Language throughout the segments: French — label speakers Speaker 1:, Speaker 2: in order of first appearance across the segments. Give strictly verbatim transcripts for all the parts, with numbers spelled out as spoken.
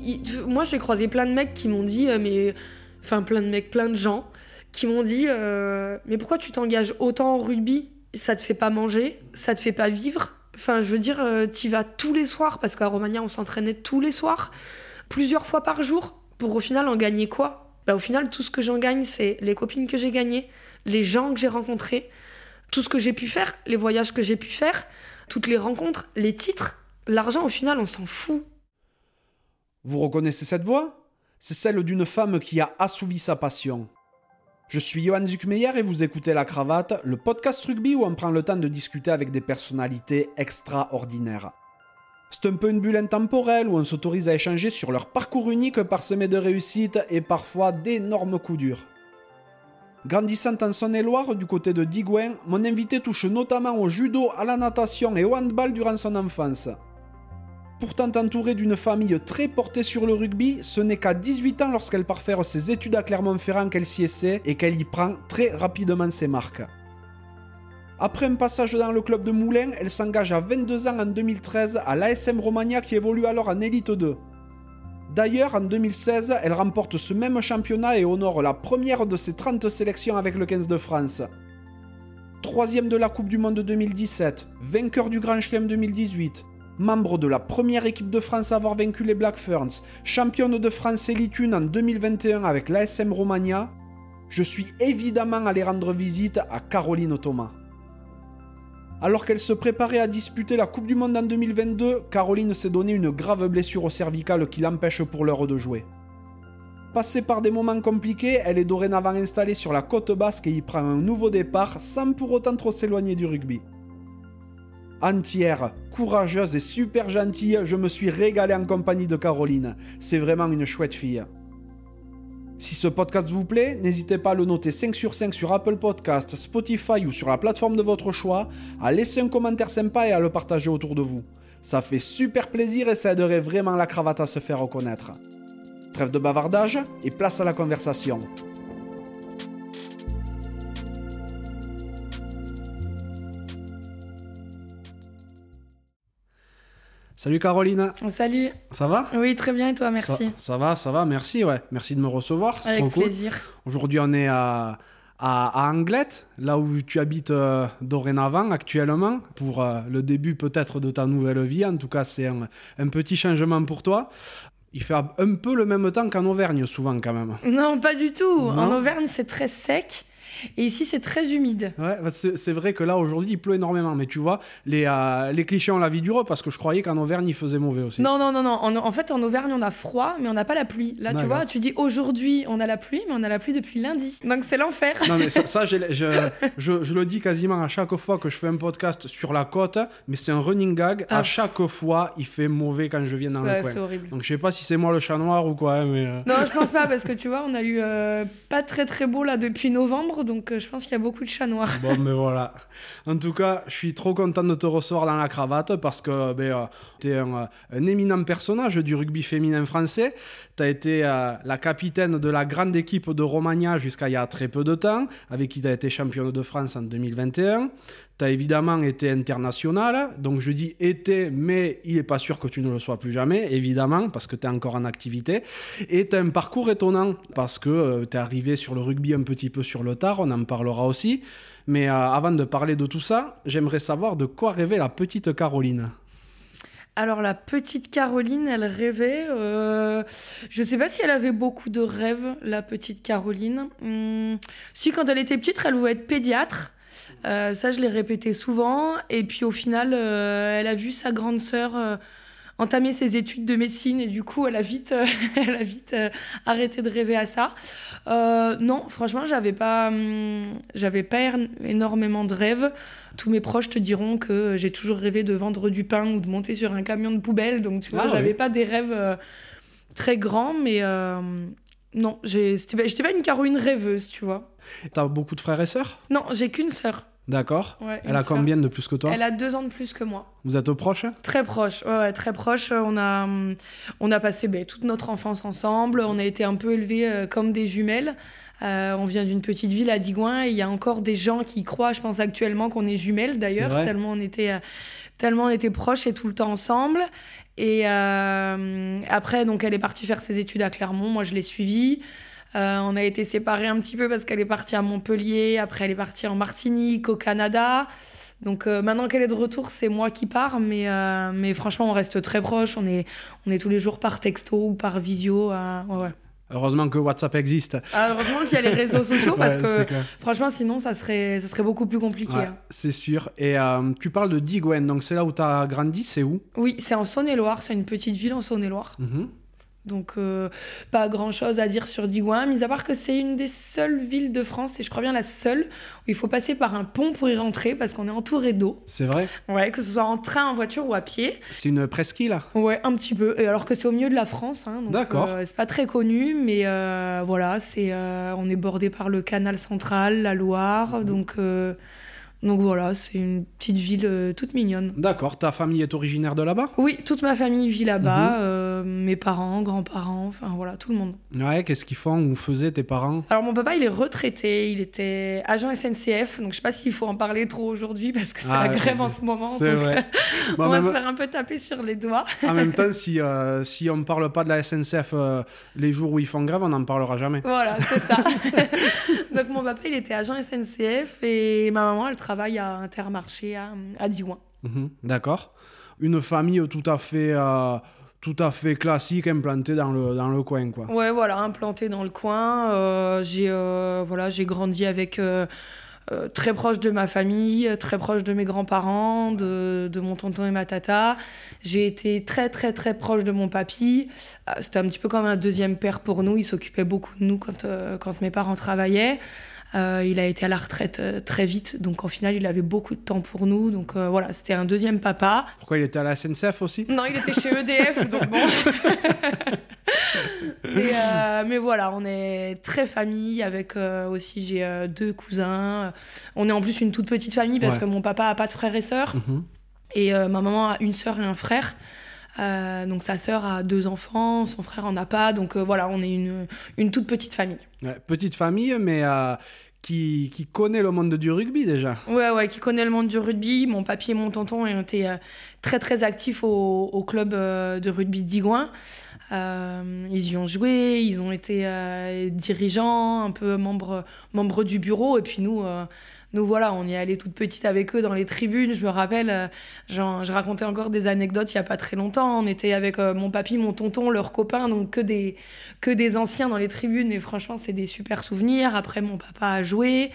Speaker 1: il, moi, j'ai croisé plein de mecs qui m'ont dit, euh, mais... Enfin, plein de mecs, plein de gens qui m'ont dit euh, mais pourquoi tu t'engages autant au rugby ? Ça te fait pas manger, ça te fait pas vivre. Enfin, je veux dire, euh, t'y vas tous les soirs, parce qu'à Romagna, on s'entraînait tous les soirs, plusieurs fois par jour, pour au final en gagner quoi ? Bah, au final, tout ce que j'en gagne, c'est les copines que j'ai gagnées, les gens que j'ai rencontrés, tout ce que j'ai pu faire, les voyages que j'ai pu faire, toutes les rencontres, les titres. L'argent, au final, on s'en fout.
Speaker 2: Vous reconnaissez cette voix ? C'est celle d'une femme qui a assouvi sa passion. Je suis Johan Zuckmeyer et vous écoutez La Cravate, le podcast rugby où on prend le temps de discuter avec des personnalités extraordinaires. C'est un peu une bulle intemporelle où on s'autorise à échanger sur leur parcours unique parsemé de réussites et parfois d'énormes coups durs. Grandissant en Saône-et-Loire, du côté de Digoin, mon invité touche notamment au judo, à la natation et au handball durant son enfance. Pourtant entourée d'une famille très portée sur le rugby, ce n'est qu'à dix-huit ans lorsqu'elle part faire ses études à Clermont-Ferrand qu'elle s'y essaie et qu'elle y prend très rapidement ses marques. Après un passage dans le club de Moulins, elle s'engage à vingt-deux ans en deux mille treize à l'A S M Romagna qui évolue alors en Élite deux. D'ailleurs, en deux mille seize, elle remporte ce même championnat et honore la première de ses trente sélections avec le quinze de France. Troisième de la Coupe du Monde deux mille dix-sept, vainqueur du Grand Chelem deux mille dix-huit, membre de la première équipe de France à avoir vaincu les Black Ferns, championne de France Élite un en deux mille vingt et un avec l'A S M Romagna, je suis évidemment allé rendre visite à Caroline Thomas. Alors qu'elle se préparait à disputer la Coupe du Monde en deux mille vingt-deux, Caroline s'est donné une grave blessure au cervical qui l'empêche pour l'heure de jouer. Passée par des moments compliqués, elle est dorénavant installée sur la côte basque et y prend un nouveau départ sans pour autant trop s'éloigner du rugby. Entière, courageuse et super gentille, je me suis régalé en compagnie de Caroline. C'est vraiment une chouette fille. Si ce podcast vous plaît, n'hésitez pas à le noter cinq sur cinq sur Apple Podcasts, Spotify ou sur la plateforme de votre choix, à laisser un commentaire sympa et à le partager autour de vous. Ça fait super plaisir et ça aiderait vraiment La Cravate à se faire reconnaître. Trêve de bavardage et place à la conversation. Salut Caroline.
Speaker 1: Salut.
Speaker 2: Ça va ?
Speaker 1: Oui, très bien et toi, merci.
Speaker 2: Ça, ça va, ça va, merci, ouais. Merci de me recevoir, c'est
Speaker 1: Avec
Speaker 2: trop cool.
Speaker 1: plaisir.
Speaker 2: Aujourd'hui, on est à, à, à Anglet, là où tu habites euh, dorénavant, actuellement, pour euh, le début peut-être de ta nouvelle vie. En tout cas, c'est un, un petit changement pour toi. Il fait un peu le même temps qu'en Auvergne, souvent, quand même.
Speaker 1: Non, pas du tout.
Speaker 2: Non.
Speaker 1: En Auvergne, c'est très sec. Et ici, c'est très humide.
Speaker 2: Ouais, c'est, c'est vrai que là, aujourd'hui, il pleut énormément. Mais tu vois, les, euh, les clichés ont la vie dure parce que je croyais qu'en Auvergne, il faisait mauvais aussi.
Speaker 1: Non, non, non, non. En, en fait, en Auvergne, on a froid, mais on n'a pas la pluie. Là,
Speaker 2: D'accord.
Speaker 1: tu vois, tu dis aujourd'hui, on a la pluie, mais on a la pluie depuis lundi. Donc, c'est l'enfer.
Speaker 2: Non, mais ça, ça j'ai, je, je, je le dis quasiment à chaque fois que je fais un podcast sur la côte, mais c'est un running gag. Ah. À chaque fois, il fait mauvais quand je viens dans
Speaker 1: ouais,
Speaker 2: le coin.
Speaker 1: C'est horrible.
Speaker 2: Donc, je sais pas si c'est moi le chat noir ou quoi, mais... Euh...
Speaker 1: Non, je pense pas, parce que tu vois, on a eu euh, pas très très beau là depuis novembre, donc euh, je pense qu'il y a beaucoup de chats noirs.
Speaker 2: Bon, mais voilà. En tout cas, je suis trop content de te recevoir dans La Cravate parce que ben, euh, tu es un, un éminent personnage du rugby féminin français. Tu as été euh, la capitaine de la grande équipe de Romagna jusqu'à il y a très peu de temps, avec qui tu as été championne de France en deux mille vingt et un. Tu as évidemment été internationale, donc je dis été, mais il n'est pas sûr que tu ne le sois plus jamais, évidemment, parce que tu es encore en activité. Et tu as un parcours étonnant, parce que euh, tu es arrivé sur le rugby un petit peu sur le tard, on en parlera aussi. Mais euh, avant de parler de tout ça, j'aimerais savoir de quoi rêvait la petite Caroline.
Speaker 1: Alors la petite Caroline, elle rêvait... Euh... Je sais pas si elle avait beaucoup de rêves, la petite Caroline. Hum... Si, quand elle était petite, elle voulait être pédiatre. Euh, ça, je l'ai répété souvent. Et puis au final, euh, elle a vu sa grande sœur euh, entamer ses études de médecine. Et du coup, elle a vite, euh, elle a vite euh, arrêté de rêver à ça. Euh, non, franchement, j'avais pas, hum, j'avais pas er- énormément de rêves. Tous mes proches te diront que j'ai toujours rêvé de vendre du pain ou de monter sur un camion de poubelle. Donc, tu vois,
Speaker 2: ah,
Speaker 1: j'avais
Speaker 2: oui.
Speaker 1: pas des rêves euh, très grands. Mais euh, non, j'ai, j'étais, pas, j'étais pas une Caroline rêveuse, tu vois.
Speaker 2: T'as beaucoup de frères et sœurs ?
Speaker 1: Non, j'ai qu'une sœur.
Speaker 2: D'accord.
Speaker 1: Ouais,
Speaker 2: Elle a
Speaker 1: sœur.
Speaker 2: combien de plus que toi ?
Speaker 1: Elle a deux ans de plus que moi.
Speaker 2: Vous êtes proches ?
Speaker 1: Très proches, ouais, ouais, très proches. On a, on a passé ben, toute notre enfance ensemble. On a été un peu élevés euh, comme des jumelles. Euh, on vient d'une petite ville à Digoin et il y a encore des gens qui croient, je pense actuellement, qu'on est jumelles d'ailleurs, tellement on était euh, tellement on était proches et tout le temps ensemble. Et euh, après, donc, elle est partie faire ses études à Clermont. Moi, je l'ai suivie. Euh, on a été séparés un petit peu parce qu'elle est partie à Montpellier. Après, elle est partie en Martinique, au Canada. Donc euh, maintenant qu'elle est de retour, c'est moi qui pars. Mais, euh, mais franchement, on reste très proches. On est, on est tous les jours par texto ou par visio. Euh, ouais, ouais.
Speaker 2: Heureusement que WhatsApp existe.
Speaker 1: Ah, heureusement qu'il y a les réseaux sociaux parce
Speaker 2: Ouais,
Speaker 1: que
Speaker 2: c'est clair.
Speaker 1: franchement, sinon, ça serait, ça serait beaucoup plus compliqué.
Speaker 2: Ouais,
Speaker 1: hein.
Speaker 2: c'est sûr. Et euh, tu parles de Digoin, donc c'est là où tu as grandi, c'est où?
Speaker 1: Oui, c'est en Saône-et-Loire. C'est une petite ville en Saône-et-Loire.
Speaker 2: Mhm.
Speaker 1: Donc, euh, pas grand-chose à dire sur Digoin, mis à part que c'est une des seules villes de France, et je crois bien la seule, où il faut passer par un pont pour y rentrer, parce qu'on est entouré d'eau.
Speaker 2: C'est vrai?
Speaker 1: Ouais, que ce soit en train, en voiture ou à pied.
Speaker 2: C'est une presqu'île là?
Speaker 1: Ouais, un petit peu. Et alors que c'est au milieu de la France. Hein, donc,
Speaker 2: D'accord.
Speaker 1: euh, c'est pas très connu, mais euh, voilà, c'est, euh, on est bordé par le canal central, la Loire. Donc, euh, donc voilà, c'est une petite ville euh, toute mignonne.
Speaker 2: D'accord, ta famille est originaire de là-bas?
Speaker 1: Oui, toute ma famille vit là-bas.
Speaker 2: Mhm.
Speaker 1: euh, mes parents, grands-parents, enfin voilà, tout le monde.
Speaker 2: Ouais, qu'est-ce qu'ils font ou faisaient tes parents?
Speaker 1: Alors mon papa, il est retraité, il était agent S N C F, donc je sais pas s'il faut en parler trop aujourd'hui parce que c'est
Speaker 2: Ah,
Speaker 1: la grève
Speaker 2: ouais,
Speaker 1: en ce moment.
Speaker 2: c'est
Speaker 1: donc,
Speaker 2: vrai.
Speaker 1: on
Speaker 2: Bah,
Speaker 1: va
Speaker 2: même-
Speaker 1: se faire un peu taper sur les doigts.
Speaker 2: En même temps, si, euh, si on ne parle pas de la S N C F euh, les jours où ils font grève, on n'en parlera jamais.
Speaker 1: Voilà, c'est ça. Donc mon papa, il était agent S N C F et ma maman, elle travaille à Intermarché à, à Digoin.
Speaker 2: Mhm, d'accord. Une famille tout à fait, euh, tout à fait classique, implantée dans le, dans le coin, quoi.
Speaker 1: Ouais, voilà, implanté dans le coin. Euh, j'ai euh, voilà, j'ai grandi avec euh, euh, très proche de ma famille, très proche de mes grands-parents, de, de mon tonton et ma tata. J'ai été très très très proche de mon papy. Euh, C'était un petit peu comme un deuxième père pour nous. Il s'occupait beaucoup de nous quand, euh, quand mes parents travaillaient. Euh, il a été à la retraite euh, très vite, donc au final, il avait beaucoup de temps pour nous. Donc euh, voilà, c'était un deuxième papa.
Speaker 2: Pourquoi il était à la S N C F aussi?
Speaker 1: Non, il était chez E D F, donc bon. mais, euh, mais voilà, on est très famille, avec euh, aussi, j'ai euh, deux cousins. On est en plus une toute petite famille parce
Speaker 2: Ouais.
Speaker 1: que mon papa a pas de frères et sœurs.
Speaker 2: Mhm.
Speaker 1: Et euh, ma maman a une sœur et un frère. Euh, donc sa sœur a deux enfants, son frère en a pas. Donc euh, voilà, on est une, une toute petite famille.
Speaker 2: Ouais, petite famille, mais euh, qui, qui connaît le monde du rugby déjà.
Speaker 1: Ouais, ouais, qui connaît le monde du rugby. Mon papy et mon tonton ont été euh, très, très actifs au, au club euh, de rugby de Digoin. Euh, ils y ont joué, ils ont été euh, dirigeants, un peu membres, membres du bureau. Et puis nous, euh, nous voilà, on y est allé toute petite avec eux dans les tribunes. Je me rappelle, euh, genre, je racontais encore des anecdotes il n'y a pas très longtemps. On était avec euh, mon papy, mon tonton, leurs copains, donc que des, que des anciens dans les tribunes. Et franchement, c'est des super souvenirs. Après, mon papa a joué.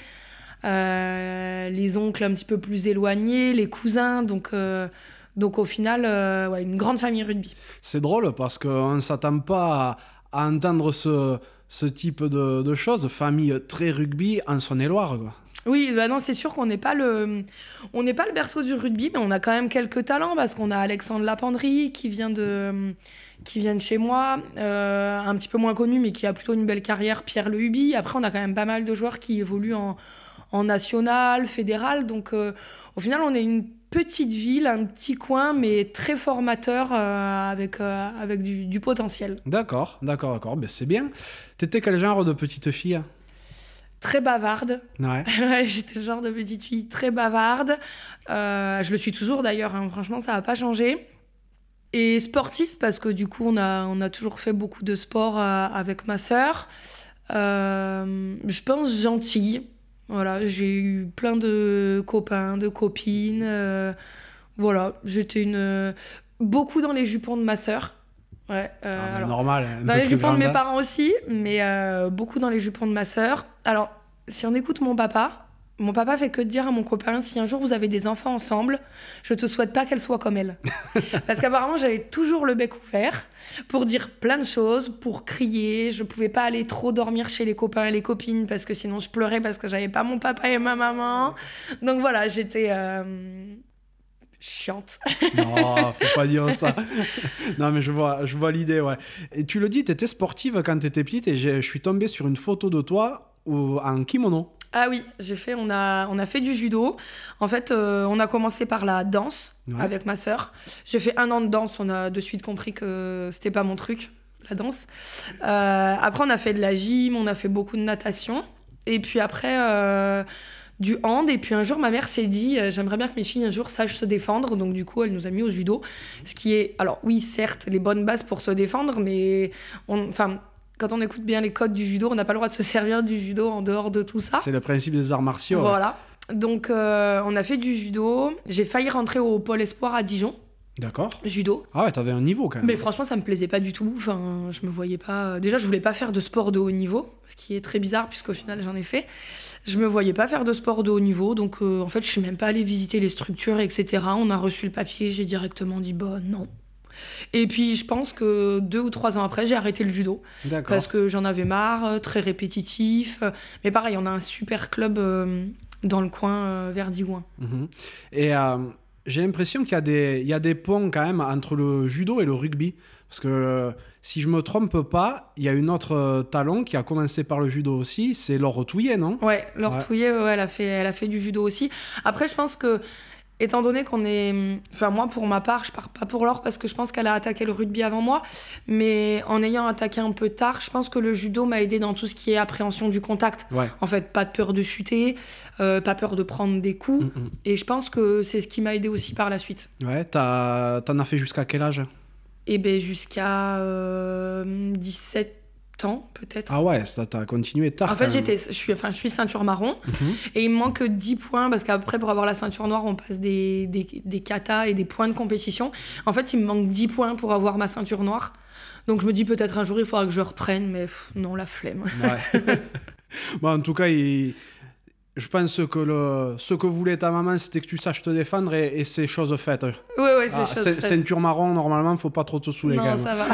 Speaker 1: Euh, les oncles un petit peu plus éloignés, les cousins. Donc... Euh, Donc au final, euh, ouais, une grande famille rugby.
Speaker 2: C'est drôle parce qu'on ne s'attend pas à, à entendre ce, ce type de, de choses. Famille très rugby en Saône-et-Loire, quoi.
Speaker 1: Oui, bah non, c'est sûr qu'on n'est pas le, on n'est pas le berceau du rugby, mais on a quand même quelques talents parce qu'on a Alexandre Lapendry qui vient de, qui vient de chez moi, euh, un petit peu moins connu, mais qui a plutôt une belle carrière, Pierre Le Huby. Après, on a quand même pas mal de joueurs qui évoluent en, en national, fédéral. Donc euh, au final, on est une petite ville, un petit coin, mais très formateur euh, avec, euh, avec du, du potentiel.
Speaker 2: D'accord, d'accord, d'accord. Ben, c'est bien. T'étais quel genre de petite fille?
Speaker 1: Très bavarde.
Speaker 2: Ouais.
Speaker 1: Ouais, j'étais le genre de petite fille très bavarde. Euh, je le suis toujours d'ailleurs, hein. Franchement, ça n'a pas changé. Et sportif, parce que du coup, on a, on a toujours fait beaucoup de sport euh, avec ma sœur. Euh, je pense gentille. Voilà, j'ai eu plein de copains, de copines. euh, voilà, j'étais une... euh, beaucoup dans les jupons de ma sœur. Ouais, euh,
Speaker 2: Ah, ben,
Speaker 1: alors,
Speaker 2: normal. un
Speaker 1: dans
Speaker 2: peu
Speaker 1: les
Speaker 2: plus
Speaker 1: jupons de mes
Speaker 2: grande.
Speaker 1: parents aussi, mais euh, beaucoup dans les jupons de ma sœur. Alors, si on écoute mon papa, mon papa fait que de dire à mon copain, si un jour vous avez des enfants ensemble, je te souhaite pas qu'elle soit comme elle. Parce qu'apparemment, j'avais toujours le bec ouvert pour dire plein de choses, pour crier. Je pouvais pas aller trop dormir chez les copains et les copines parce que sinon je pleurais parce que j'avais pas mon papa et ma maman. Donc voilà, j'étais euh, chiante.
Speaker 2: Non, faut pas dire ça. Non, mais je vois, je vois l'idée, ouais. Et tu le dis, t'étais sportive quand t'étais petite et j'ai- je suis tombé sur une photo de toi au- en kimono.
Speaker 1: Ah oui, j'ai fait, on a, on a fait du judo. En fait, euh, on a commencé par la danse
Speaker 2: Ouais.
Speaker 1: avec ma sœur. J'ai fait un an de danse, on a de suite compris que c'était pas mon truc, la danse. Euh, après, on a fait de la gym, on a fait beaucoup de natation. Et puis après, euh, du hand. Et puis un jour, ma mère s'est dit, euh, j'aimerais bien que mes filles un jour sachent se défendre. Donc du coup, elle nous a mis au judo. Ce qui est, alors oui, certes, les bonnes bases pour se défendre, mais on, enfin, quand on écoute bien les codes du judo, on n'a pas le droit de se servir du judo en dehors de tout ça.
Speaker 2: C'est le principe des arts martiaux.
Speaker 1: Voilà. Ouais. Donc euh, on a fait du judo. J'ai failli rentrer au Pôle Espoir à Dijon.
Speaker 2: D'accord.
Speaker 1: Judo.
Speaker 2: Ah ouais, t'avais un niveau quand même.
Speaker 1: Mais franchement, ça me plaisait pas du tout. Enfin, je me voyais pas. Déjà, je voulais pas faire de sport de haut niveau, ce qui est très bizarre puisqu'au final, j'en ai fait. Je me voyais pas faire de sport de haut niveau, donc euh, en fait, je suis même pas allée visiter les structures, et cetera. On a reçu le papier, j'ai directement dit bah non. Et puis, je pense que deux ou trois ans après, j'ai arrêté le judo.
Speaker 2: D'accord.
Speaker 1: Parce que j'en avais marre, très répétitif. Mais pareil, on a un super club euh, dans le coin euh, vers Digoin.
Speaker 2: Mmh. Et euh, j'ai l'impression qu'il y a, des, il y a des ponts quand même entre le judo et le rugby. Parce que euh, si je me trompe pas, il y a une autre euh, talon qui a commencé par le judo aussi, c'est Laure Touillet, non ?
Speaker 1: Ouais, Laure
Speaker 2: Ouais.
Speaker 1: Touillet, ouais, elle, a fait, elle a fait du judo aussi. Après, je pense que, étant donné qu'on est... Enfin, moi, pour ma part, je pars pas pour Laure parce que je pense qu'elle a attaqué le rugby avant moi. Mais en ayant attaqué un peu tard, je pense que le judo m'a aidé dans tout ce qui est appréhension du contact.
Speaker 2: Ouais.
Speaker 1: En fait, pas de peur de chuter, euh, pas peur de prendre des coups.
Speaker 2: Mmh.
Speaker 1: Et je pense que c'est ce qui m'a aidé aussi par la suite.
Speaker 2: Ouais, t'as, t'en as fait jusqu'à quel âge ?
Speaker 1: Et ben jusqu'à euh, dix-sept ans, peut-être.
Speaker 2: Ah ouais, ça t'a continué tard.
Speaker 1: En fait,
Speaker 2: quand même.
Speaker 1: j'étais, je suis, enfin, je suis ceinture marron.
Speaker 2: Mmh.
Speaker 1: Et il me manque dix points, parce qu'après, pour avoir la ceinture noire, on passe des, des, des katas et des points de compétition. En fait, il me manque dix points pour avoir ma ceinture noire. Donc je me dis peut-être un jour, il faudra que je reprenne, mais pff, non, la flemme.
Speaker 2: Ouais. Bon, en tout cas, il... je pense que le... ce que voulait ta maman, c'était que tu saches te défendre et, et c'est chose faite.
Speaker 1: Ouais, ouais, c'est
Speaker 2: Ah,
Speaker 1: chose
Speaker 2: c'est-
Speaker 1: faite.
Speaker 2: Ceinture marron, normalement, faut pas trop te saouler quand
Speaker 1: Non,
Speaker 2: même.
Speaker 1: ça va.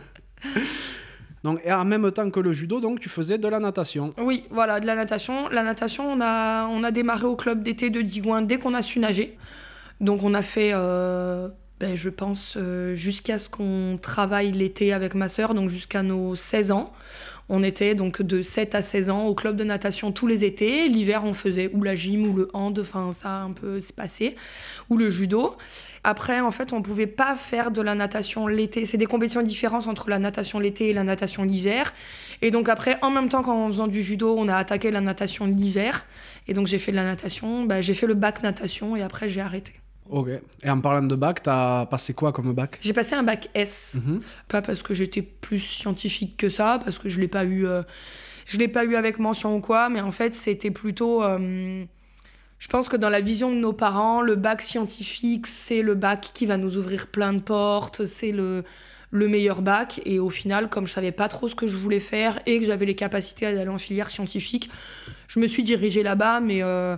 Speaker 2: Donc, et en même temps que le judo, donc, tu faisais de la natation.
Speaker 1: Oui, voilà, de la natation. La natation, on a, on a démarré au club d'été de Digoin dès qu'on a su nager. Donc on a fait, euh, ben, je pense, euh, jusqu'à ce qu'on travaille l'été avec ma sœur, donc jusqu'à nos seize ans. On était donc de sept à seize ans au club de natation tous les étés. L'hiver, on faisait ou la gym ou le hand, enfin ça a un peu se passé, ou le judo. Après, en fait, on pouvait pas faire de la natation l'été. C'est des compétitions différentes entre la natation l'été et la natation l'hiver. Et donc après, en même temps qu'en faisant du judo, on a attaqué la natation l'hiver. Et donc j'ai fait de la natation, bah, j'ai fait le bac natation et après j'ai arrêté.
Speaker 2: Ok. Et en parlant de bac, t'as passé quoi comme bac ?
Speaker 1: J'ai passé un bac S,
Speaker 2: Mhm.
Speaker 1: pas parce que j'étais plus scientifique que ça, parce que je l'ai pas eu, euh, je l'ai pas eu avec mention ou quoi, mais en fait c'était plutôt, euh, je pense que dans la vision de nos parents, le bac scientifique c'est le bac qui va nous ouvrir plein de portes, c'est le le meilleur bac. Et au final, comme je savais pas trop ce que je voulais faire et que j'avais les capacités d'aller en filière scientifique, je me suis dirigée là-bas, mais euh,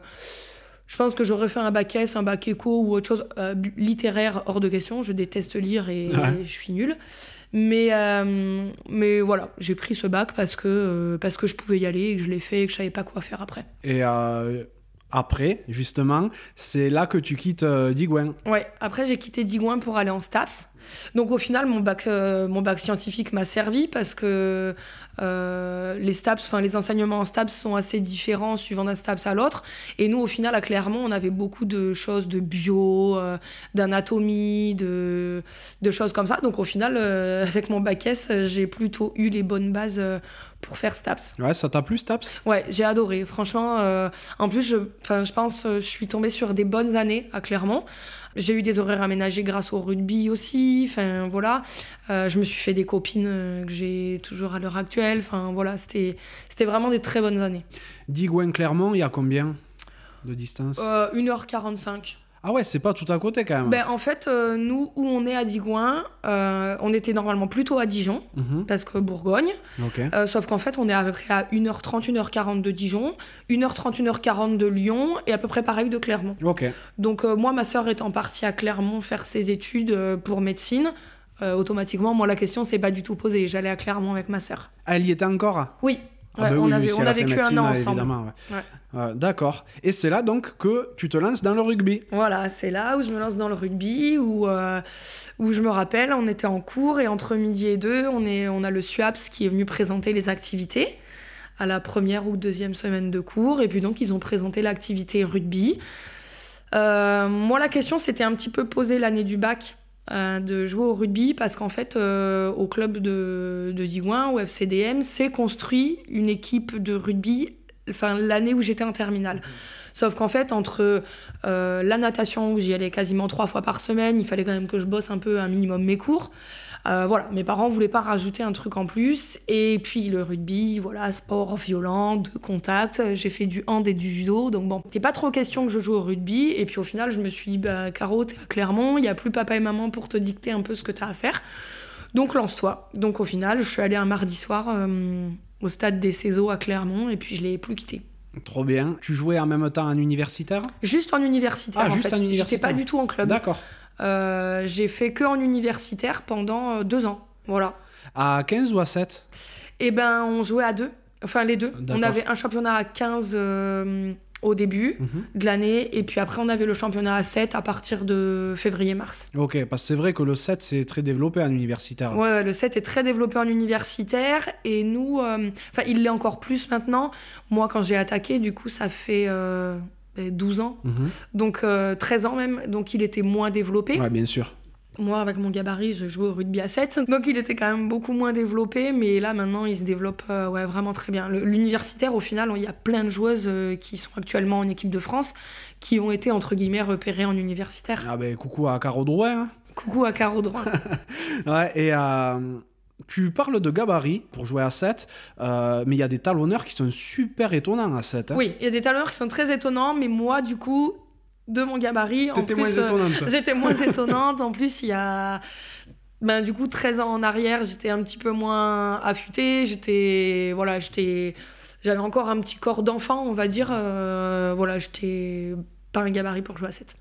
Speaker 1: je pense que j'aurais fait un bac S, un bac éco ou autre chose. Euh, littéraire, hors de question. Je déteste lire et,
Speaker 2: Ouais.
Speaker 1: et je suis nulle. Mais, euh, mais voilà, j'ai pris ce bac parce que, euh, parce que je pouvais y aller et que je l'ai fait et que je savais pas quoi faire après.
Speaker 2: Et euh, après, justement, c'est là que tu quittes euh, Digoin.
Speaker 1: Ouais, après j'ai quitté Digoin pour aller en STAPS. Donc au final, mon bac, euh, mon bac scientifique m'a servi parce que euh, les STAPS, enfin les enseignements en STAPS sont assez différents suivant d'un STAPS à l'autre. Et nous, au final, à Clermont, on avait beaucoup de choses de bio, euh, d'anatomie, de, de choses comme ça. Donc au final, euh, avec mon bac S, j'ai plutôt eu les bonnes bases euh, pour faire STAPS.
Speaker 2: Ouais, ça t'a plu, Staps ?
Speaker 1: Ouais, j'ai adoré. Franchement, euh, en plus, je, enfin, je pense, euh, je suis tombée sur des bonnes années à Clermont. J'ai eu des horaires aménagés grâce au rugby aussi. Enfin, voilà. Euh, je me suis fait des copines euh, que j'ai toujours à l'heure actuelle. Enfin, voilà, c'était, c'était vraiment des très bonnes années.
Speaker 2: Digoin-Clermont, il y a combien de distance ?
Speaker 1: Euh, une heure quarante-cinq.
Speaker 2: Ah ouais, c'est pas tout à côté quand même.
Speaker 1: Ben, en fait, euh, nous, où on est à Digoin, euh, on était normalement plutôt à Dijon,
Speaker 2: Mhm.
Speaker 1: parce que Bourgogne.
Speaker 2: Ok.
Speaker 1: Euh, sauf qu'en fait, on est à peu près à une heure trente, une heure quarante de Dijon, une heure trente, une heure quarante de Lyon, et à peu près pareil de Clermont.
Speaker 2: Ok.
Speaker 1: Donc euh, moi, ma sœur étant partie à Clermont faire ses études euh, pour médecine, euh, automatiquement, moi, la question s'est pas du tout posée. J'allais à Clermont avec ma sœur.
Speaker 2: Ah, elle y était encore ?
Speaker 1: Oui,
Speaker 2: Ah
Speaker 1: ouais,
Speaker 2: bah
Speaker 1: on,
Speaker 2: oui,
Speaker 1: avait,
Speaker 2: lui, si
Speaker 1: on
Speaker 2: elle
Speaker 1: a
Speaker 2: a fait
Speaker 1: vécu un
Speaker 2: médecine,
Speaker 1: an ensemble.
Speaker 2: évidemment, ouais.
Speaker 1: Ouais.
Speaker 2: Euh, d'accord. Et c'est là donc que tu te lances dans le rugby.
Speaker 1: Voilà, c'est là où je me lance dans le rugby, où, euh, où je me rappelle, on était en cours et entre midi et deux, on, est, on a le SUAPS qui est venu présenter les activités à la première ou deuxième semaine de cours. Et puis donc, ils ont présenté l'activité rugby. Euh, moi, la question s'était un petit peu posée l'année du bac euh, de jouer au rugby parce qu'en fait, euh, au club de, de Digoin, au F C D M, s'est construit une équipe de rugby enfin, l'année où j'étais en terminale. Sauf qu'en fait, entre euh, la natation, où j'y allais quasiment trois fois par semaine, il fallait quand même que je bosse un peu, un minimum mes cours. Euh, voilà, mes parents voulaient pas rajouter un truc en plus. Et puis le rugby, voilà, sport violent, de contact. J'ai fait du hand et du judo. Donc bon, c'était pas trop question que je joue au rugby. Et puis au final, je me suis dit, bah, Caro, t'es à Clermont, il y a plus papa et maman pour te dicter un peu ce que t'as à faire. Donc lance-toi. Donc au final, je suis allée un mardi soir euh, au stade des Cézaux à Clermont et puis je l'ai plus quitté.
Speaker 2: Trop bien. Tu jouais en même temps en universitaire ?
Speaker 1: Juste en universitaire.
Speaker 2: Ah,
Speaker 1: en
Speaker 2: juste
Speaker 1: fait.
Speaker 2: en universitaire.
Speaker 1: J'étais pas du tout en club.
Speaker 2: D'accord.
Speaker 1: Euh, j'ai fait que en universitaire pendant euh, deux ans. Voilà.
Speaker 2: À quinze ou à sept ?
Speaker 1: Et ben, on jouait à deux. Enfin, les deux.
Speaker 2: D'accord.
Speaker 1: On avait un championnat à quinze euh, au début
Speaker 2: mm-hmm.
Speaker 1: de l'année. Et puis après, on avait le championnat à sept à partir de février-mars.
Speaker 2: Ok, parce que c'est vrai que le sept, c'est très développé en universitaire.
Speaker 1: Ouais, le sept est très développé en universitaire. Et nous, euh, enfin, il l'est encore plus maintenant. Moi, quand j'ai attaqué, du coup, ça fait euh, douze ans.
Speaker 2: Mm-hmm.
Speaker 1: Donc, euh, treize ans même. Donc, il était moins développé.
Speaker 2: Ouais, bien sûr.
Speaker 1: Moi, avec mon gabarit, je jouais au rugby à sept. Donc, il était quand même beaucoup moins développé. Mais là, maintenant, il se développe euh, ouais, vraiment très bien. Le, l'universitaire, au final, il y a plein de joueuses euh, qui sont actuellement en équipe de France qui ont été, entre guillemets, repérées en universitaire.
Speaker 2: Ah ben, coucou à Caro Drouin. Hein.
Speaker 1: Coucou à Caro Drouin.
Speaker 2: Ouais, et euh, tu parles de gabarit pour jouer à sept, euh, mais il y a des talonneurs qui sont super étonnants à sept. Hein.
Speaker 1: Oui, il y a des talonneurs qui sont très étonnants. Mais moi, du coup... de mon gabarit.
Speaker 2: T'étais
Speaker 1: en plus,
Speaker 2: moins étonnante.
Speaker 1: Euh, j'étais moins étonnante. En plus, il y a... Ben, du coup, treize ans en arrière, j'étais un petit peu moins affûtée. J'étais... Voilà, j'étais... J'avais encore un petit corps d'enfant, on va dire. Euh, voilà, j'étais pas un gabarit pour jouer à sept.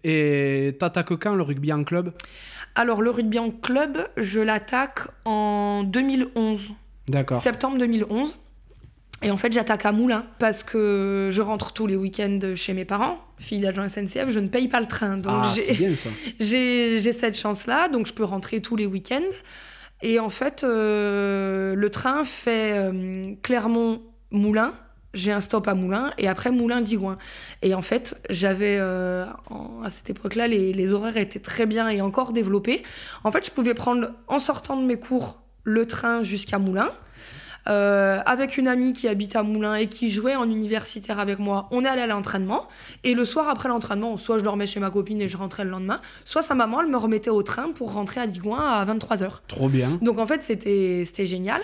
Speaker 2: Et t'attaques quand le rugby en club ?
Speaker 1: Alors, le rugby en club, je l'attaque en deux mille onze.
Speaker 2: D'accord.
Speaker 1: Septembre deux mille onze. Et en fait, j'attaque à Moulins parce que je rentre tous les week-ends chez mes parents, fille d'agent S N C F, je ne paye pas le train. Donc
Speaker 2: ah,
Speaker 1: j'ai,
Speaker 2: c'est bien ça.
Speaker 1: j'ai, j'ai cette chance-là, donc je peux rentrer tous les week-ends. Et en fait, euh, le train fait euh, Clermont-Moulins. J'ai un stop à Moulins et après Moulins-Digoin. Et en fait, j'avais, euh, en, à cette époque-là, les, les horaires étaient très bien et encore développés. En fait, je pouvais prendre, en sortant de mes cours, le train jusqu'à Moulins. Euh, avec une amie qui habite à Moulins et qui jouait en universitaire avec moi, on est allé à l'entraînement. Et le soir après l'entraînement, soit je dormais chez ma copine et je rentrais le lendemain, soit sa maman, elle me remettait au train pour rentrer à Digoin à vingt-trois heures.
Speaker 2: Trop bien.
Speaker 1: Donc en fait, c'était, c'était génial.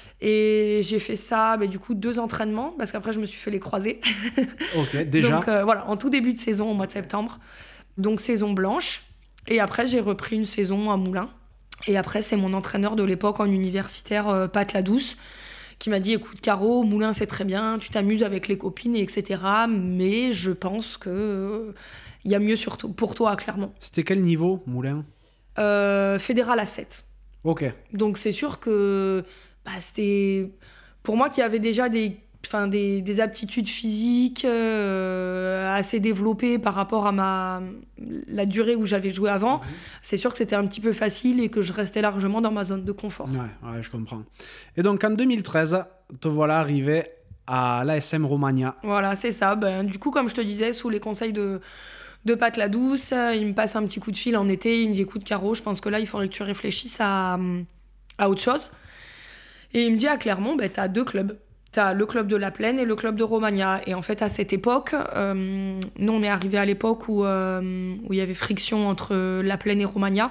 Speaker 1: Et j'ai fait ça, bah, du coup, deux entraînements, parce qu'après, je me suis fait les croisés.
Speaker 2: Ok, déjà.
Speaker 1: Donc euh, voilà, en tout début de saison, au mois de septembre. Donc saison blanche. Et après, j'ai repris une saison à Moulins. Et après, c'est mon entraîneur de l'époque en universitaire, euh, Pat Ladouce, qui m'a dit, écoute Caro, Moulins c'est très bien, tu t'amuses avec les copines, et cetera. Mais je pense qu'il euh, y a mieux sur to- pour toi à Clermont.
Speaker 2: C'était quel niveau, Moulins ?
Speaker 1: euh, Fédéral à sept.
Speaker 2: Ok.
Speaker 1: Donc c'est sûr que bah, c'était... Pour moi qui avait déjà des, enfin, des, des aptitudes physiques euh, assez développées par rapport à ma, la durée où j'avais joué avant, mmh. c'est sûr que c'était un petit peu facile et que je restais largement dans ma zone de confort.
Speaker 2: Ouais, ouais, je comprends. Et donc en deux mille treize, te voilà arrivé à l'A S M Romagna.
Speaker 1: Voilà, c'est ça. Ben, du coup, comme je te disais, sous les conseils de, de Pat Ladouce, il me passe un petit coup de fil en été, il me dit, écoute Caro, je pense que là, il faudrait que tu réfléchisses à, à autre chose. Et il me dit, à Clermont, ben, t'as deux clubs. T'as le club de la Plaine et le club de Romagna. Et en fait, à cette époque, euh, nous, on est arrivé à l'époque où, euh, où il y avait friction entre la Plaine et Romagna.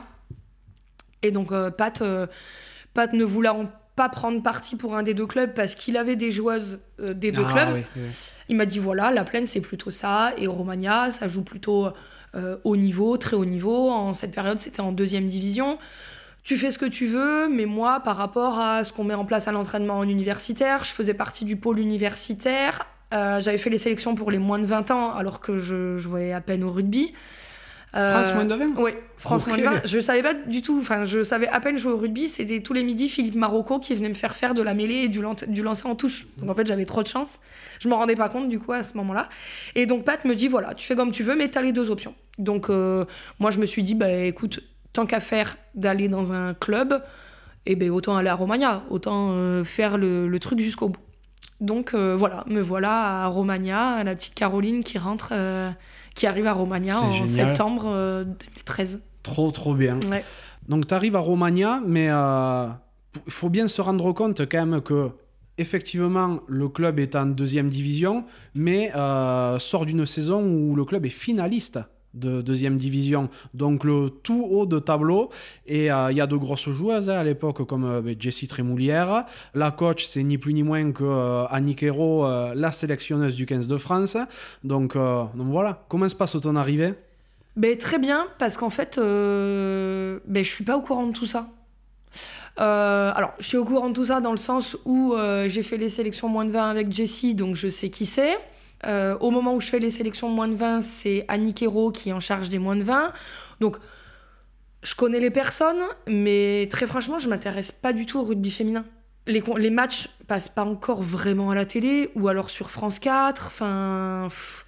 Speaker 1: Et donc, euh, Pat, euh, Pat ne voulant pas prendre parti pour un des deux clubs parce qu'il avait des joueuses euh, des deux
Speaker 2: ah,
Speaker 1: clubs,
Speaker 2: oui, oui.
Speaker 1: il m'a dit, voilà, la Plaine, c'est plutôt ça. Et Romagna, ça joue plutôt euh, haut niveau, très haut niveau. En cette période, c'était en deuxième division. Tu fais ce que tu veux, mais moi, par rapport à ce qu'on met en place à l'entraînement en universitaire, je faisais partie du pôle universitaire. Euh, j'avais fait les sélections pour les moins de vingt ans, alors que je jouais à peine au rugby.
Speaker 2: Euh, France moins de vingt ?
Speaker 1: Oui, France
Speaker 2: okay.
Speaker 1: moins de vingt. Je savais pas du tout, enfin, je savais à peine jouer au rugby. C'était tous les midis Philippe Marocco qui venait me faire faire de la mêlée et du, lan- du lancer en touche. Donc en fait, j'avais trop de chance. Je m'en rendais pas compte du coup à ce moment-là. Et donc Pat me dit, voilà, tu fais comme tu veux, mais t'as les deux options. Donc euh, moi, je me suis dit, bah écoute, tant qu'à faire d'aller dans un club, eh ben, autant aller à Romagna, autant euh, faire le, le truc jusqu'au bout. Donc euh, voilà, me voilà à Romagna, la petite Caroline qui rentre, euh, qui arrive à Romagna
Speaker 2: c'est
Speaker 1: en
Speaker 2: génial.
Speaker 1: septembre euh, deux mille treize.
Speaker 2: Trop, trop bien.
Speaker 1: Ouais.
Speaker 2: Donc tu arrives à Romagna, mais il euh, faut bien se rendre compte quand même que effectivement, le club est en deuxième division, mais euh, sort d'une saison où le club est finaliste de deuxième division, donc le tout haut de tableau. Et il euh, y a de grosses joueuses hein, à l'époque, comme euh, Jessie Trémoulière. La coach, c'est ni plus ni moins que euh, Annick Hérault, euh, la sélectionneuse du quinze de France. Donc, euh, donc voilà, comment se passe ton arrivée ?
Speaker 1: Ben, très bien, parce qu'en fait, euh, ben, je suis pas au courant de tout ça. Euh, alors, je suis au courant de tout ça dans le sens où euh, j'ai fait les sélections moins de vingt avec Jessie, donc je sais qui c'est. Euh, au moment où je fais les sélections moins de vingt, c'est Annick Hérault qui est en charge des moins de vingt. Donc, je connais les personnes, mais très franchement, je m'intéresse pas du tout au rugby féminin. Les, les matchs passent pas encore vraiment à la télé, ou alors sur France quatre. Enfin, pff.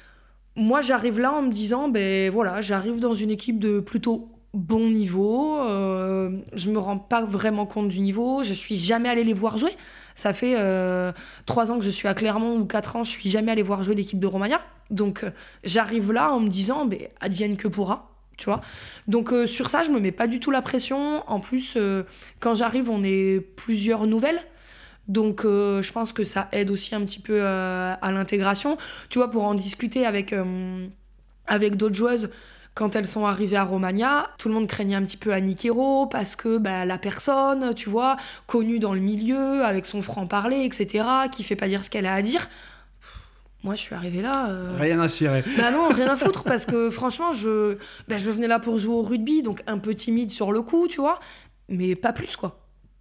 Speaker 1: Moi, j'arrive là en me disant, ben voilà, j'arrive dans une équipe de plutôt bon niveau. Euh, je me rends pas vraiment compte du niveau. Je suis jamais allée les voir jouer. Ça fait euh, trois ans que je suis à Clermont ou quatre ans, je suis jamais allée voir jouer l'équipe de Romagna. Donc, euh, j'arrive là en me disant, ben, advienne que pourra. Tu vois, donc euh, sur ça je me mets pas du tout la pression. En plus euh, quand j'arrive on est plusieurs nouvelles, donc euh, je pense que ça aide aussi un petit peu euh, à l'intégration, tu vois, pour en discuter avec euh, avec d'autres joueuses. Quand elles sont arrivées à Romagna, tout le monde craignait un petit peu Annick Hérault parce que bah, la personne, tu vois, connue dans le milieu, avec son franc-parler, et cetera, qui fait pas dire ce qu'elle a à dire. Moi, je suis arrivée là... Euh...
Speaker 2: Rien à cirer.
Speaker 1: Bah non, rien à foutre, parce que franchement, je, bah, je venais là pour jouer au rugby, donc un peu timide sur le coup, tu vois, mais pas plus, quoi.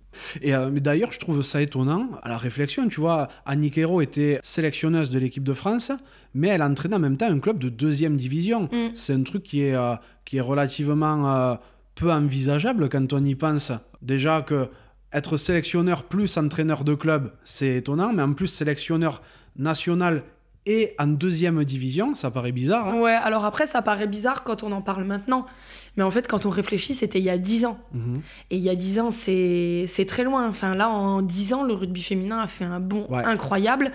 Speaker 2: Et euh, mais d'ailleurs, je trouve ça étonnant, à la réflexion, tu vois, Annick Hérault était sélectionneuse de l'équipe de France, mais elle entraînait en même temps un club de deuxième division. Mm. C'est un truc qui est, euh, qui est relativement euh, peu envisageable quand on y pense. Déjà que être sélectionneur plus entraîneur de club, c'est étonnant, mais en plus sélectionneur national et en deuxième division, ça paraît bizarre. Hein.
Speaker 1: Ouais, alors après, ça paraît bizarre quand on en parle maintenant. Mais en fait, quand on réfléchit, c'était il y a dix ans. Mmh. Et il y a dix ans, c'est, c'est très loin. Enfin, là, en dix ans, le rugby féminin a fait un bond ouais. incroyable.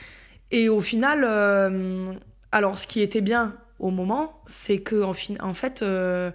Speaker 1: Et au final, euh, alors ce qui était bien au moment, c'est que en, fin, en fait, euh,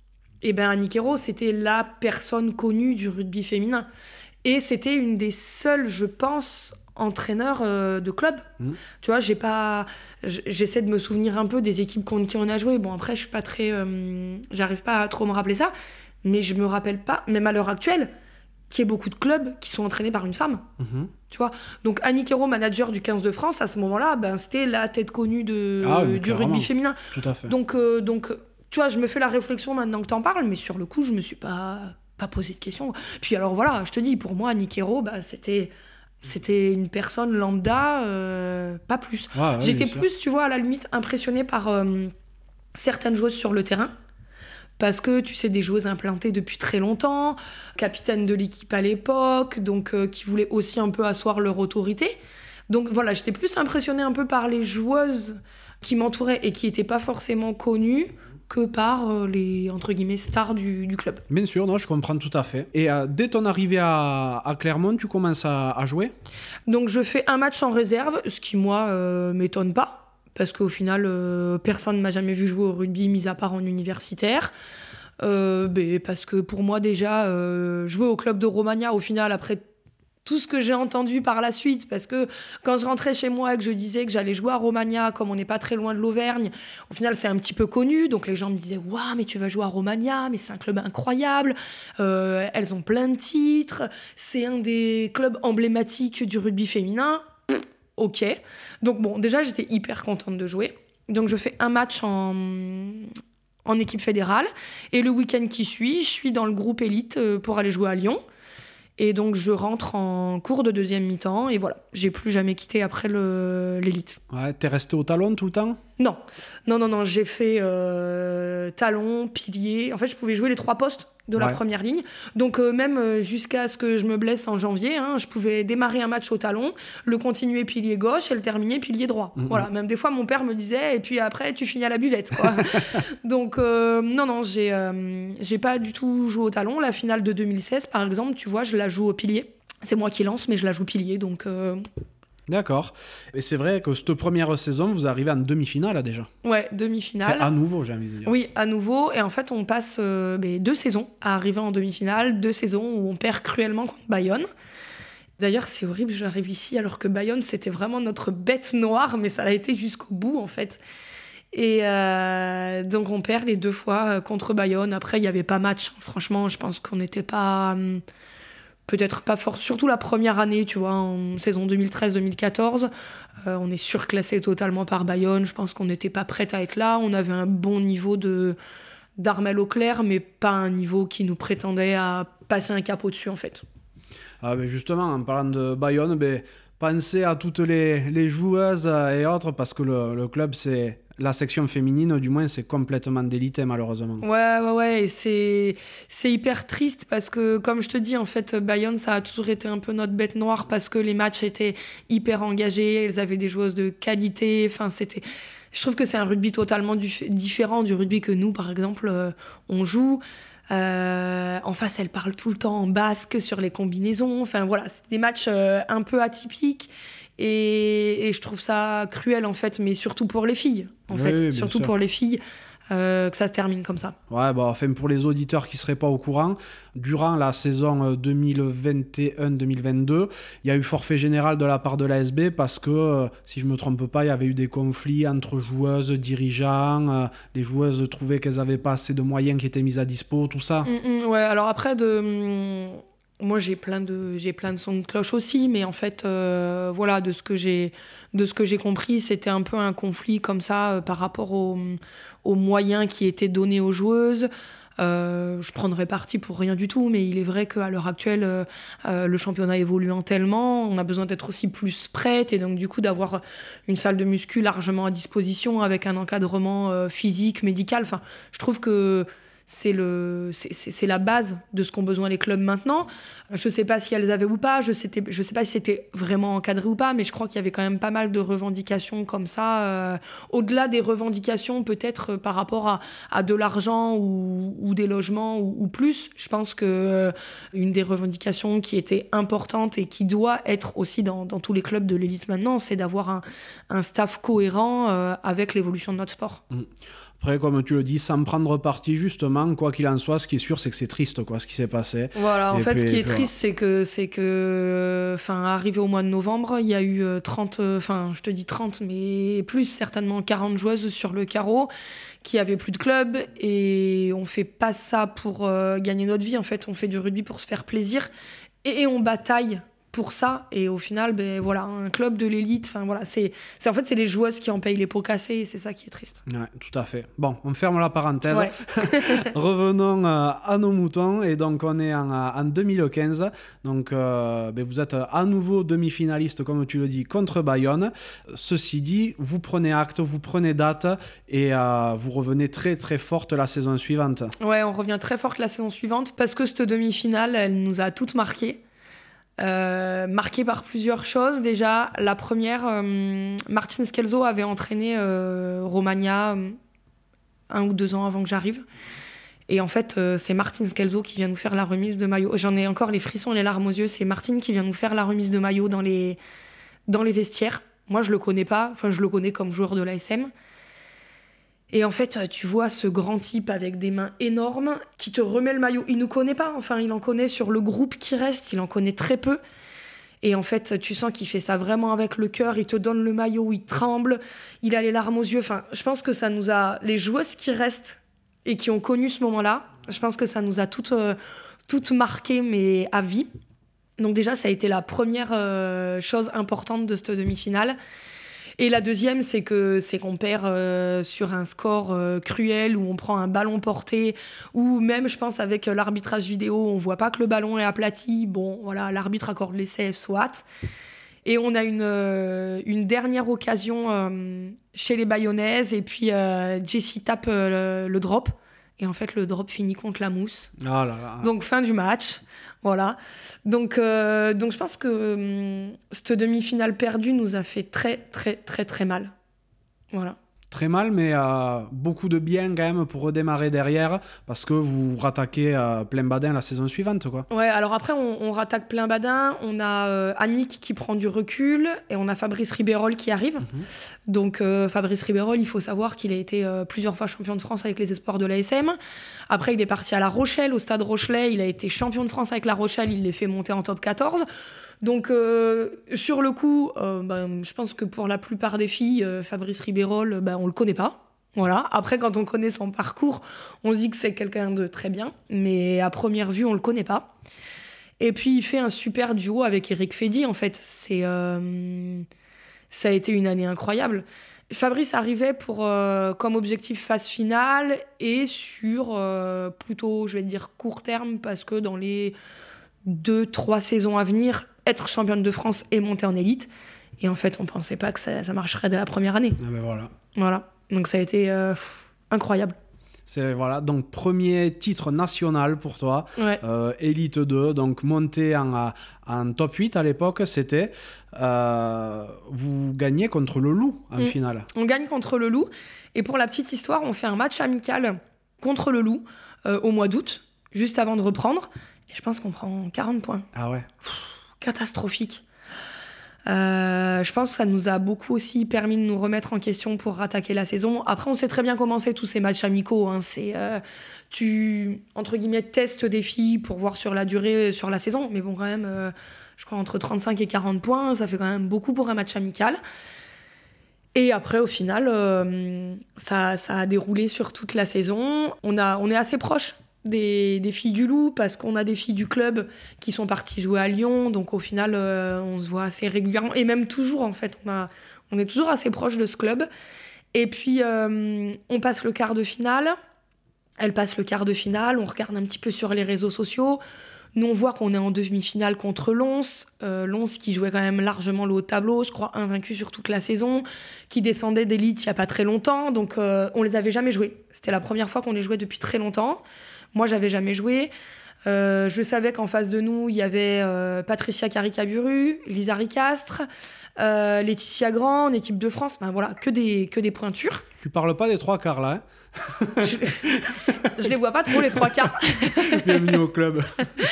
Speaker 1: eh ben, Annick Hérault, c'était la personne connue du rugby féminin. Et c'était une des seules, je pense, entraîneur euh, de club. Mmh. Tu vois, j'ai pas... j'essaie de me souvenir un peu des équipes contre qui on a joué. Bon, après, je suis pas très... Euh... J'arrive pas à trop me rappeler ça, mais je me rappelle pas, même à l'heure actuelle, qu'il y ait beaucoup de clubs qui sont entraînés par une femme. Mmh. Tu vois. Donc, Annick Hérault, manager du quinze de France, à ce moment-là, ben, c'était la tête connue de...
Speaker 2: ah, oui,
Speaker 1: du rugby féminin.
Speaker 2: Tout à fait.
Speaker 1: Donc, euh, donc, tu vois, je me fais la réflexion maintenant que t'en parles, mais sur le coup, je me suis pas, pas posé de questions. Puis alors, voilà, je te dis, pour moi, Annick Hérault, ben, c'était... C'était une personne lambda, euh, pas plus. Ouais, ouais, J'étais plus, sûr. tu vois, à la limite, impressionnée par euh, certaines joueuses sur le terrain. Parce que, tu sais, des joueuses implantées depuis très longtemps, capitaine de l'équipe à l'époque, donc euh, qui voulaient aussi un peu asseoir leur autorité. Donc voilà, j'étais plus impressionnée un peu par les joueuses qui m'entouraient et qui n'étaient pas forcément connues, que par euh, les, entre guillemets, stars du, du club.
Speaker 2: Bien sûr, non, je comprends tout à fait. Et euh, dès ton arrivée à, à Clermont, tu commences à, à jouer ?
Speaker 1: Donc je fais un match en réserve, ce qui, moi, euh, m'étonne pas, parce qu'au final, euh, personne ne m'a jamais vu jouer au rugby, mis à part en universitaire. Euh, bah, parce que pour moi, déjà, euh, jouer au club de Romagna, au final, après tout ce que j'ai entendu par la suite, parce que quand je rentrais chez moi et que je disais que j'allais jouer à Romagna, comme on n'est pas très loin de l'Auvergne, au final c'est un petit peu connu, donc les gens me disaient « Waouh, mais tu vas jouer à Romagna, mais c'est un club incroyable, euh, elles ont plein de titres, c'est un des clubs emblématiques du rugby féminin. » Ok. Donc bon, déjà j'étais hyper contente de jouer. Donc je fais un match en... en équipe fédérale, et le week-end qui suit, je suis dans le groupe élite pour aller jouer à Lyon. Et donc, je rentre en cours de deuxième mi-temps. Et voilà, j'ai plus jamais quitté après le, l'élite.
Speaker 2: Ouais, t'es resté au talon tout le temps ?
Speaker 1: Non. Non, non, non. J'ai fait euh, talon, pilier. En fait, je pouvais jouer les trois postes de la ouais. première ligne. Donc, euh, même jusqu'à ce que je me blesse en janvier, hein, je pouvais démarrer un match au talon, le continuer pilier gauche et le terminer pilier droit. Mm-hmm. Voilà. Même des fois, mon père me disait, et puis après, tu finis à la buvette, quoi. Donc, euh, non, non, j'ai, euh, j'ai pas du tout joué au talon. La finale de deux mille seize, par exemple, tu vois, je la joue au pilier. C'est moi qui lance, mais je la joue pilier, donc... Euh...
Speaker 2: D'accord. Et c'est vrai que cette première saison, vous arrivez en demi-finale là, déjà.
Speaker 1: Ouais, demi-finale.
Speaker 2: Enfin, à nouveau, j'ai envie de dire.
Speaker 1: Oui, à nouveau. Et en fait, on passe euh, deux saisons à arriver en demi-finale, deux saisons où on perd cruellement contre Bayonne. D'ailleurs, c'est horrible, j'arrive ici alors que Bayonne, c'était vraiment notre bête noire, mais ça l'a été jusqu'au bout, en fait. Et euh, donc, on perd les deux fois contre Bayonne. Après, il n'y avait pas match. Franchement, je pense qu'on n'était pas... Hum, peut-être pas fort. Surtout la première année, tu vois, en saison deux mille treize deux mille quatorze. Euh, on est surclassé totalement par Bayonne. Je pense qu'on n'était pas prête à être là. On avait un bon niveau de... d'Armel Auclair, mais pas un niveau qui nous prétendait à passer un cap au-dessus, en fait.
Speaker 2: Ah ben justement, en parlant de Bayonne, ben, pensez à toutes les, les joueuses et autres, parce que le, le club, c'est la section féminine, du moins, c'est complètement délité, malheureusement.
Speaker 1: Ouais, ouais, ouais, et c'est, c'est hyper triste parce que, comme je te dis, en fait, Bayonne, ça a toujours été un peu notre bête noire parce que les matchs étaient hyper engagés, elles avaient des joueuses de qualité, enfin, c'était... Je trouve que c'est un rugby totalement du- différent du rugby que nous, par exemple, euh, on joue. Euh, en face, elle parle tout le temps en basque sur les combinaisons. Enfin voilà, c'est des matchs euh, un peu atypiques et, et je trouve ça cruel en fait, mais surtout pour les filles. En
Speaker 2: Oui,
Speaker 1: fait,
Speaker 2: oui, bien
Speaker 1: surtout
Speaker 2: sûr.
Speaker 1: pour les filles, euh, que ça se termine comme ça.
Speaker 2: Ouais, bah, enfin, pour les auditeurs qui ne seraient pas au courant, durant la saison deux mille vingt et un deux mille vingt-deux, il y a eu forfait général de la part de l'A S B parce que, euh, si je ne me trompe pas, il y avait eu des conflits entre joueuses, dirigeants, euh, les joueuses trouvaient qu'elles n'avaient pas assez de moyens qui étaient mis à dispo, tout ça.
Speaker 1: Mm, mm, ouais, alors après, de, mm, moi j'ai plein, de, j'ai plein de sons de cloche aussi, mais en fait, euh, voilà, de ce que j'ai, de ce que j'ai compris, c'était un peu un conflit comme ça euh, par rapport aux, aux moyens qui étaient donnés aux joueuses. Euh, je prendrais parti pour rien du tout, mais il est vrai qu'à l'heure actuelle, euh, euh, le championnat évoluant tellement, on a besoin d'être aussi plus prête et donc du coup d'avoir une salle de muscu largement à disposition avec un encadrement euh, physique, médical. Enfin, je trouve que c'est, le, c'est, c'est, c'est la base de ce qu'ont besoin les clubs maintenant. Je ne sais pas si elles avaient ou pas, je ne sais, je sais pas si c'était vraiment encadré ou pas, mais je crois qu'il y avait quand même pas mal de revendications comme ça. Euh, au-delà des revendications, peut-être euh, par rapport à, à de l'argent ou, ou des logements ou, ou plus, je pense que euh, une des revendications qui était importante et qui doit être aussi dans, dans tous les clubs de l'élite maintenant, c'est d'avoir un, un staff cohérent euh, avec l'évolution de notre sport.
Speaker 2: Mmh. Après, comme tu le dis, sans prendre parti, justement, quoi qu'il en soit, ce qui est sûr, c'est que c'est triste, quoi, ce qui s'est passé.
Speaker 1: Voilà, en
Speaker 2: Et
Speaker 1: fait,
Speaker 2: puis,
Speaker 1: ce qui est
Speaker 2: voilà.
Speaker 1: triste, c'est que, c'est que, enfin, arrivé au mois de novembre, il y a eu trente, enfin, je te dis trente, mais plus, certainement quarante joueuses sur le carreau qui avaient plus de club et on fait pas ça pour euh, gagner notre vie, en fait, on fait du rugby pour se faire plaisir et, et on bataille pour ça et au final ben voilà un club de l'élite enfin voilà c'est c'est en fait c'est les joueuses qui en payent les pots cassés et c'est ça qui est triste.
Speaker 2: Ouais, tout à fait. Bon, on ferme la parenthèse.
Speaker 1: Ouais.
Speaker 2: Revenons euh, à nos moutons. Et donc, on est en, en deux mille quinze. Donc, euh, ben, vous êtes à nouveau demi-finaliste, comme tu le dis, contre Bayonne. Ceci dit, vous prenez acte, vous prenez date et euh, vous revenez très, très forte la saison suivante.
Speaker 1: Ouais, on revient très forte la saison suivante parce que cette demi-finale, elle nous a toutes marquées. Euh, marquée par plusieurs choses. Déjà, la première, euh, Martin Scelzo avait entraîné euh, Romagna euh, un ou deux ans avant que j'arrive. Et en fait, euh, c'est Martin Scelzo qui vient nous faire la remise de maillot. J'en ai encore les frissons et les larmes aux yeux. C'est Martin qui vient nous faire la remise de maillot dans les, dans les vestiaires. Moi, je le connais pas. Enfin, je le connais comme joueur de l'A S M. Et en fait, tu vois ce grand type avec des mains énormes qui te remet le maillot. Il nous connaît pas, enfin, il en connaît sur le groupe qui reste, il en connaît très peu. Et en fait, tu sens qu'il fait ça vraiment avec le cœur, il te donne le maillot, il tremble, il a les larmes aux yeux. Enfin, je pense que ça nous a... Les joueuses qui restent et qui ont connu ce moment-là, je pense que ça nous a toutes, euh, toutes marquées, mais à vie. Donc déjà, ça a été la première euh, chose importante de cette demi-finale. Et la deuxième, c'est que c'est qu'on perd euh, sur un score euh, cruel où on prend un ballon porté, ou même, je pense, avec l'arbitrage vidéo, on voit pas que le ballon est aplati. Bon, voilà, l'arbitre accorde l'essai, soit. Et on a une, euh, une dernière occasion euh, chez les Bayonnaises, et puis euh, Jessie tape euh, le, le drop. Et en fait, le drop finit contre la mousse.
Speaker 2: Oh là là.
Speaker 1: Donc, fin du match. Voilà. Donc, euh, donc je pense que hum, cette demi-finale perdue nous a fait très, très, très, très mal. Voilà.
Speaker 2: Très mal, mais euh, beaucoup de bien quand même pour redémarrer derrière, parce que vous rattaquez euh, plein badin la saison suivante, quoi.
Speaker 1: Ouais, alors après, on, on rattaque plein badin. On a euh, Annick qui prend du recul et on a Fabrice Ribérol qui arrive. Mm-hmm. Donc, euh, Fabrice Ribérol, il faut savoir qu'il a été euh, plusieurs fois champion de France avec les espoirs de l'A S M. Après, il est parti à La Rochelle, au Stade Rochelais. Il a été champion de France avec La Rochelle. Il les fait monter en top quatorze. Donc, euh, sur le coup, euh, ben, je pense que pour la plupart des filles, euh, Fabrice Ribeyrolles, ben, on le connaît pas. Voilà. Après, quand on connaît son parcours, on se dit que c'est quelqu'un de très bien. Mais à première vue, on le connaît pas. Et puis, il fait un super duo avec Eric Fédy, en fait. C'est, euh, ça a été une année incroyable. Fabrice arrivait pour, euh, comme objectif phase finale et sur euh, plutôt, je vais dire, court terme, parce que dans les deux, trois saisons à venir, être championne de France et monter en élite. Et en fait, on pensait pas que ça, ça marcherait dès la première année.
Speaker 2: Ah ben voilà.
Speaker 1: Voilà. Donc ça a été euh, pff, incroyable.
Speaker 2: C'est, voilà, donc premier titre national pour toi,
Speaker 1: Ouais.
Speaker 2: euh, Élite deux, donc monté en, en top huit à l'époque, c'était. Euh, vous gagnez contre le Loup en
Speaker 1: Mm.
Speaker 2: finale.
Speaker 1: On gagne contre le Loup. Et pour la petite histoire, on fait un match amical contre le Loup euh, au mois d'août, juste avant de reprendre. Et je pense qu'on prend quarante points.
Speaker 2: Ah ouais.
Speaker 1: Catastrophique. Euh, je pense que ça nous a beaucoup aussi permis de nous remettre en question pour rattaquer la saison. Après, on sait très bien comment c'est tous ces matchs amicaux. Hein. C'est, euh, tu, entre guillemets, testes des filles pour voir sur la durée, sur la saison. Mais bon, quand même, euh, je crois entre trente-cinq et quarante points, ça fait quand même beaucoup pour un match amical. Et après, au final, euh, ça, ça a déroulé sur toute la saison. On, a, on est assez proches des, des filles du Loup parce qu'on a des filles du club qui sont parties jouer à Lyon. Donc au final, euh, on se voit assez régulièrement. Et même toujours, en fait, on, a, on est toujours assez proches de ce club. Et puis, euh, on passe le quart de finale. Elle passe le quart de finale. On regarde un petit peu sur les réseaux sociaux. Nous, on voit qu'on est en demi-finale contre Lons. Euh, Lons qui jouait quand même largement le haut de tableau, je crois invaincu sur toute la saison, qui descendait d'élite il n'y a pas très longtemps. Donc, euh, on les avait jamais joués. C'était la première fois qu'on les jouait depuis très longtemps. Moi, j'avais jamais joué. Euh, je savais qu'en face de nous, il y avait euh, Patricia Caricaburu, Lisa Ricastre, euh, Laetitia Grand, en équipe de France. Enfin, voilà, que des, que des pointures.
Speaker 2: Tu parles pas des trois quarts là, hein?
Speaker 1: je, je les vois pas trop, les trois quarts.
Speaker 2: Bienvenue au club.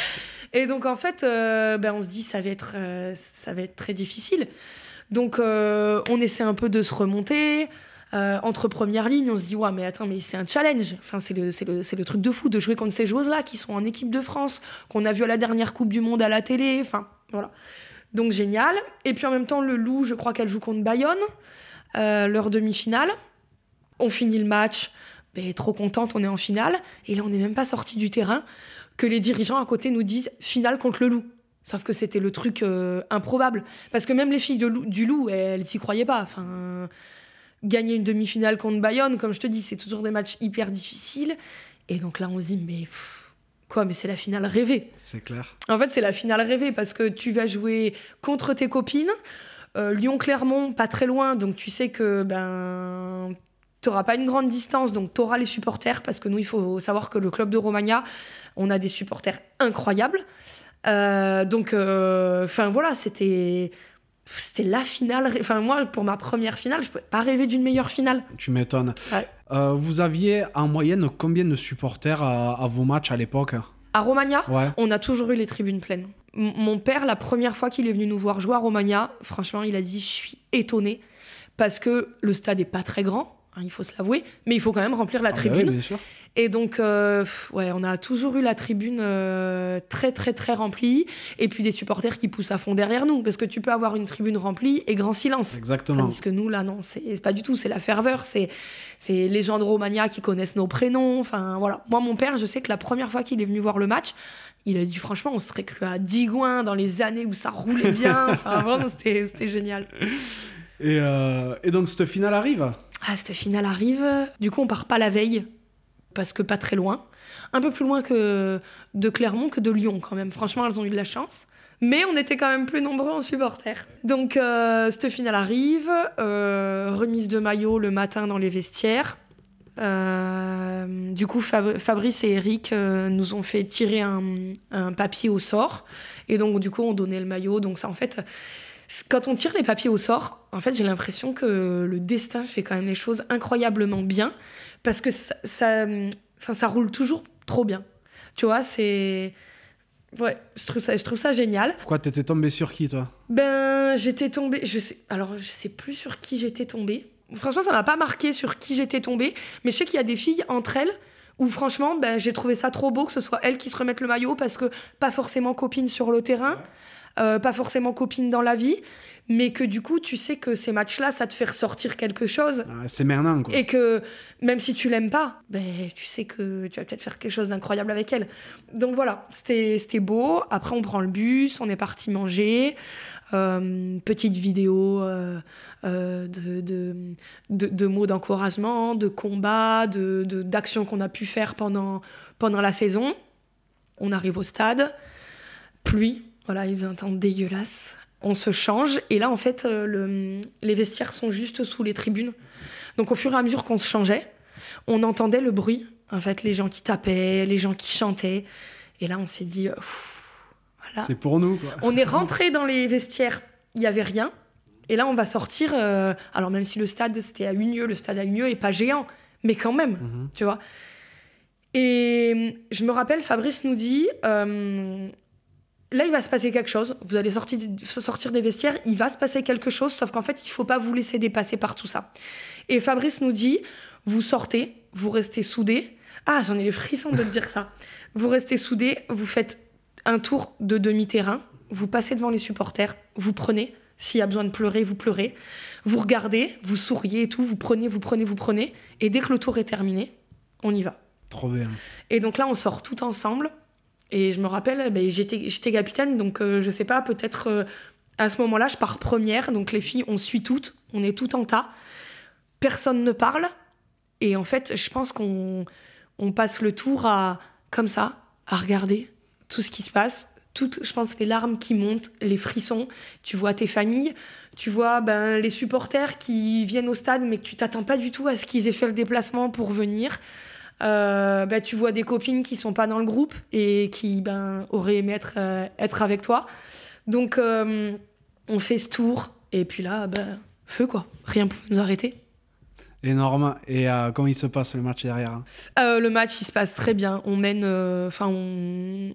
Speaker 1: Et donc, en fait, euh, ben, on se dit ça va être, euh, ça va être très difficile. Donc, euh, on essaie un peu de se remonter. Euh, entre premières lignes, on se dit ouais, mais attends, mais c'est un challenge. Enfin, c'est le, c'est le, c'est le truc de fou de jouer contre ces joueuses-là qui sont en équipe de France, qu'on a vu à la dernière Coupe du Monde à la télé. Enfin, voilà. Donc, génial. Et puis, en même temps, le Loup, je crois qu'elle joue contre Bayonne, euh, leur demi-finale. On finit le match. Ben, trop contente, on est en finale. Et là, on n'est même pas sorti du terrain que les dirigeants à côté nous disent finale contre le Loup. Sauf que c'était le truc euh, improbable. Parce que même les filles de Loup, du Loup, elles s'y croyaient pas. Enfin, gagner une demi-finale contre Bayonne, comme je te dis, c'est toujours des matchs hyper difficiles. Et donc là, on se dit, mais pff, quoi, mais c'est la finale rêvée.
Speaker 2: C'est clair.
Speaker 1: En fait, c'est la finale rêvée parce que tu vas jouer contre tes copines. Euh, Lyon-Clermont, pas très loin, donc tu sais que ben, t'auras pas une grande distance, donc t'auras les supporters, parce que nous, il faut savoir que le club de Romagna, on a des supporters incroyables. Euh, donc, enfin euh, voilà, c'était... C'était la finale. Enfin, moi, pour ma première finale, je pouvais pas rêver d'une meilleure finale.
Speaker 2: Tu m'étonnes.
Speaker 1: Ouais.
Speaker 2: Euh, vous aviez en moyenne combien de supporters à, à vos matchs à l'époque?
Speaker 1: À Romagna,
Speaker 2: ouais.
Speaker 1: On a toujours eu les tribunes pleines. M- mon père, la première fois qu'il est venu nous voir jouer à Romagna, franchement, il a dit « Je suis étonné » parce que le stade est pas très grand, hein, il faut se l'avouer, mais il faut quand même remplir la
Speaker 2: ah
Speaker 1: tribune.
Speaker 2: Bah oui, bien sûr.
Speaker 1: Et donc, euh, ouais, on a toujours eu la tribune euh, très, très, très remplie. Et puis des supporters qui poussent à fond derrière nous. Parce que tu peux avoir une tribune remplie et grand silence.
Speaker 2: Exactement.
Speaker 1: Tandis que nous, là, non, c'est, c'est pas du tout. C'est la ferveur. C'est, c'est les gens de Romagna qui connaissent nos prénoms. Enfin, voilà. Moi, mon père, je sais que la première fois qu'il est venu voir le match, il a dit, franchement, on se serait cru à Digoin dans les années où ça roulait bien. Enfin, vraiment, c'était, c'était génial.
Speaker 2: Et, euh, et donc, cette finale arrive ?
Speaker 1: Ah, cette finale arrive. Du coup, on part pas la veille. Parce que pas très loin. Un peu plus loin que de Clermont que de Lyon, quand même. Franchement, elles ont eu de la chance. Mais on était quand même plus nombreux en supporters. Donc, euh, cette finale arrive. Euh, remise de maillot le matin dans les vestiaires. Euh, du coup, Fab- Fabrice et Eric euh, nous ont fait tirer un, un papier au sort. Et donc, du coup, on donnait le maillot. Donc, ça, en fait... Quand on tire les papiers au sort, en fait, j'ai l'impression que le destin fait quand même les choses incroyablement bien parce que ça, ça, ça, ça roule toujours trop bien. Tu vois, c'est... Ouais, je trouve ça, je trouve ça génial.
Speaker 2: Pourquoi t'étais tombée sur qui, toi ?
Speaker 1: Ben, j'étais tombée... Je sais, alors, je sais plus sur qui j'étais tombée. Franchement, ça m'a pas marqué sur qui j'étais tombée, mais je sais qu'il y a des filles entre elles où franchement, ben, j'ai trouvé ça trop beau que ce soit elles qui se remettent le maillot parce que pas forcément copines sur le terrain. euh, pas forcément copine dans la vie, mais que du coup, tu sais que ces matchs-là, ça te fait ressortir quelque chose.
Speaker 2: Ah, c'est maintenant, quoi.
Speaker 1: Et que même si tu l'aimes pas, ben, tu sais que tu vas peut-être faire quelque chose d'incroyable avec elle. Donc voilà, c'était, c'était beau. Après, on prend le bus, on est parti manger. Euh, petite vidéo euh, euh, de, de, de, de mots d'encouragement, de combats, de, de, d'actions qu'on a pu faire pendant, pendant la saison. On arrive au stade, pluie, voilà, il faisait un temps dégueulasse. On se change et là, en fait, euh, le, les vestiaires sont juste sous les tribunes. Donc, au fur et à mesure qu'on se changeait, on entendait le bruit. En fait, les gens qui tapaient, les gens qui chantaient. Et là, on s'est dit, euh, pff, voilà.
Speaker 2: C'est pour nous, quoi.
Speaker 1: On est rentré dans les vestiaires, il n'y avait rien. Et là, on va sortir. Euh, alors, même si le stade, c'était à Unieux, le stade à Unieux est pas géant, mais quand même, mm-hmm. tu vois. Et je me rappelle, Fabrice nous dit. Euh, Là, il va se passer quelque chose. Vous allez sortir, sortir des vestiaires, il va se passer quelque chose, sauf qu'en fait, il ne faut pas vous laisser dépasser par tout ça. Et Fabrice nous dit, vous sortez, vous restez soudés. Ah, j'en ai les frissons de te dire ça. Vous restez soudés, vous faites un tour de demi-terrain, vous passez devant les supporters, vous prenez. S'il y a besoin de pleurer, vous pleurez. Vous regardez, vous souriez et tout, vous prenez, vous prenez, vous prenez. Et dès que le tour est terminé, on y va.
Speaker 2: Trop bien.
Speaker 1: Et donc là, on sort tout ensemble. Et je me rappelle, ben, j'étais, j'étais capitaine, donc euh, je sais pas, peut-être euh, à ce moment-là, je pars première. Donc les filles, on suit toutes, on est toutes en tas. Personne ne parle. Et en fait, je pense qu'on on passe le tour à, comme ça, à regarder tout ce qui se passe. Toutes, je pense, les larmes qui montent, les frissons. Tu vois tes familles, tu vois ben, les supporters qui viennent au stade, mais que tu t'attends pas du tout à ce qu'ils aient fait le déplacement pour venir. Euh, bah, tu vois des copines qui sont pas dans le groupe et qui ben, auraient aimé être, euh, être avec toi. Donc, euh, on fait ce tour et puis là, ben, feu quoi. Rien ne pouvait nous arrêter.
Speaker 2: Énorme. Et euh, comment il se passe le match derrière hein
Speaker 1: euh, Le match, il se passe très bien. On mène... Enfin, euh, on...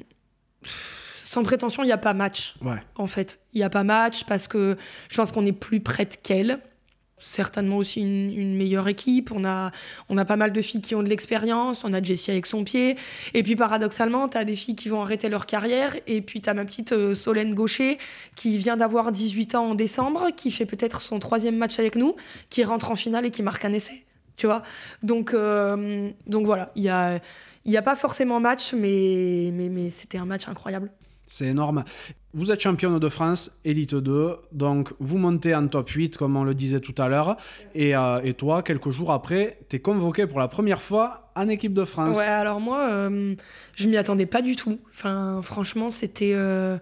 Speaker 1: Sans prétention, il n'y a pas match.
Speaker 2: Ouais.
Speaker 1: En fait, il n'y a pas match parce que je pense qu'on est plus prête qu'elle. Certainement aussi une, une meilleure équipe. On a, on a pas mal de filles qui ont de l'expérience. On a Jessie avec son pied. Et puis, paradoxalement, tu as des filles qui vont arrêter leur carrière. Et puis, tu as ma petite euh, Solène Gaucher qui vient d'avoir dix-huit ans en décembre, qui fait peut-être son troisième match avec nous, qui rentre en finale et qui marque un essai. Tu vois ? Donc, euh, donc voilà, il n'y a, y a pas forcément match, mais, mais, mais c'était un match incroyable.
Speaker 2: C'est énorme. Vous êtes championne de France, Élite deux, donc vous montez en top huit, comme on le disait tout à l'heure. Et, euh, et toi, quelques jours après, t'es convoquée pour la première fois en équipe de France.
Speaker 1: Ouais, alors moi, euh, je m'y attendais pas du tout. Enfin, franchement, c'était... Euh...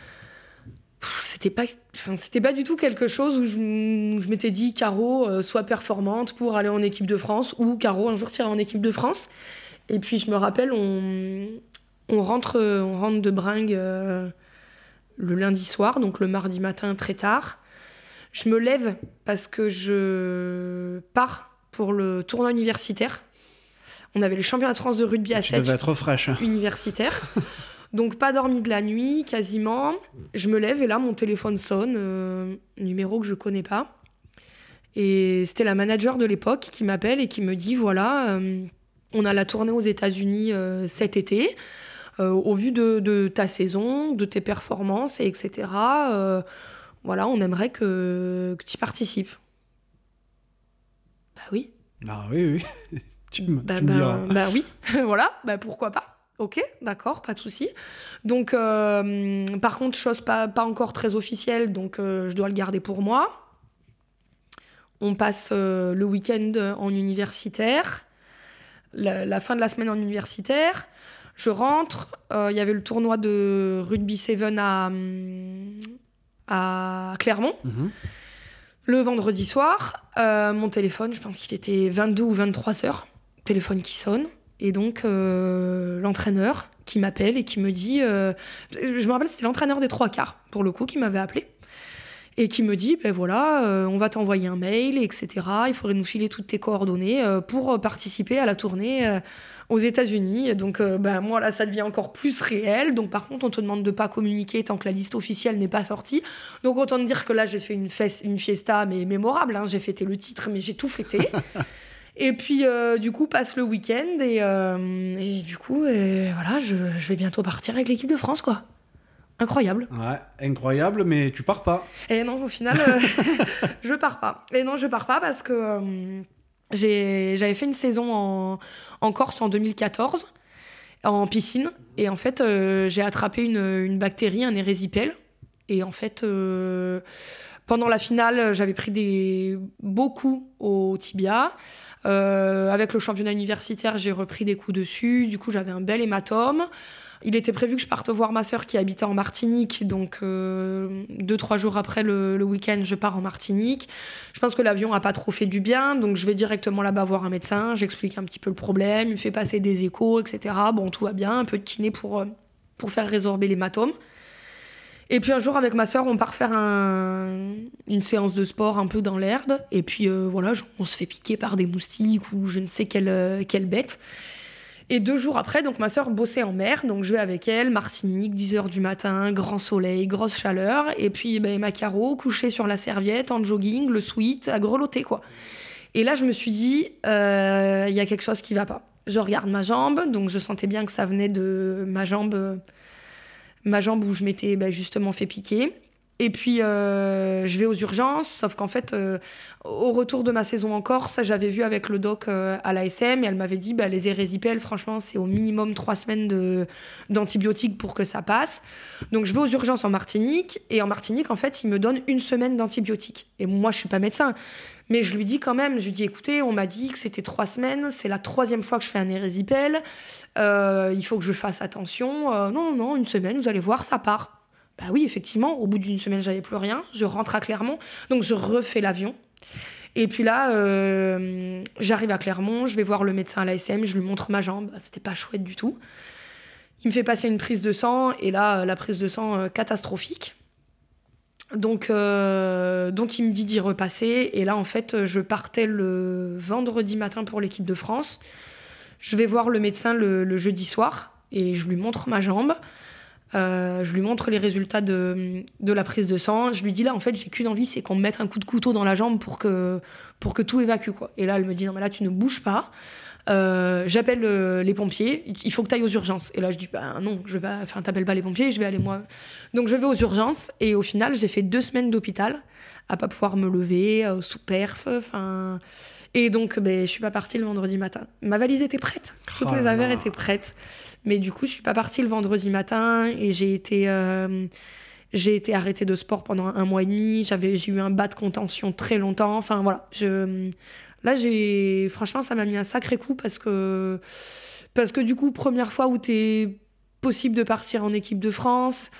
Speaker 1: C'était pas, enfin, c'était pas du tout quelque chose où je, je m'étais dit, Caro, euh, sois performante pour aller en équipe de France, ou Caro, un jour, t'iras en équipe de France. Et puis, je me rappelle, on... On rentre, on rentre de bringue euh, le lundi soir, donc le mardi matin très tard. Je me lève parce que je pars pour le tournoi universitaire. On avait les championnats de France de rugby à
Speaker 2: tu
Speaker 1: sept.
Speaker 2: devais être fraîche.
Speaker 1: Universitaire. Donc pas dormi de la nuit, quasiment. Je me lève et là, mon téléphone sonne, euh, numéro que je connais pas. Et c'était la manager de l'époque qui m'appelle et qui me dit, voilà, euh, on a la tournée aux États-Unis euh, cet été. Euh, au vu de, de ta saison, de tes performances, et cetera, euh, voilà, on aimerait que, que tu y participes. Bah oui.
Speaker 2: Ah oui, oui. tu me,
Speaker 1: bah,
Speaker 2: tu me
Speaker 1: bah,
Speaker 2: diras.
Speaker 1: Bah oui, voilà, bah pourquoi pas. Ok, d'accord, pas de souci. Donc, euh, par contre, chose pas, pas encore très officielle, donc euh, je dois le garder pour moi. On passe euh, le week-end en universitaire, la, la fin de la semaine en universitaire. Je rentre, il euh, y avait le tournoi de rugby sept à, à Clermont, mmh. le vendredi soir. Euh, mon téléphone, je pense qu'il était vingt-deux ou vingt-trois heures, téléphone qui sonne. Et donc, euh, l'entraîneur qui m'appelle et qui me dit... Euh, je me rappelle, c'était l'entraîneur des trois quarts, pour le coup, qui m'avait appelé. Et qui me dit, ben voilà, euh, on va t'envoyer un mail, et cetera. Il faudrait nous filer toutes tes coordonnées euh, pour participer à la tournée euh, aux États-Unis. Donc, euh, ben, moi, là, ça devient encore plus réel. Donc, par contre, on te demande de ne pas communiquer tant que la liste officielle n'est pas sortie. Donc, autant te dire que là, j'ai fait une, fes- une fiesta, mais mémorable. Hein. J'ai fêté le titre, mais j'ai tout fêté. Et puis, euh, du coup, passe le week-end. Et, euh, et du coup, euh, voilà, je, je vais bientôt partir avec l'équipe de France, quoi. incroyable.
Speaker 2: Ouais, incroyable, mais tu pars pas.
Speaker 1: Et non, au final, euh, je pars pas. Et non, je pars pas parce que euh, j'ai, j'avais fait une saison en, en Corse en deux mille quatorze, en piscine. Et en fait, euh, j'ai attrapé une, une bactérie, un érésipèle. Et en fait, euh, pendant la finale, j'avais pris des beaux coups au tibia. Euh, avec le championnat universitaire, j'ai repris des coups dessus. Du coup, j'avais un bel hématome. Il était prévu que je parte voir ma sœur qui habitait en Martinique. Donc, euh, deux, trois jours après le, le week-end, je pars en Martinique. Je pense que l'avion n'a pas trop fait du bien. Donc, je vais directement là-bas voir un médecin. J'explique un petit peu le problème. Il me fait passer des échos, et cetera. Bon, tout va bien. Un peu de kiné pour, pour faire résorber l'hématome. Et puis un jour, avec ma sœur, on part faire un, une séance de sport un peu dans l'herbe. Et puis euh, voilà, on se fait piquer par des moustiques ou je ne sais quelle, euh, quelle bête. Et deux jours après, donc ma sœur bossait en mer. Donc je vais avec elle, Martinique, dix heures du matin, grand soleil, grosse chaleur. Et puis ben, ma Caro, couchée sur la serviette, en jogging, le sweat, à grelotter, quoi. Et là, je me suis dit, il euh, y a quelque chose qui va pas. Je regarde ma jambe, donc je sentais bien que ça venait de ma jambe... Euh, ma jambe où je m'étais bah, justement fait piquer. Et puis, euh, je vais aux urgences, sauf qu'en fait, euh, au retour de ma saison en Corse, j'avais vu avec le doc euh, à l'A S M et elle m'avait dit bah, les érésipèles, franchement, c'est au minimum trois semaines de, d'antibiotiques pour que ça passe. Donc, je vais aux urgences en Martinique et en Martinique, en fait, ils me donnent une semaine d'antibiotiques. Et moi, je suis pas médecin, mais je lui dis quand même, je lui dis écoutez, on m'a dit que c'était trois semaines, c'est la troisième fois que je fais un érésipèle, euh, il faut que je fasse attention. Euh, non, non, une semaine, vous allez voir, ça part. Bah oui, effectivement, au bout d'une semaine, j'avais plus rien. Je rentre à Clermont, donc je refais l'avion. Et puis là, euh, j'arrive à Clermont, je vais voir le médecin à l'A S M, je lui montre ma jambe. C'était pas chouette du tout. Il me fait passer une prise de sang, et là, la prise de sang euh, catastrophique. Donc, euh, donc, il me dit d'y repasser. Et là, en fait, je partais le vendredi matin pour l'équipe de France. Je vais voir le médecin le, le jeudi soir, et je lui montre ma jambe. Euh, je lui montre les résultats de, de la prise de sang. Je lui dis là, en fait, j'ai qu'une envie, c'est qu'on me mette un coup de couteau dans la jambe pour que, pour que tout évacue, quoi. Et là, elle me dit non, mais là, tu ne bouges pas. Euh, j'appelle euh, les pompiers. Il faut que tu ailles aux urgences. Et là, je dis bah non, je vais pas. Enfin, t'appelles pas les pompiers, je vais aller moi. Donc, je vais aux urgences. Et au final, j'ai fait deux semaines d'hôpital à pas pouvoir me lever, euh, sous perf. Enfin. Et donc, ben, je suis pas partie le vendredi matin. Ma valise était prête. Toutes
Speaker 2: Oh
Speaker 1: mes
Speaker 2: là
Speaker 1: affaires
Speaker 2: là.
Speaker 1: étaient prêtes. Mais du coup, je suis pas partie le vendredi matin et j'ai été, euh, j'ai été arrêtée de sport pendant un mois et demi. J'avais, j'ai eu un bas de contention très longtemps. Enfin, voilà. Je, là, j'ai, franchement, ça m'a mis un sacré coup parce que, parce que du coup, première fois où t'es possible de partir en équipe de France,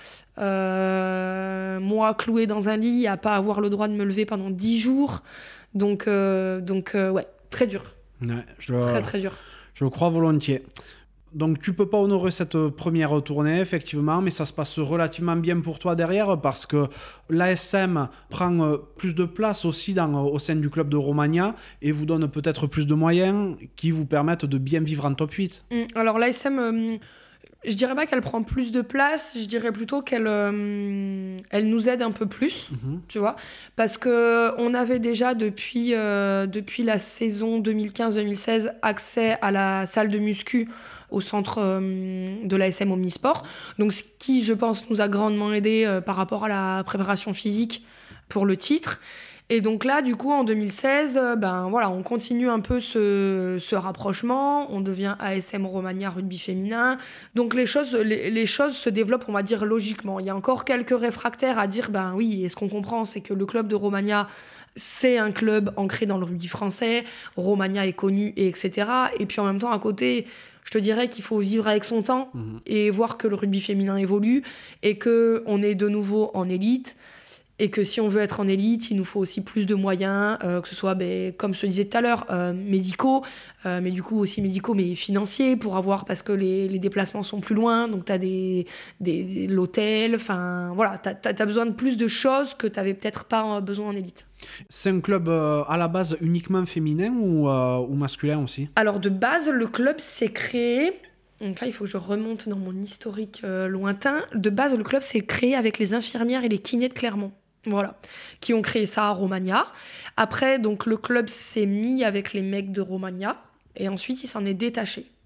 Speaker 1: euh, moi, clouée dans un lit, à pas avoir le droit de me lever pendant dix jours. Donc, euh, donc euh, ouais, très dur.
Speaker 2: Ouais, je le,
Speaker 1: Très, très dur.
Speaker 2: je le crois volontiers. Donc tu peux pas honorer cette première tournée, effectivement, mais ça se passe relativement bien pour toi derrière parce que l'A S M prend plus de place aussi dans, au sein du club de Romagna et vous donne peut-être plus de moyens qui vous permettent de bien vivre en top huit.
Speaker 1: Alors l'A S M, euh, je dirais pas qu'elle prend plus de place, je dirais plutôt qu'elle euh, elle nous aide un peu plus,
Speaker 2: Mmh.
Speaker 1: tu vois, parce qu'on avait déjà depuis, euh, depuis la saison deux mille quinze deux mille seize accès à la salle de muscu au centre euh, de l'A S M Omnisport. Donc, ce qui, je pense, nous a grandement aidé euh, par rapport à la préparation physique pour le titre. Et donc là, du coup, en deux mille seize, euh, ben, voilà, on continue un peu ce, ce rapprochement. On devient A S M Romagna Rugby Féminin. Donc, les choses, les, les choses se développent, on va dire, logiquement. Il y a encore quelques réfractaires à dire, ben oui, et ce qu'on comprend, c'est que le club de Romagna, c'est un club ancré dans le rugby français. Romagna est connu, et etc. Et puis, en même temps, à côté... Je te dirais qu'il faut vivre avec son temps mmh. et voir que le rugby féminin évolue et qu'on est de nouveau en élite et que si on veut être en élite, il nous faut aussi plus de moyens, euh, que ce soit, ben, comme je te disais tout à l'heure, euh, médicaux, euh, mais du coup aussi médicaux, mais financiers pour avoir, parce que les, les déplacements sont plus loin, donc tu as des, des, l'hôtel, enfin voilà, tu as besoin de plus de choses que tu n'avais peut-être pas besoin en élite.
Speaker 2: C'est un club euh, à la base uniquement féminin ou, euh, ou masculin aussi ?
Speaker 1: Alors de base, le club s'est créé... Donc là, il faut que je remonte dans mon historique euh, lointain. De base, le club s'est créé avec les infirmières et les kinés de Clermont. Voilà, qui ont créé ça à Romagna. Après, donc, le club s'est mis avec les mecs de Romagna et ensuite, il s'en est détaché.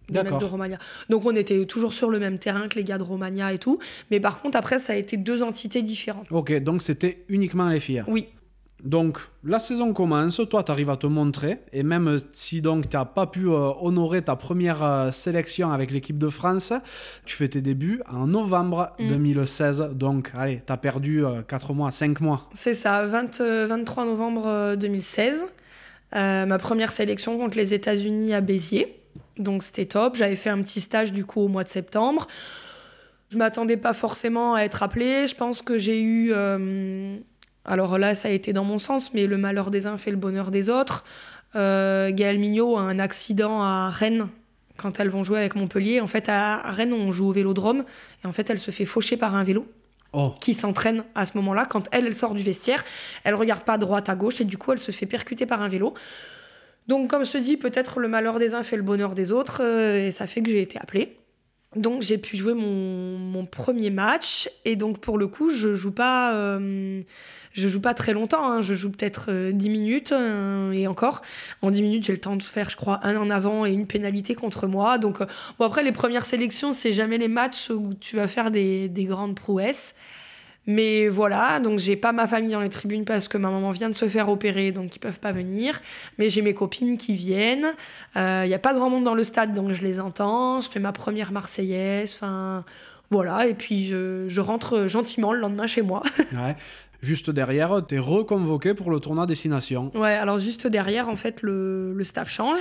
Speaker 1: des mecs de Romagna. Donc on était toujours sur le même terrain que les gars de Romagna et tout. Mais par contre, après, ça a été deux entités différentes.
Speaker 2: Ok, donc c'était uniquement les filles.
Speaker 1: Oui.
Speaker 2: Donc la saison commence, toi tu arrives à te montrer, et même si donc tu n'as pas pu euh, honorer ta première euh, sélection avec l'équipe de France, tu fais tes débuts en novembre mmh. deux mille seize, donc allez, tu as perdu euh, quatre mois, cinq mois.
Speaker 1: C'est ça, vingt, euh, vingt-trois novembre deux mille seize, euh, ma première sélection contre les États-Unis à Béziers, donc c'était top, j'avais fait un petit stage du coup au mois de septembre. Je m'attendais pas forcément à être appelée, je pense que j'ai eu... Euh, Alors là, ça a été dans mon sens, mais le malheur des uns fait le bonheur des autres. Euh, Gaëlle Mignot a un accident à Rennes quand elles vont jouer avec Montpellier. En fait, à Rennes, on joue au vélodrome. Et en fait, elle se fait faucher par un vélo oh. qui s'entraîne à ce moment-là. Quand elle, elle sort du vestiaire, elle regarde pas à droite, à gauche. Et du coup, elle se fait percuter par un vélo. Donc, comme je te dis, peut-être le malheur des uns fait le bonheur des autres. Euh, et ça fait que j'ai été appelée. Donc, j'ai pu jouer mon, mon premier match. Et donc, pour le coup, je joue pas... Euh, Je joue pas très longtemps, hein. Je joue peut-être euh, dix minutes euh, et encore. En dix minutes, j'ai le temps de faire, je crois, un en avant et une pénalité contre moi. Donc, euh, bon, après, les premières sélections, c'est jamais les matchs où tu vas faire des, des grandes prouesses. Mais voilà, donc j'ai pas ma famille dans les tribunes parce que ma maman vient de se faire opérer, donc ils peuvent pas venir. Mais j'ai mes copines qui viennent. Il euh, y a pas grand monde dans le stade, donc je les entends. Je fais ma première Marseillaise, enfin... Voilà, et puis je, je rentre gentiment le lendemain chez moi.
Speaker 2: Ouais. Juste derrière, t'es reconvoqué pour le tournoi Destination.
Speaker 1: Ouais, alors juste derrière, en fait, le, le staff change.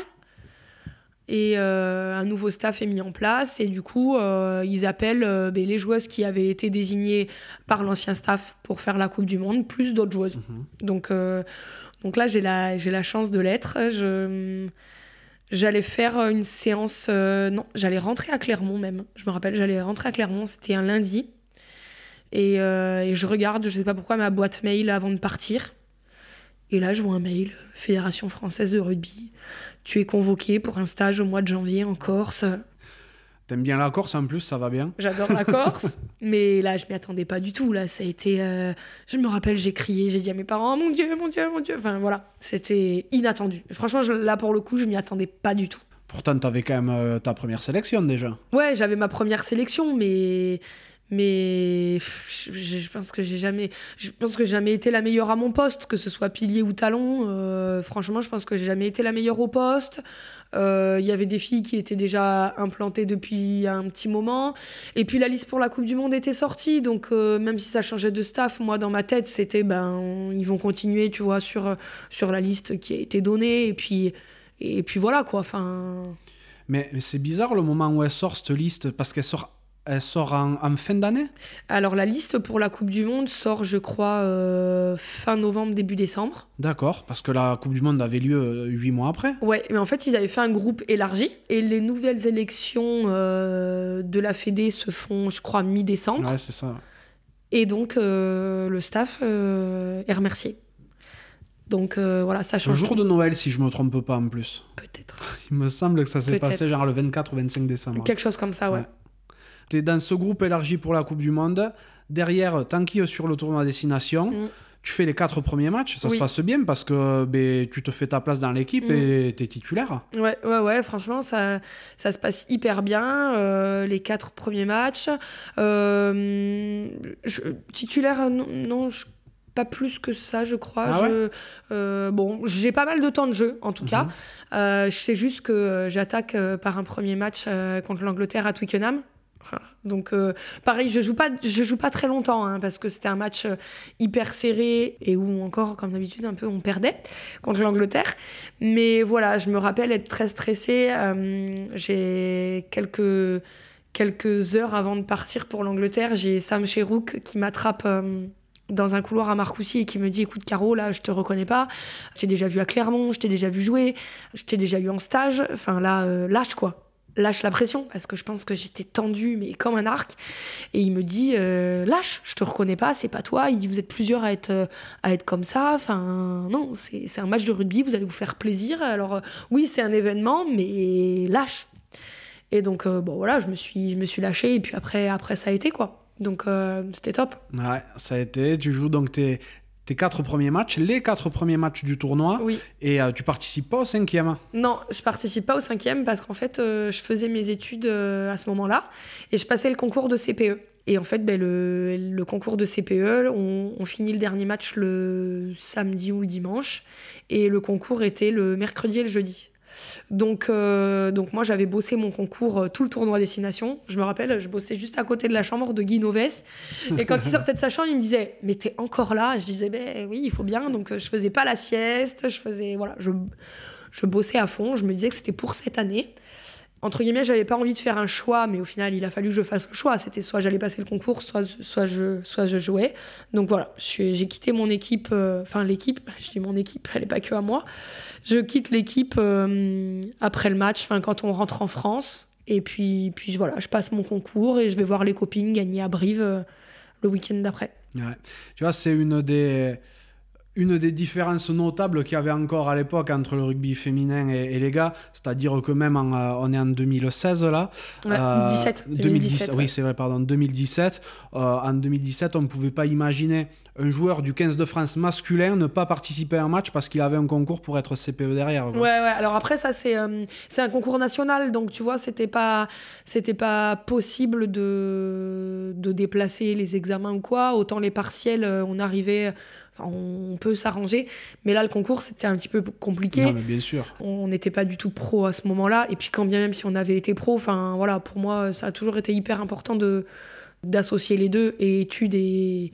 Speaker 1: Et euh, un nouveau staff est mis en place. Et du coup, euh, ils appellent euh, ben, les joueuses qui avaient été désignées par l'ancien staff pour faire la Coupe du Monde, plus d'autres joueuses. Mmh. Donc, euh, donc là, j'ai la, j'ai la chance de l'être. Je... J'allais faire une séance... Euh, non, j'allais rentrer à Clermont même. Je me rappelle, j'allais rentrer à Clermont. C'était un lundi. Et, euh, et je regarde, je sais pas pourquoi, ma boîte mail avant de partir. Et là, je vois un mail, Fédération française de rugby. Tu es convoqué pour un stage au mois de janvier en Corse.
Speaker 2: T'aimes bien la Corse en plus, ça va bien.
Speaker 1: J'adore la Corse, mais là, je m'y attendais pas du tout. Là, ça a été... Euh... Je me rappelle, j'ai crié, j'ai dit à mes parents, oh, mon Dieu, mon Dieu, mon Dieu. Enfin, voilà, c'était inattendu. Franchement, je, là, pour le coup, je m'y attendais pas du tout.
Speaker 2: Pourtant, t'avais quand même euh, ta première sélection déjà.
Speaker 1: Ouais, j'avais ma première sélection, mais... Mais je, je pense que j'ai jamais, je pense que j'ai jamais été la meilleure à mon poste, que ce soit pilier ou talon. Euh, franchement, je pense que j'ai jamais été la meilleure au poste. Il euh, y avait des filles qui étaient déjà implantées depuis un petit moment. Et puis la liste pour la Coupe du Monde était sortie, donc euh, même si ça changeait de staff, moi dans ma tête c'était ben ils vont continuer, tu vois, sur sur la liste qui a été donnée. Et puis et puis voilà quoi. Enfin.
Speaker 2: Mais, mais c'est bizarre le moment où elle sort cette liste parce qu'elle sort. Elle sort en, en fin d'année ?
Speaker 1: Alors, la liste pour la Coupe du Monde sort, je crois, euh, fin novembre, début décembre.
Speaker 2: D'accord, parce que la Coupe du Monde avait lieu huit mois après.
Speaker 1: Ouais, mais en fait, ils avaient fait un groupe élargi. Et les nouvelles élections euh, de la Fédé se font, je crois, mi-décembre.
Speaker 2: Ouais, c'est ça.
Speaker 1: Et donc, euh, le staff euh, est remercié. Donc, euh, voilà, ça change.
Speaker 2: Le jour de Noël, si je me trompe pas, en plus.
Speaker 1: Peut-être.
Speaker 2: Il me semble que ça s'est
Speaker 1: Peut-être.
Speaker 2: passé genre le vingt-quatre ou vingt-cinq décembre.
Speaker 1: Quelque chose comme ça, ouais. ouais.
Speaker 2: T'es dans ce groupe élargi pour la Coupe du Monde. Derrière, t'enquilles sur le tournoi Destination. Mm. Tu fais les quatre premiers matchs. Ça oui. se passe bien parce que ben, tu te fais ta place dans l'équipe mm. et t'es titulaire.
Speaker 1: Ouais, ouais, ouais. Franchement, ça, ça se passe hyper bien. Euh, les quatre premiers matchs. Euh, je, titulaire, non, non je, pas plus que ça, je crois.
Speaker 2: Ah ouais
Speaker 1: je, euh, bon, j'ai pas mal de temps de jeu, en tout mm-hmm. cas. Euh, je sais juste que j'attaque par un premier match euh, contre l'Angleterre à Twickenham. Voilà. Donc euh, pareil, je joue pas, je joue pas très longtemps hein, parce que c'était un match euh, hyper serré et où encore, comme d'habitude, un peu on perdait contre l'Angleterre. Mais voilà, je me rappelle être très stressée. Euh, j'ai quelques quelques heures avant de partir pour l'Angleterre, j'ai Sam Cherouk qui m'attrape. Euh, dans un couloir à Marcoussis et qui me dit écoute Caro, là je te reconnais pas, je t'ai déjà vu à Clermont, je t'ai déjà vu jouer, je t'ai déjà eu en stage, enfin là euh, lâche quoi. Lâche la pression, parce que je pense que j'étais tendue, mais comme un arc. Et il me dit, euh, lâche, je te reconnais pas, c'est pas toi. Il dit, vous êtes plusieurs à être, euh, à être comme ça. Enfin, non, c'est, c'est un match de rugby, vous allez vous faire plaisir. Alors, euh, oui, c'est un événement, mais lâche. Et donc, euh, bon, voilà, je me suis, je me suis lâchée. Et puis après, après ça a été, quoi. Donc, euh, c'était top.
Speaker 2: Ouais, ça a été. Tu joues donc tes, tes quatre premiers matchs, les quatre premiers matchs du tournoi,
Speaker 1: Oui.
Speaker 2: et euh, tu participes pas au cinquième.
Speaker 1: Non, je participe pas au cinquième parce qu'en fait, euh, je faisais mes études euh, à ce moment-là et je passais le concours de C P E. Et en fait, ben, le, le concours de C P E, on, on finit le dernier match le samedi ou le dimanche et le concours était le mercredi et le jeudi. Donc, euh, donc moi, j'avais bossé mon concours euh, tout le tournoi Destination. Je me rappelle, je bossais juste à côté de la chambre de Guy Novès. Et quand il sortait de sa chambre, il me disait « Mais t'es encore là ?» Je disais ben, « Oui, il faut bien. » Donc, euh, je faisais pas la sieste. Je faisais... Voilà, je, je bossais à fond. Je me disais que c'était pour cette année. Entre guillemets, j'avais pas envie de faire un choix, mais au final, il a fallu que je fasse le choix. C'était soit j'allais passer le concours, soit, soit, je, soit je jouais. Donc voilà, je suis, j'ai quitté mon équipe, enfin euh, l'équipe, je dis mon équipe, elle n'est pas que à moi. Je quitte l'équipe euh, après le match, quand on rentre en France. Et puis, puis voilà, je passe mon concours et je vais voir les copines gagner à Brive euh, le week-end d'après.
Speaker 2: Ouais. Tu vois, c'est une des... Une des différences notables qu'il y avait encore à l'époque entre le rugby féminin et, et les gars, c'est-à-dire que même en, euh, on est en deux mille seize là.
Speaker 1: Ouais, euh, dix-sept,
Speaker 2: deux mille dix-sept,
Speaker 1: deux mille dix-sept
Speaker 2: oui,
Speaker 1: ouais.
Speaker 2: c'est vrai, pardon, deux mille dix-sept. Euh, en deux mille dix-sept, on ne pouvait pas imaginer un joueur du quinze de France masculin ne pas participer à un match parce qu'il avait un concours pour être C P E derrière. Quoi.
Speaker 1: Ouais, ouais. Alors après, ça, c'est, euh, c'est un concours national. Donc, tu vois, c'était pas, c'était pas possible de, de déplacer les examens ou quoi. Autant les partiels, euh, on arrivait... Enfin, on peut s'arranger. Mais là, le concours, c'était un petit peu compliqué.
Speaker 2: Non, mais bien sûr.
Speaker 1: On n'était pas du tout pro à ce moment-là. Et puis, quand bien même si on avait été pro, enfin, voilà, pour moi, ça a toujours été hyper important de... d'associer les deux, et études et,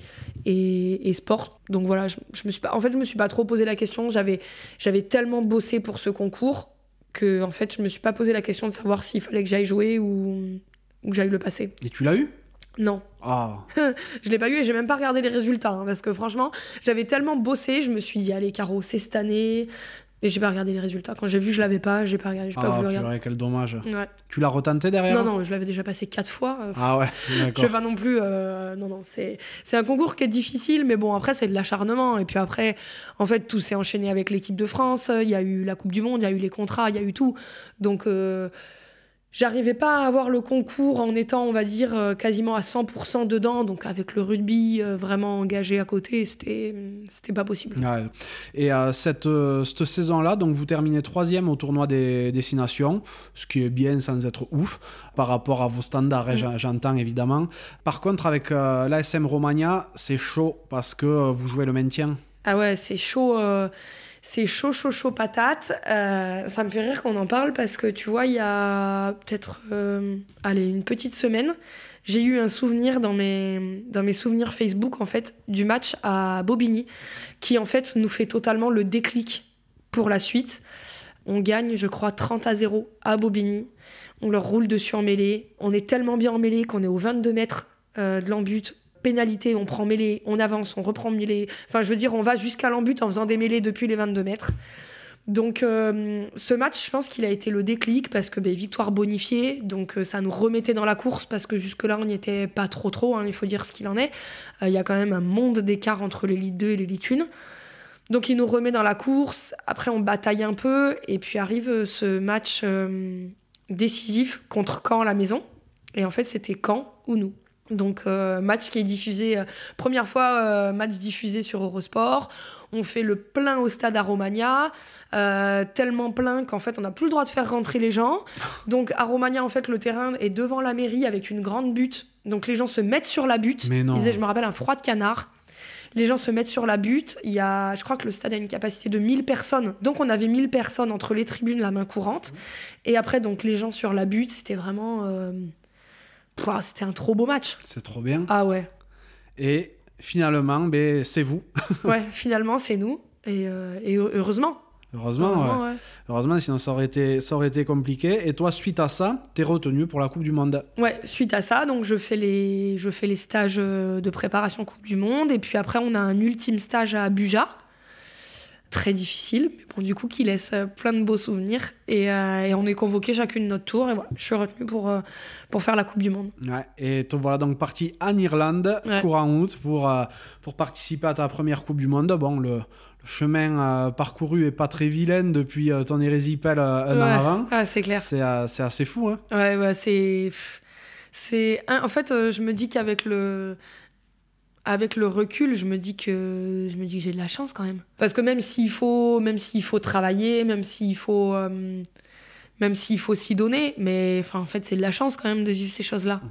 Speaker 1: et, et sport. Donc voilà, je, je me suis pas, en fait, je me suis pas trop posé la question. J'avais, j'avais tellement bossé pour ce concours que en fait, je me suis pas posé la question de savoir s'il fallait que j'aille jouer ou, ou que j'aille le passer.
Speaker 2: Et tu l'as eu ?
Speaker 1: Non.
Speaker 2: Ah.
Speaker 1: Je l'ai pas eu et j'ai même pas regardé les résultats hein, parce que franchement, j'avais tellement bossé, je me suis dit allez Caro, c'est cette année. Et j'ai pas regardé les résultats. Quand j'ai vu que je l'avais pas, j'ai pas regardé. J'ai
Speaker 2: Ah,
Speaker 1: pas voulu regarder.
Speaker 2: Purée, quel dommage.
Speaker 1: Ouais.
Speaker 2: Tu l'as retenté derrière ?
Speaker 1: Non, non, je l'avais déjà passé quatre fois. Euh,
Speaker 2: ah ouais, d'accord.
Speaker 1: Je vais pas non plus. Euh, non, non, c'est, c'est un concours qui est difficile, mais bon, après, c'est de l'acharnement. Et puis après, en fait, tout s'est enchaîné avec l'équipe de France. Il y a eu la Coupe du Monde, il y a eu les contrats, il y a eu tout. Donc, euh, j'arrivais pas à avoir le concours en étant, on va dire, euh, quasiment à cent pour cent dedans. Donc, avec le rugby euh, vraiment engagé à côté, c'était, c'était pas possible.
Speaker 2: Ouais. Et euh, cette, euh, cette saison-là, donc vous terminez troisième au tournoi des Destinations, ce qui est bien sans être ouf par rapport à vos standards, mmh. hein, j'entends évidemment. Par contre, avec euh, l'A S M Romagna, c'est chaud parce que euh, vous jouez le maintien.
Speaker 1: Ah ouais, c'est chaud. Euh... C'est chaud, chaud, chaud patate. Euh, ça me fait rire qu'on en parle parce que tu vois, il y a peut-être euh, allez, une petite semaine, j'ai eu un souvenir dans mes, dans mes souvenirs Facebook en fait, du match à Bobigny qui en fait nous fait totalement le déclic pour la suite. On gagne, je crois, trente à zéro à Bobigny. On leur roule dessus en mêlée. On est tellement bien en mêlée qu'on est aux vingt-deux mètres euh, de l'embut. Pénalité, on prend mêlée, on avance, on reprend mêlée. Enfin, je veux dire, on va jusqu'à l'embut en faisant des mêlées depuis les vingt-deux mètres. Donc, euh, ce match, je pense qu'il a été le déclic parce que ben, victoire bonifiée, donc euh, ça nous remettait dans la course parce que jusque-là, on n'y était pas trop, trop, hein, il faut dire ce qu'il en est. Il euh, y a quand même un monde d'écart entre l'élite deux et l'élite un. Donc, il nous remet dans la course. Après, on bataille un peu et puis arrive ce match euh, décisif contre Caen à la maison. Et en fait, c'était Caen ou nous. Donc, euh, match qui est diffusé, euh, première fois, euh, match diffusé sur Eurosport. On fait le plein au stade à Romagna, euh, tellement plein qu'en fait, on n'a plus le droit de faire rentrer les gens. Donc, à Romagna, en fait, le terrain est devant la mairie avec une grande butte. Donc, les gens se mettent sur la butte.
Speaker 2: Mais non.
Speaker 1: Ils disaient, je me rappelle, un froid de canard. Les gens se mettent sur la butte. Il y a, je crois que le stade a une capacité de mille personnes. Donc, on avait mille personnes entre les tribunes, la main courante. Et après, donc, les gens sur la butte, c'était vraiment... Euh... Pouah, c'était un trop beau match.
Speaker 2: C'est trop bien.
Speaker 1: Ah ouais.
Speaker 2: Et finalement, ben, c'est vous.
Speaker 1: Ouais, finalement, c'est nous. Et, euh, et heureusement.
Speaker 2: Heureusement,
Speaker 1: heureusement,
Speaker 2: ouais.
Speaker 1: ouais.
Speaker 2: Heureusement, sinon ça aurait été, ça aurait été compliqué. Et toi, suite à ça, t'es retenu pour la Coupe du Monde.
Speaker 1: Ouais, suite à ça, donc je fais les, je fais les stages de préparation Coupe du Monde. Et puis après, on a un ultime stage à Buja. Très difficile, mais bon, du coup, qui laisse plein de beaux souvenirs. Et, euh, et on est convoqués chacune notre tour. Et voilà, je suis retenue pour, euh, pour faire la Coupe du Monde.
Speaker 2: Ouais, et te voilà donc parti en Irlande,
Speaker 1: ouais.
Speaker 2: courant août, pour, euh, pour participer à ta première Coupe du Monde. Bon, le, le chemin euh, parcouru est pas très vilain depuis euh, ton érésipèle euh, un
Speaker 1: ouais.
Speaker 2: an avant.
Speaker 1: Ah, c'est clair.
Speaker 2: C'est, euh, c'est assez fou, hein.
Speaker 1: Ouais, ouais, c'est... c'est... En fait, euh, je me dis qu'avec le... avec le recul, je me dis que je me dis que j'ai de la chance quand même. Parce que même s'il faut, même s'il faut travailler, même s'il faut, euh, même s'il faut s'y donner, mais enfin en fait c'est de la chance quand même de vivre ces choses-là.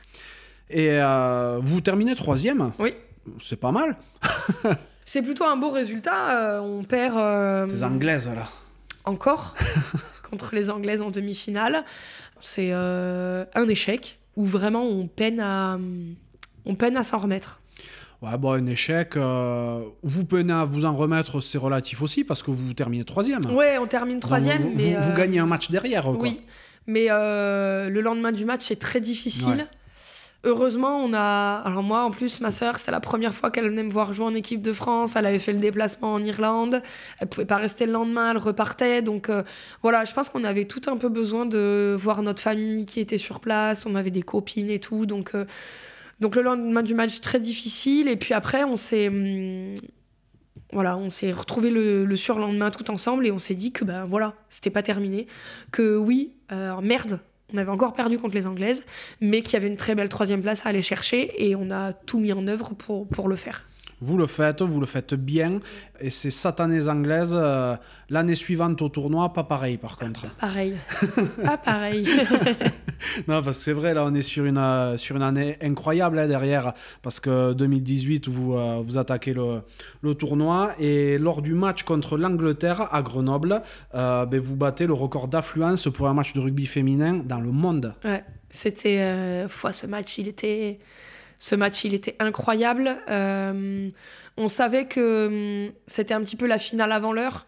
Speaker 2: Et euh, vous terminez troisième.
Speaker 1: Oui.
Speaker 2: C'est pas mal.
Speaker 1: C'est plutôt un beau résultat. Euh, on perd. Euh,
Speaker 2: Les Anglaises là.
Speaker 1: Encore contre les Anglaises en demi-finale. C'est euh, un échec où vraiment on peine à, on peine à s'en remettre.
Speaker 2: Ouais, bon, un échec. Euh, vous peinez à vous en remettre, c'est relatif aussi, parce que vous terminez troisième.
Speaker 1: Ouais, on termine troisième.
Speaker 2: Donc, vous,
Speaker 1: mais
Speaker 2: vous,
Speaker 1: euh,
Speaker 2: vous gagnez un match derrière, quoi.
Speaker 1: Oui, mais euh, le lendemain du match, c'est très difficile.
Speaker 2: Ouais.
Speaker 1: Heureusement, on a... Alors moi, en plus, ma sœur, c'était la première fois qu'elle venait me voir jouer en équipe de France. Elle avait fait le déplacement en Irlande. Elle pouvait pas rester le lendemain, elle repartait. Donc euh, voilà, je pense qu'on avait tout un peu besoin de voir notre famille qui était sur place. On avait des copines et tout. Donc, euh... donc le lendemain du match, très difficile. Et puis après, on s'est... Hum... Voilà, on s'est retrouvés le, le surlendemain tout ensemble et on s'est dit que ben voilà, c'était pas terminé. Que oui, euh, merde, on avait encore perdu contre les Anglaises, mais qu'il y avait une très belle troisième place à aller chercher et on a tout mis en œuvre pour, pour le faire.
Speaker 2: Vous le faites, vous le faites bien, et ces satanées anglaises, euh, l'année suivante au tournoi, pas pareil par contre.
Speaker 1: Pas pareil. Pas pareil.
Speaker 2: Non, parce que c'est vrai, là on est sur une, euh, sur une année incroyable hein, derrière, parce que deux mille dix-huit, vous, euh, vous attaquez le, le tournoi, et lors du match contre l'Angleterre à Grenoble, euh, ben, vous battez le record d'affluence pour un match de rugby féminin dans le monde.
Speaker 1: Ouais, c'était... Euh, foi, ce match, il était... Ce match, il était incroyable. Euh, on savait que hum, c'était un petit peu la finale avant l'heure.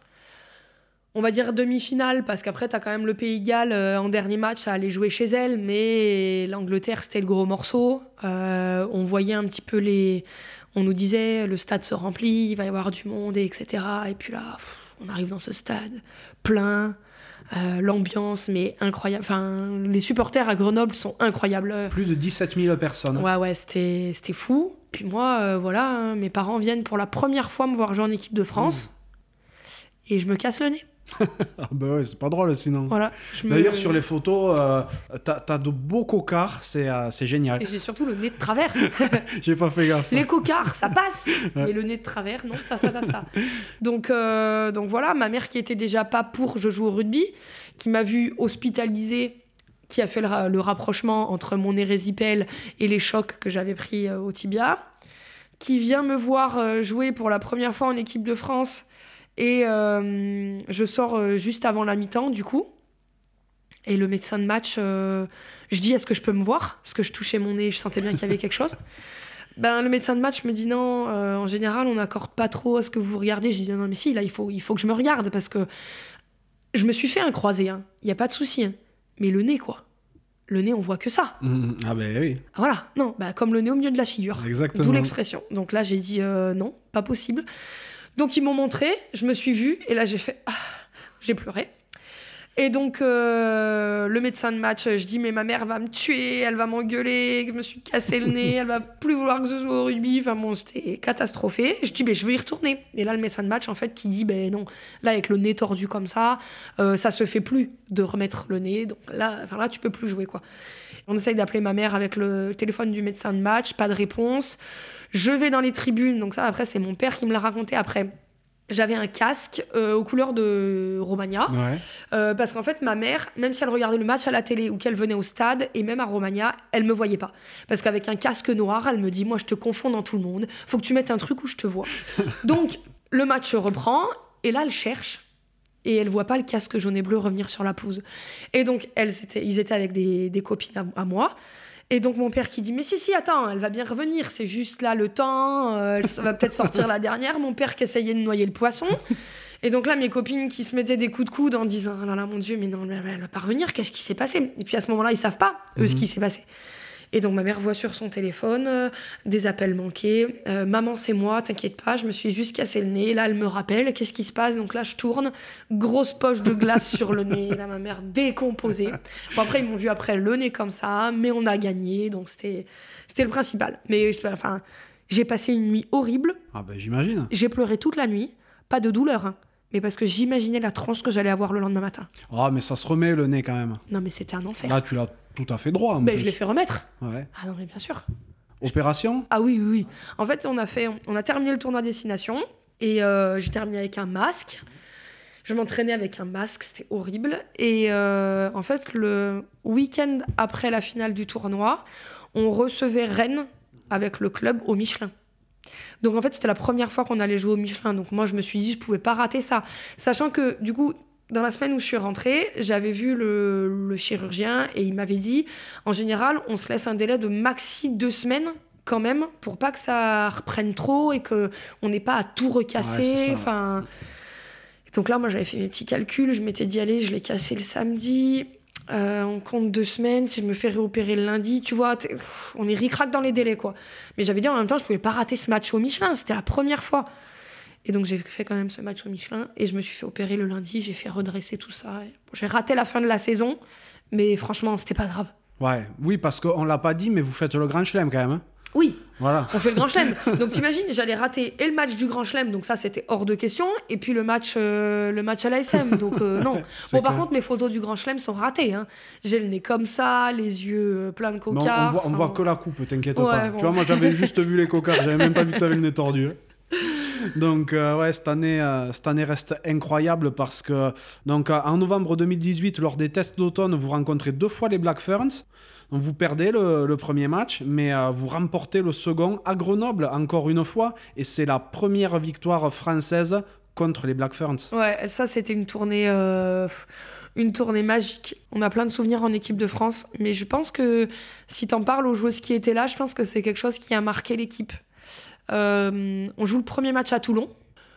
Speaker 1: On va dire demi-finale, parce qu'après, t'as quand même le Pays de Galles euh, en dernier match à aller jouer chez elle, mais l'Angleterre, c'était le gros morceau. Euh, on voyait un petit peu les... On nous disait, le stade se remplit, il va y avoir du monde, et cetera. Et puis là, pff, on arrive dans ce stade plein... Euh, l'ambiance, mais incroyable. Enfin, les supporters à Grenoble sont incroyables.
Speaker 2: Plus de dix-sept mille personnes.
Speaker 1: Ouais, ouais, c'était, c'était fou. Puis moi, euh, voilà, hein, mes parents viennent pour la première fois me voir jouer en équipe de France. Mmh. Et je me casse le nez.
Speaker 2: Ah bah ouais, c'est pas drôle sinon.
Speaker 1: Voilà, je me...
Speaker 2: D'ailleurs, sur les photos, euh, t'as, t'as de beaux cocards, c'est, euh, c'est génial.
Speaker 1: Et j'ai surtout le nez de travers.
Speaker 2: J'ai pas fait gaffe.
Speaker 1: Les cocards, ça passe.
Speaker 2: Ouais.
Speaker 1: Mais le nez de travers, non, ça, ça passe pas. Donc, euh, donc voilà, ma mère qui était déjà pas pour je joue au rugby, qui m'a vu hospitalisée, qui a fait le, ra- le rapprochement entre mon érésipèle et les chocs que j'avais pris euh, au tibia, qui vient me voir euh, jouer pour la première fois en équipe de France. Et euh, je sors euh, juste avant la mi-temps, du coup. Et le médecin de match, euh, je dis, est-ce que je peux me voir ? Parce que je touchais mon nez, je sentais bien qu'il y avait quelque chose. Ben, le médecin de match me dit, non, euh, en général, on n'accorde pas trop à ce que vous regardez. Je dis, non, mais si, là, il faut, il faut que je me regarde. Parce que je me suis fait un croisé, hein. Il n'y a pas de souci. Hein. Mais le nez, quoi. Le nez, on voit que ça.
Speaker 2: Mmh, ah ben oui.
Speaker 1: Voilà, non, bah, comme le nez au milieu de la figure.
Speaker 2: Exactement.
Speaker 1: D'où l'expression. Donc là, j'ai dit, euh, non, pas possible. Donc ils m'ont montré, je me suis vue, et là j'ai fait... Ah, j'ai pleuré. Et donc euh, le médecin de match, je dis, mais ma mère va me tuer, elle va m'engueuler, que je me suis cassé le nez, elle va plus vouloir que je joue au rugby. Enfin bon, c'était catastrophé. Je dis, mais je veux y retourner. Et là, le médecin de match, en fait, qui dit, ben non, là, avec le nez tordu comme ça, euh, ça se fait plus de remettre le nez. Donc là, enfin, là tu peux plus jouer, quoi. On essaye d'appeler ma mère avec le téléphone du médecin de match, pas de réponse. Je vais dans les tribunes, donc ça, après, c'est mon père qui me l'a raconté après. J'avais un casque euh, aux couleurs de Romagna,
Speaker 2: Ouais.
Speaker 1: euh, parce qu'en fait, ma mère, même si elle regardait le match à la télé ou qu'elle venait au stade, et même à Romagna, elle me voyait pas. Parce qu'avec un casque noir, elle me dit, moi, je te confonds dans tout le monde, faut que tu mettes un truc où je te vois. Donc, le match reprend, et là, elle cherche. Et elle voit pas le casque jaune et bleu revenir sur la pelouse. Et donc, elles étaient, ils étaient avec des, des copines à, à moi. Et donc, mon père qui dit, mais si, si, attends, elle va bien revenir. C'est juste là le temps. Euh, elle va peut-être sortir la dernière. Mon père qui essayait de noyer le poisson. Et donc là, mes copines qui se mettaient des coups de coude en disant, oh là là, mon Dieu, mais non, elle va pas revenir. Qu'est-ce qui s'est passé ? Et puis à ce moment-là, ils savent pas, eux, mm-hmm. ce qui s'est passé. Et donc, ma mère voit sur son téléphone euh, des appels manqués. Euh, Maman, c'est moi, t'inquiète pas, je me suis juste cassé le nez. Là, elle me rappelle, qu'est-ce qui se passe ? Donc là, je tourne, grosse poche de glace sur le nez. Là, ma mère décomposée. Bon, après, ils m'ont vu après le nez comme ça, mais on a gagné, donc c'était, c'était le principal. Mais enfin, j'ai passé une nuit horrible.
Speaker 2: Ah ben, j'imagine.
Speaker 1: J'ai pleuré toute la nuit, pas de douleur, hein, mais parce que j'imaginais la tronche que j'allais avoir le lendemain matin.
Speaker 2: Ah, mais ça se remet le nez quand même.
Speaker 1: Non, mais c'était un enfer.
Speaker 2: Là, tu l'as tout à fait droit. En
Speaker 1: ben,
Speaker 2: plus.
Speaker 1: je l'ai fait remettre.
Speaker 2: Ouais.
Speaker 1: Ah non, mais bien sûr.
Speaker 2: Opération ?
Speaker 1: Ah oui, oui, oui. En fait, on a, fait, on a terminé le tournoi destination et euh, j'ai terminé avec un masque. Je m'entraînais avec un masque, c'était horrible. Et euh, en fait, le week-end après la finale du tournoi, on recevait Rennes avec le club au Michelin. Donc en fait, c'était la première fois qu'on allait jouer au Michelin. Donc moi, je me suis dit, je pouvais pas rater ça. Sachant que du coup, dans la semaine où je suis rentrée, j'avais vu le, le chirurgien et il m'avait dit, en général, on se laisse un délai de maxi deux semaines quand même pour pas que ça reprenne trop et qu'on n'ait pas à tout recasser. Enfin, ouais, donc là, moi, j'avais fait mes petits calculs. Je m'étais dit, allez, je l'ai cassé le samedi. Euh, on compte deux semaines, si je me fais réopérer le lundi, tu vois, pff, on est ric-rac dans les délais, quoi. Mais j'avais dit en même temps, je pouvais pas rater ce match au Michelin, c'était la première fois. Et donc j'ai fait quand même ce match au Michelin, et je me suis fait opérer le lundi, j'ai fait redresser tout ça. Et... Bon, j'ai raté la fin de la saison, mais franchement, c'était pas grave.
Speaker 2: Ouais, oui, parce qu'on l'a pas dit, mais vous faites le Grand Chelem quand même, hein.
Speaker 1: Oui,
Speaker 2: voilà.
Speaker 1: On fait le Grand Chelem. Donc t'imagines, j'allais rater et le match du Grand Chelem, donc ça c'était hors de question, et puis le match, euh, le match à l'A S M, donc euh, non. Bon, par contre, mes photos du Grand Chelem sont ratées. Hein. J'ai le nez comme ça, les yeux pleins de coca.
Speaker 2: On, on, voit, on voit que la coupe, t'inquiète ouais, pas. Bon. Tu vois, moi j'avais juste vu les cocards, j'avais même pas vu que t'avais le nez tordu. Hein. Donc euh, ouais, cette année, euh, cette année reste incroyable parce que donc euh, en novembre deux mille dix-huit, lors des tests d'automne, vous rencontrez deux fois les Black Ferns. Donc vous perdez le, le premier match, mais euh, vous remportez le second à Grenoble encore une fois, et c'est la première victoire française contre les Black Ferns.
Speaker 1: Ouais, ça c'était une tournée, euh, une tournée magique. On a plein de souvenirs en équipe de France, mais je pense que si t'en parles aux joueuses qui étaient là, je pense que c'est quelque chose qui a marqué l'équipe. Euh, on joue le premier match à Toulon.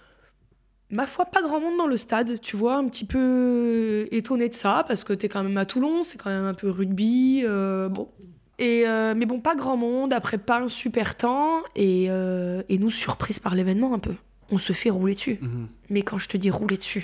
Speaker 1: Ma foi, pas grand monde dans le stade, tu vois, un petit peu étonné de ça, parce que t'es quand même à Toulon, c'est quand même un peu rugby, euh, bon. Et, euh, mais bon, pas grand monde, après pas un super temps, et, euh, et nous, surprise par l'événement un peu. On se fait rouler dessus. Mmh. Mais quand je te dis rouler dessus,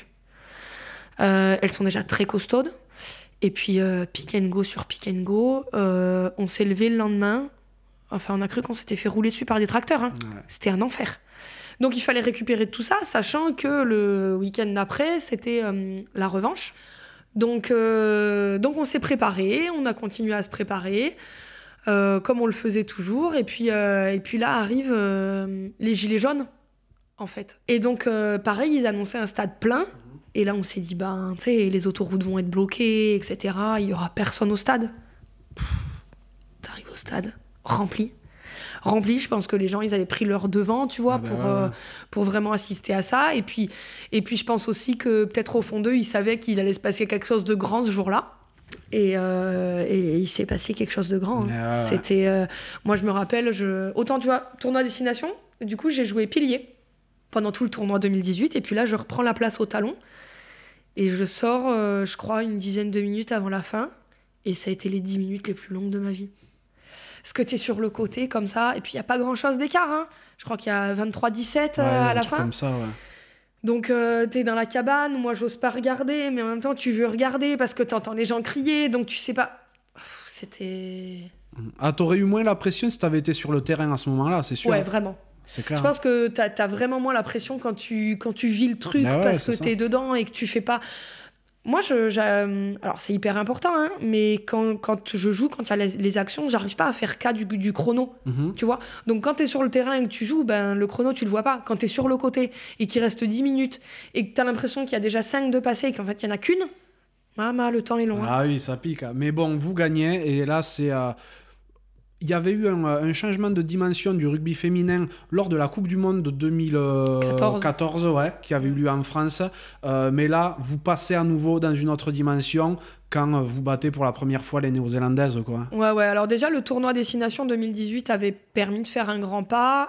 Speaker 1: euh, elles sont déjà très costaudes, et puis euh, pick and go sur pick and go, euh, on s'est levé le lendemain, enfin on a cru qu'on s'était fait rouler dessus par des tracteurs, hein. Ouais. C'était un enfer. Donc il fallait récupérer tout ça, sachant que le week-end d'après, c'était euh, la revanche. Donc, euh, donc on s'est préparé, on a continué à se préparer, euh, comme on le faisait toujours. Et puis, euh, et puis là arrivent euh, les gilets jaunes, en fait. Et donc euh, pareil, ils annonçaient un stade plein. Et là on s'est dit, ben, tu sais, les autoroutes vont être bloquées, et cetera. Il n'y aura personne au stade. Pff, t'arrives au stade, rempli. Rempli, je pense que les gens, ils avaient pris leur devant, tu vois, ah ben pour, ouais. euh, pour vraiment assister à ça. Et puis, et puis, je pense aussi que peut-être au fond d'eux, ils savaient qu'il allait se passer quelque chose de grand ce jour-là. Et, euh, et il s'est passé quelque chose de grand. Hein. Ah ouais. C'était, euh, moi, je me rappelle, je... autant, tu vois, tournoi destination, du coup, j'ai joué pilier pendant tout le tournoi deux mille dix-huit. Et puis là, je reprends la place au talon. Et je sors, euh, je crois, une dizaine de minutes avant la fin. Et ça a été les dix minutes les plus longues de ma vie. Parce que t'es sur le côté, comme ça, et puis il n'y a pas grand-chose d'écart. Hein. Je crois qu'il y a vingt-trois dix-sept ouais, euh, à la fin.
Speaker 2: Comme ça, ouais.
Speaker 1: Donc, euh, t'es dans la cabane, moi, j'ose pas regarder, mais en même temps, tu veux regarder parce que t'entends les gens crier, donc tu sais pas... C'était...
Speaker 2: Ah, t'aurais eu moins la pression si t'avais été sur le terrain à ce moment-là, c'est sûr.
Speaker 1: Ouais, vraiment.
Speaker 2: C'est clair.
Speaker 1: Je pense que t'as, t'as vraiment moins la pression quand tu, quand tu vis le truc, ah ouais, parce que ça. T'es dedans et que tu fais pas... Moi, je, j'ai... alors c'est hyper important, hein, mais quand, quand je joue, quand il y a les, les actions, j'arrive pas à faire cas du, du chrono, mm-hmm. tu vois. Donc quand t'es sur le terrain et que tu joues, ben, le chrono, tu le vois pas. Quand t'es sur le côté et qu'il reste dix minutes et que t'as l'impression qu'il y a déjà cinq de passés et qu'en fait, il y en a qu'une, maman, le temps est long.
Speaker 2: Ah
Speaker 1: hein.
Speaker 2: oui, ça pique. Mais bon, vous gagnez et là, c'est... Euh... Il y avait eu un, un changement de dimension du rugby féminin lors de la Coupe du Monde de deux mille quatorze, ouais, qui avait eu lieu en France. Euh, mais là, vous passez à nouveau dans une autre dimension quand vous battez pour la première fois les Néo-Zélandaises, quoi.
Speaker 1: Ouais, ouais. Alors déjà, le tournoi Destination deux mille dix-huit avait permis de faire un grand pas.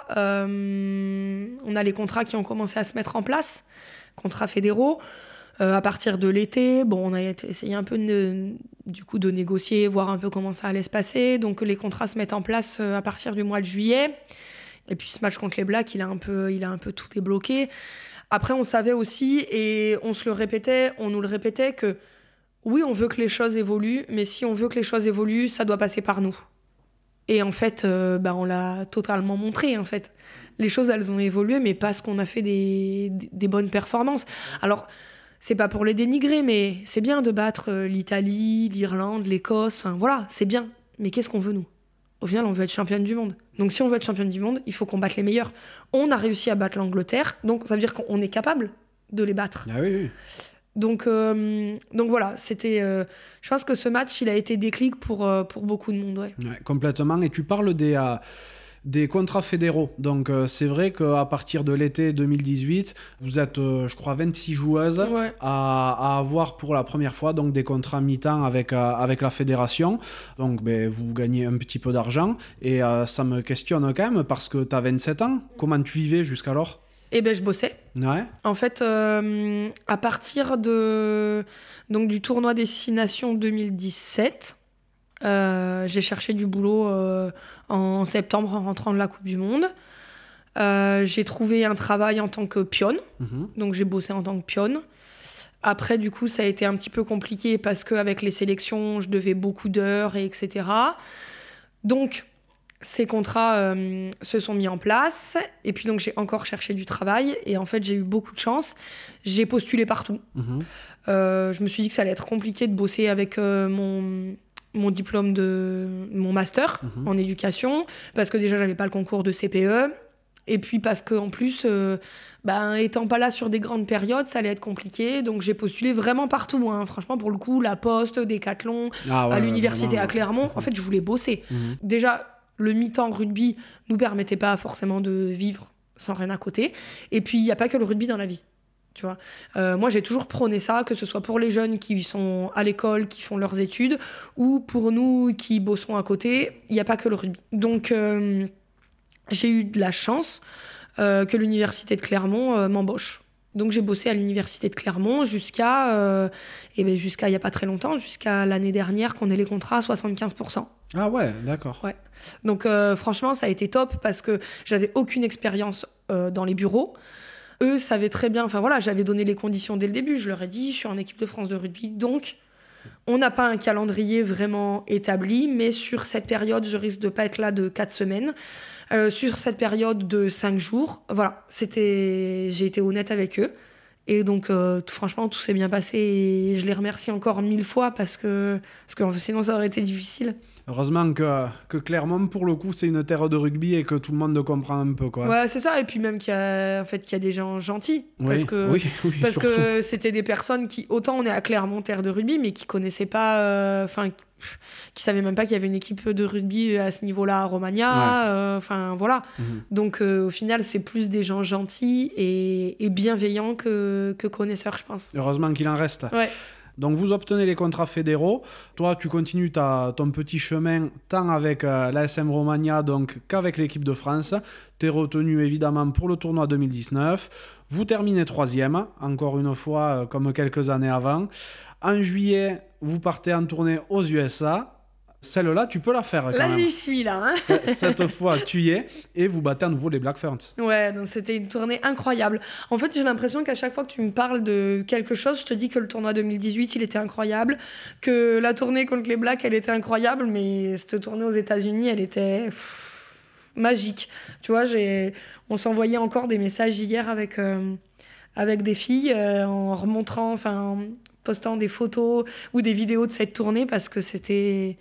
Speaker 1: Euh, on a les contrats qui ont commencé à se mettre en place, contrats fédéraux. Euh, à partir de l'été, bon, on a essayé un peu de, du coup, de négocier, voir un peu comment ça allait se passer. Donc les contrats se mettent en place à partir du mois de juillet. Et puis ce match contre les Blacks, il a un peu, il a un peu tout débloqué. Après, on savait aussi, et on se le répétait, on nous le répétait, que oui, on veut que les choses évoluent, mais si on veut que les choses évoluent, ça doit passer par nous. Et en fait, euh, bah, on l'a totalement montré, en fait. Les choses, elles ont évolué, mais parce qu'on a fait des, des bonnes performances. Alors... c'est pas pour les dénigrer, mais c'est bien de battre l'Italie, l'Irlande, l'Écosse, enfin voilà, c'est bien. Mais qu'est-ce qu'on veut, nous ? au final, on veut être championne du monde. Donc, si on veut être championne du monde, il faut qu'on batte les meilleurs. On a réussi à battre l'Angleterre, donc ça veut dire qu'on est capable de les battre.
Speaker 2: Ah oui, oui.
Speaker 1: Donc, euh, donc voilà, c'était. Euh, je pense que ce match, il a été déclic pour, euh, pour beaucoup de monde. Ouais.
Speaker 2: Ouais, complètement. Et tu parles des, euh, des contrats fédéraux. Donc, euh, c'est vrai qu'à partir de l'été deux mille dix-huit, vous êtes, euh, je crois, vingt-six joueuses
Speaker 1: Ouais.
Speaker 2: à, à avoir pour la première fois donc, des contrats mi-temps avec, euh, avec la fédération. Donc, ben, vous gagnez un petit peu d'argent. Et euh, ça me questionne quand même parce que tu as vingt-sept ans. Comment tu vivais jusqu'alors ?
Speaker 1: Et ben je bossais.
Speaker 2: Ouais.
Speaker 1: En fait, euh, à partir de, donc, du tournoi des Six Nations deux mille dix-sept, euh, j'ai cherché du boulot euh, en septembre en rentrant de la Coupe du Monde. Euh, j'ai trouvé un travail en tant que pionne,
Speaker 2: Mhm.
Speaker 1: donc j'ai bossé en tant que pionne. Après, du coup, ça a été un petit peu compliqué parce qu'avec les sélections, je devais beaucoup d'heures, et etc. Donc, ces contrats euh, se sont mis en place. Et puis, donc, j'ai encore cherché du travail. Et en fait, j'ai eu beaucoup de chance. J'ai postulé partout.
Speaker 2: Mhm.
Speaker 1: Euh, je me suis dit que ça allait être compliqué de bosser avec euh, mon, mon diplôme de mon master
Speaker 2: Mhm.
Speaker 1: en éducation. Parce que déjà, j'avais pas le concours de C P E. Et puis parce qu'en plus, euh, ben, étant pas là sur des grandes périodes, ça allait être compliqué. Donc j'ai postulé vraiment partout. Hein. Franchement, pour le coup, La Poste, Décathlon,
Speaker 2: Ah ouais,
Speaker 1: à
Speaker 2: ouais,
Speaker 1: l'université
Speaker 2: vraiment,
Speaker 1: à
Speaker 2: ouais.
Speaker 1: Clermont. En fait, je voulais bosser.
Speaker 2: Mhm.
Speaker 1: Déjà, le mi-temps rugby nous permettait pas forcément de vivre sans rien à côté. Et puis, il n'y a pas que le rugby dans la vie. Tu vois. Euh, moi, j'ai toujours prôné ça, que ce soit pour les jeunes qui sont à l'école, qui font leurs études, ou pour nous qui bossons à côté, il n'y a pas que le rugby. Donc, euh, j'ai eu de la chance euh, que l'université de Clermont euh, m'embauche. Donc, j'ai bossé à l'université de Clermont jusqu'à, euh, eh ben, jusqu'à il n'y a pas très longtemps, jusqu'à l'année dernière qu'on ait les contrats à soixante-quinze pour cent.
Speaker 2: Ah ouais, d'accord.
Speaker 1: Ouais. Donc, euh, franchement, ça a été top parce que j'avais aucune expérience euh, dans les bureaux. Eux savaient très bien, enfin voilà, j'avais donné les conditions dès le début. Je leur ai dit, je suis en équipe de France de rugby, donc on n'a pas un calendrier vraiment établi, mais sur cette période, je risque de pas être là de quatre semaines. Euh, sur cette période de cinq jours, voilà, c'était, j'ai été honnête avec eux. Et donc, euh, tout, franchement, tout s'est bien passé et je les remercie encore mille fois parce que, parce que sinon, ça aurait été difficile.
Speaker 2: Heureusement que, que Clermont, pour le coup, c'est une terre de rugby et que tout le monde le comprend un peu, quoi.
Speaker 1: Ouais, c'est ça. Et puis même qu'il y a, en fait, qu'il y a des gens gentils.
Speaker 2: Oui,
Speaker 1: Parce que,
Speaker 2: oui, oui,
Speaker 1: parce
Speaker 2: surtout.
Speaker 1: que c'était des personnes qui, autant on est à Clermont, terre de rugby, mais qui connaissaient pas, enfin, euh, qui savaient même pas qu'il y avait une équipe de rugby à ce niveau-là à Romagna. Enfin, ouais. euh, voilà. Mm-hmm. Donc, euh, au final, c'est plus des gens gentils et, et bienveillants que, que connaisseurs, je pense.
Speaker 2: Heureusement qu'il en reste.
Speaker 1: Ouais.
Speaker 2: Donc vous obtenez les contrats fédéraux. Toi, tu continues ta, ton petit chemin tant avec euh, l'A S M Romagna donc, qu'avec l'équipe de France. Tu es retenu évidemment pour le tournoi deux mille dix-neuf. Vous terminez troisième, encore une fois euh, comme quelques années avant. En juillet, vous partez en tournée aux U S A. Celle-là, tu peux la faire quand
Speaker 1: là,
Speaker 2: même.
Speaker 1: Là, j'y suis, là. Hein.
Speaker 2: Cette fois, tu y es et vous battez à nouveau les Black Ferns.
Speaker 1: Ouais, donc c'était une tournée incroyable. En fait, j'ai l'impression qu'à chaque fois que tu me parles de quelque chose, je te dis que le tournoi deux mille dix-huit, il était incroyable, que la tournée contre les Blacks, elle était incroyable, mais cette tournée aux États-Unis, elle était pff, magique. Tu vois, j'ai... on s'envoyait encore des messages hier avec, euh, avec des filles euh, en remontrant, enfin, en postant des photos ou des vidéos de cette tournée parce que c'était...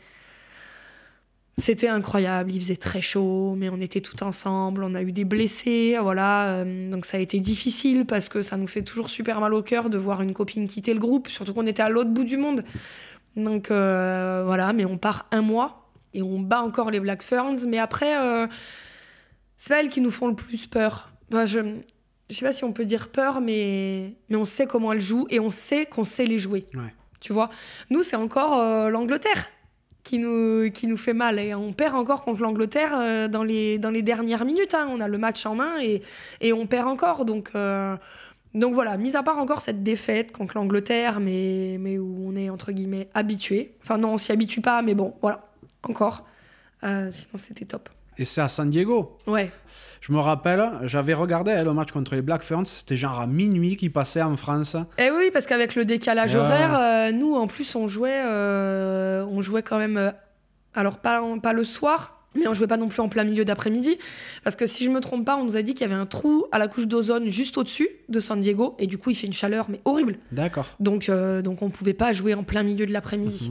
Speaker 1: C'était incroyable, il faisait très chaud, mais on était tout ensemble, on a eu des blessés, voilà, euh, donc ça a été difficile parce que ça nous fait toujours super mal au cœur de voir une copine quitter le groupe, surtout qu'on était à l'autre bout du monde. Donc euh, voilà, mais on part un mois et on bat encore les Black Ferns, mais après, euh, c'est pas elles qui nous font le plus peur. Enfin, je, je sais pas si on peut dire peur, mais, mais on sait comment elles jouent et on sait qu'on sait les jouer.
Speaker 2: Ouais.
Speaker 1: Tu vois, nous, c'est encore euh, l'Angleterre. Qui nous, qui nous fait mal. Et on perd encore contre l'Angleterre euh, dans, les, dans les dernières minutes. Hein. On a le match en main et, et on perd encore. Donc, euh, donc voilà, mis à part encore cette défaite contre l'Angleterre, mais, mais où on est entre guillemets habitué. Enfin non, on s'y habitue pas, mais bon, voilà, encore. Euh, sinon, c'était top.
Speaker 2: Et c'est à San Diego.
Speaker 1: Ouais.
Speaker 2: Je me rappelle, j'avais regardé hein, le match contre les Black Ferns, c'était genre à minuit qui passait en France.
Speaker 1: Eh oui, parce qu'avec le décalage
Speaker 2: ouais.
Speaker 1: horaire, euh, nous, en plus, on jouait, euh, on jouait quand même... Euh, alors, pas, pas le soir, mais on jouait pas non plus en plein milieu d'après-midi. Parce que si je me trompe pas, on nous a dit qu'il y avait un trou à la couche d'ozone juste au-dessus de San Diego. Et du coup, il fait une chaleur, mais horrible.
Speaker 2: D'accord.
Speaker 1: Donc, euh, donc on pouvait pas jouer en plein milieu de l'après-midi.
Speaker 2: Mmh.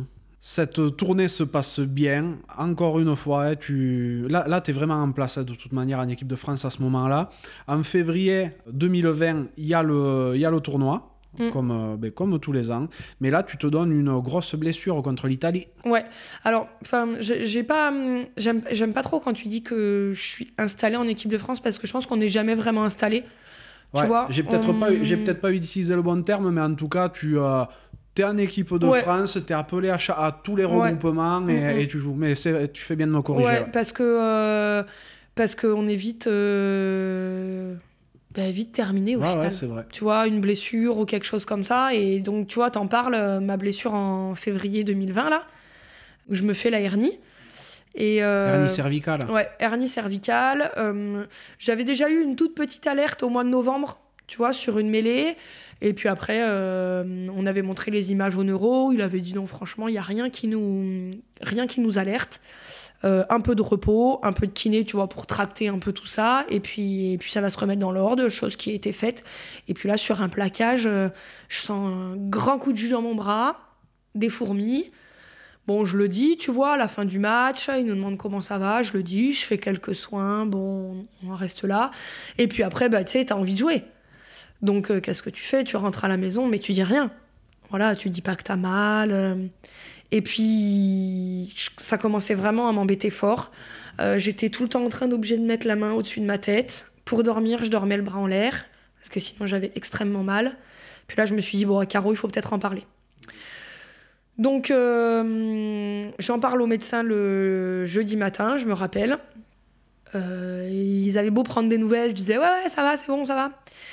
Speaker 2: Cette tournée se passe bien. Encore une fois, hein, tu... là, là tu es vraiment en place hein, de toute manière en équipe de France à ce moment-là. En février deux mille vingt, il y a le, il y a le tournoi. Mmh. Comme, euh, ben, comme tous les ans. Mais là, tu te donnes une grosse blessure contre l'Italie.
Speaker 1: Ouais. Alors, j'ai, j'ai pas, j'aime, j'aime pas trop quand tu dis que je suis installée en équipe de France parce que je pense qu'on n'est jamais vraiment installé.
Speaker 2: Ouais,
Speaker 1: tu vois,
Speaker 2: j'ai peut-être
Speaker 1: on...
Speaker 2: pas, j'ai peut-être pas utilisé le bon terme, mais en tout cas, tu euh, es en équipe de ouais. France, tu es appelé à, à tous les regroupements ouais. et, mmh. et tu joues. Mais c'est, tu fais bien de me corriger.
Speaker 1: Ouais,
Speaker 2: ouais.
Speaker 1: parce que euh, parce qu'on est vite. Euh... Bah, vite terminé au
Speaker 2: ouais,
Speaker 1: final.
Speaker 2: Ouais, c'est vrai.
Speaker 1: Tu vois, une blessure ou quelque chose comme ça. Et donc, tu vois, t'en parles, euh, ma blessure en février deux mille vingt, là, où je me fais la hernie. Et, euh,
Speaker 2: hernie cervicale.
Speaker 1: Ouais, hernie cervicale. Euh, j'avais déjà eu une toute petite alerte au mois de novembre, tu vois, sur une mêlée. Et puis après, euh, on avait montré les images au neuro. Il avait dit non, franchement, il n'y a rien qui nous, rien qui nous alerte. Euh, un peu de repos, un peu de kiné, tu vois, pour tracter un peu tout ça. Et puis, et puis ça va se remettre dans l'ordre, chose qui a été faite. Et puis là, sur un plaquage, euh, je sens un grand coup de jus dans mon bras, des fourmis. Bon, je le dis, tu vois, à la fin du match, il nous demande comment ça va, je le dis, je fais quelques soins, bon, on reste là. Et puis après, bah, tu sais, t'as envie de jouer. Donc, euh, qu'est-ce que tu fais ? Tu rentres à la maison, mais tu dis rien. Voilà, tu dis pas que t'as mal... Euh... Et puis, ça commençait vraiment à m'embêter fort. Euh, j'étais tout le temps en train d'obligé de mettre la main au-dessus de ma tête. Pour dormir, je dormais le bras en l'air, parce que sinon j'avais extrêmement mal. Puis là, je me suis dit, bon, à Caro, il faut peut-être en parler. Donc, euh, j'en parle au médecin le jeudi matin, je me rappelle. Euh, ils avaient beau prendre des nouvelles, je disais, ouais, ouais, ça va, c'est bon, ça va.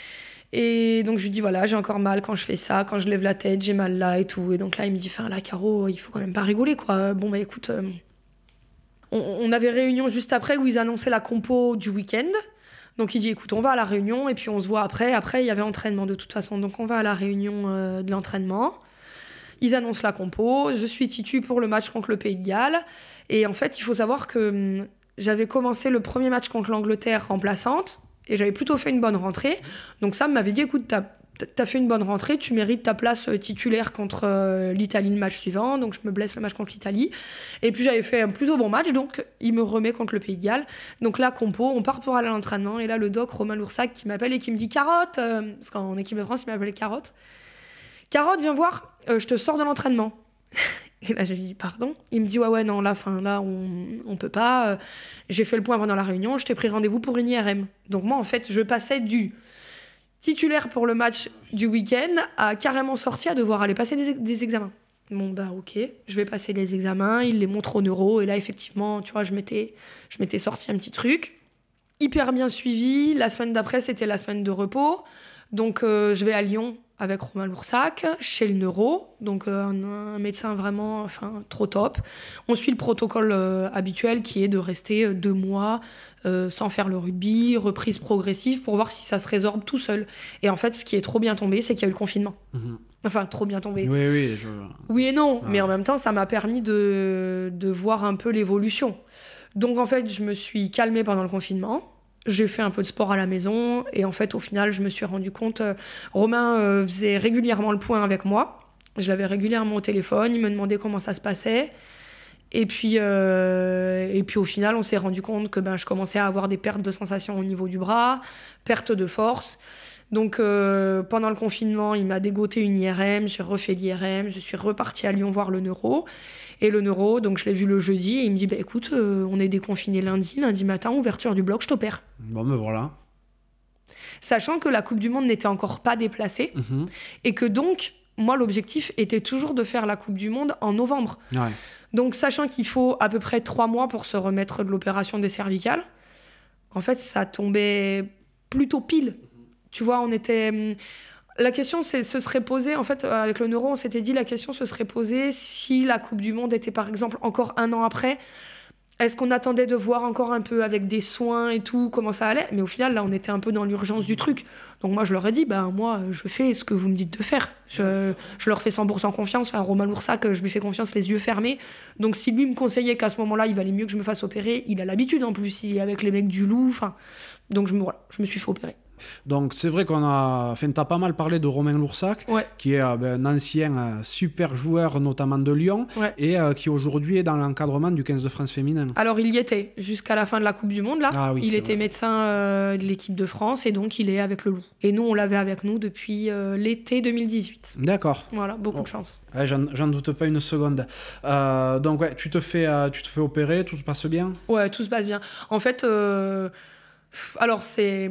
Speaker 1: Et donc je lui dis voilà, j'ai encore mal quand je fais ça, quand je lève la tête, j'ai mal là et tout. Et donc là il me dit enfin là Caro, il faut quand même pas rigoler quoi. Bon bah écoute, euh, on, on avait réunion juste après où ils annonçaient la compo du week-end. Donc il dit écoute on va à la réunion et puis on se voit après. Après il y avait entraînement de toute façon, donc on va à la réunion euh, de l'entraînement. Ils annoncent la compo, je suis titu pour le match contre le Pays de Galles. Et en fait il faut savoir que hum, j'avais commencé le premier match contre l'Angleterre remplaçante. Et j'avais plutôt fait une bonne rentrée. Donc Sam m'avait dit, écoute, t'as, t'as fait une bonne rentrée, tu mérites ta place titulaire contre euh, l'Italie le match suivant. Donc je me blesse le match contre l'Italie. Et puis j'avais fait un plutôt bon match, donc il me remet contre le Pays de Galles. Donc là, compo, on part pour aller à l'entraînement. Et là, le doc, Romain Loursac, qui m'appelle et qui me dit, Carotte, euh, parce qu'en équipe de France, il m'appelait Carotte. Carotte, viens voir, euh, je te sors de l'entraînement. Et là, je lui dis, pardon. Il me dit, ouais, ouais, non, là, fin, là on, on peut pas. Euh, j'ai fait le point pendant la réunion, je t'ai pris rendez-vous pour une I R M. Donc moi, en fait, je passais du titulaire pour le match du week-end à carrément sortir à devoir aller passer des, des examens. Bon, bah, ok, je vais passer les examens, il les montre au neuro. Et là, effectivement, tu vois, je m'étais, je m'étais sorti un petit truc. Hyper bien suivi. La semaine d'après, c'était la semaine de repos. Donc, euh, je vais à Lyon avec Romain Loursac, chez le neuro, donc euh, un, un médecin vraiment enfin, trop top. On suit le protocole euh, habituel qui est de rester euh, deux mois euh, sans faire le rugby, reprise progressive pour voir si ça se résorbe tout seul. Et en fait, ce qui est trop bien tombé, c'est qu'il y a eu le confinement. Mmh. Enfin, trop bien tombé.
Speaker 2: Oui, oui. Je...
Speaker 1: Oui et non, ah. Mais en même temps, ça m'a permis de, de voir un peu l'évolution. Donc en fait, je me suis calmée pendant le confinement. J'ai fait un peu de sport à la maison et en fait, au final, je me suis rendu compte... Euh, Romain euh, faisait régulièrement le point avec moi. Je l'avais régulièrement au téléphone. Il me demandait comment ça se passait. Et puis, euh, et puis au final, on s'est rendu compte que ben, je commençais à avoir des pertes de sensations au niveau du bras, perte de force. Donc, euh, pendant le confinement, il m'a dégoté une I R M. J'ai refait l'I R M. Je suis repartie à Lyon voir le neuro. Et le neuro, donc je l'ai vu le jeudi, et il me dit bah, « Écoute, euh, on est déconfiné lundi, lundi matin, ouverture du bloc, je t'opère. »
Speaker 2: Bon, ben voilà.
Speaker 1: Sachant que la Coupe du Monde n'était encore pas déplacée, mmh. et que donc, moi, l'objectif était toujours de faire la Coupe du Monde en novembre.
Speaker 2: Ouais.
Speaker 1: Donc, sachant qu'il faut à peu près trois mois pour se remettre de l'opération des cervicales, en fait, ça tombait plutôt pile. Tu vois, on était... La question c'est, se serait posée, en fait, avec le neuro, on s'était dit, la question se serait posée si la Coupe du Monde était, par exemple, encore un an après. Est-ce qu'on attendait de voir encore un peu avec des soins et tout, comment ça allait ? Mais au final, là, on était un peu dans l'urgence du truc. Donc moi, je leur ai dit, ben, moi, je fais ce que vous me dites de faire. Je, je leur fais cent pour cent confiance. Enfin, Romain Loursac, je lui fais confiance les yeux fermés. Donc si lui me conseillait qu'à ce moment-là, il valait mieux que je me fasse opérer, il a l'habitude en plus, il est avec les mecs du Loup. Enfin, donc je me, voilà, je me suis fait opérer.
Speaker 2: Donc c'est vrai qu'on a, enfin t'as pas mal parlé de Romain Loursac,
Speaker 1: Ouais.
Speaker 2: qui est euh, ben, un ancien euh, super joueur, notamment de Lyon,
Speaker 1: Ouais.
Speaker 2: et euh, qui aujourd'hui est dans l'encadrement du quinze de France féminin.
Speaker 1: Alors il y était jusqu'à la fin de la Coupe du Monde là.
Speaker 2: Ah oui,
Speaker 1: il
Speaker 2: c'est
Speaker 1: était
Speaker 2: vrai.
Speaker 1: médecin euh, de l'équipe de France et donc il est avec le Loup. Et nous on l'avait avec nous depuis euh, l'été deux mille dix-huit.
Speaker 2: D'accord.
Speaker 1: Voilà, beaucoup
Speaker 2: Oh.
Speaker 1: de chance.
Speaker 2: Ouais, j'en, j'en doute pas une seconde. Euh, donc ouais, tu te fais, euh, tu te fais opérer, tout se passe bien?
Speaker 1: Ouais, tout se passe bien. En fait, euh, alors c'est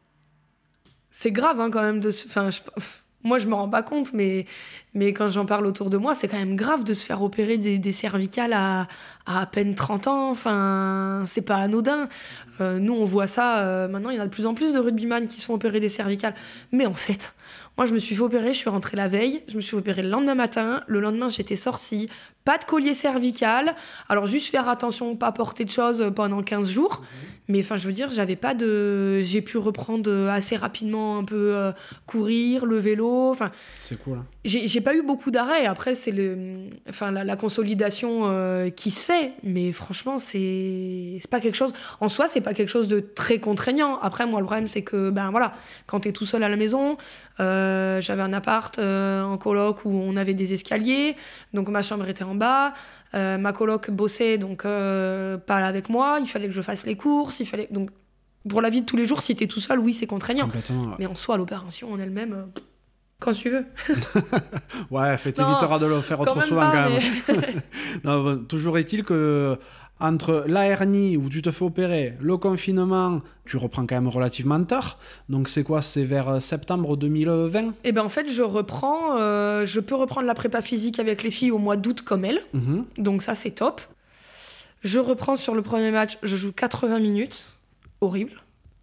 Speaker 1: c'est grave hein, quand même de se... Enfin, je... moi je me rends pas compte, mais mais quand j'en parle autour de moi, c'est quand même grave de se faire opérer des, des cervicales à... à à peine trente ans. Enfin, c'est pas anodin. Euh, nous on voit ça. Euh, maintenant, il y en a de plus en plus de rugbyman qui se font opérer des cervicales. Mais en fait, moi je me suis fait opérer. Je suis rentrée la veille. Je me suis fait opérer le lendemain matin. Le lendemain, j'étais sortie. Pas de collier cervical. Alors juste faire attention, pas porter de choses pendant quinze jours. Mais enfin, je veux dire, j'avais pas de. J'ai pu reprendre assez rapidement un peu euh, courir, le vélo. Enfin,
Speaker 2: C'est cool. Hein.
Speaker 1: j'ai, j'ai pas eu beaucoup d'arrêts. Après, c'est le, enfin la, la consolidation euh, qui se fait. Mais franchement, c'est c'est pas quelque chose. En soi, c'est pas quelque chose de très contraignant. Après, moi, le problème, c'est que ben voilà, quand t'es tout seul à la maison, euh, j'avais un appart euh, en coloc où on avait des escaliers, donc ma chambre était en bas. Euh, ma coloc bossait, donc euh, pas là avec moi. Il fallait que je fasse les courses. Il fallait donc pour la vie de tous les jours, si t'es tout seul, oui, c'est contraignant.
Speaker 2: Complètement. Ouais.
Speaker 1: Mais en soi, l'opération en elle-même, euh, quand tu veux.
Speaker 2: Ouais, fait, t'éviteras de le faire
Speaker 1: quand
Speaker 2: trop
Speaker 1: même
Speaker 2: souvent
Speaker 1: pas,
Speaker 2: quand
Speaker 1: mais...
Speaker 2: même. Non, bon, toujours est-il que entre la hernie où tu te fais opérer, le confinement, tu reprends quand même relativement tard. Donc c'est quoi? C'est vers septembre deux mille vingt?
Speaker 1: Eh ben en fait, je reprends. Euh, je peux reprendre la prépa physique avec les filles au mois d'août comme elles.
Speaker 2: Mm-hmm.
Speaker 1: Donc ça, c'est top. Je reprends sur le premier match. Je joue quatre-vingts minutes. Horrible.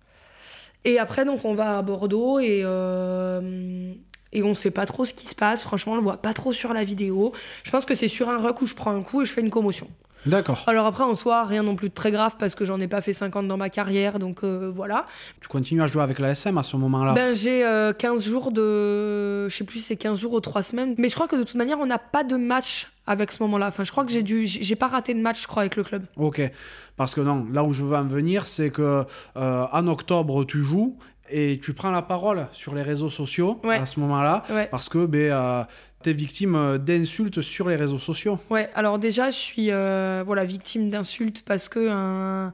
Speaker 1: Et après, donc, on va à Bordeaux et, euh, et on sait pas trop ce qui se passe. Franchement, on le voit pas trop sur la vidéo. Je pense que c'est sur un ruck où je prends un coup et je fais une commotion.
Speaker 2: D'accord.
Speaker 1: Alors après, en soi, rien non plus de très grave parce que j'en ai pas fait cinquante dans ma carrière, donc euh, voilà.
Speaker 2: Tu continues à jouer avec la S M à ce moment-là?
Speaker 1: Ben, j'ai euh, quinze jours de... Je sais plus si c'est quinze jours ou trois semaines. Mais je crois que de toute manière, on n'a pas de match avec ce moment-là. Enfin, je crois que j'ai dû... J'ai pas raté de match, je crois, avec le club.
Speaker 2: Ok. Parce que non, là où je veux en venir, c'est que euh, en octobre, tu joues et tu prends la parole sur les réseaux sociaux
Speaker 1: Ouais.
Speaker 2: à ce moment-là.
Speaker 1: Ouais.
Speaker 2: Parce que ben, euh, t'es victime d'insultes sur les réseaux sociaux.
Speaker 1: Ouais, alors déjà, je suis euh, voilà, victime d'insultes parce que un,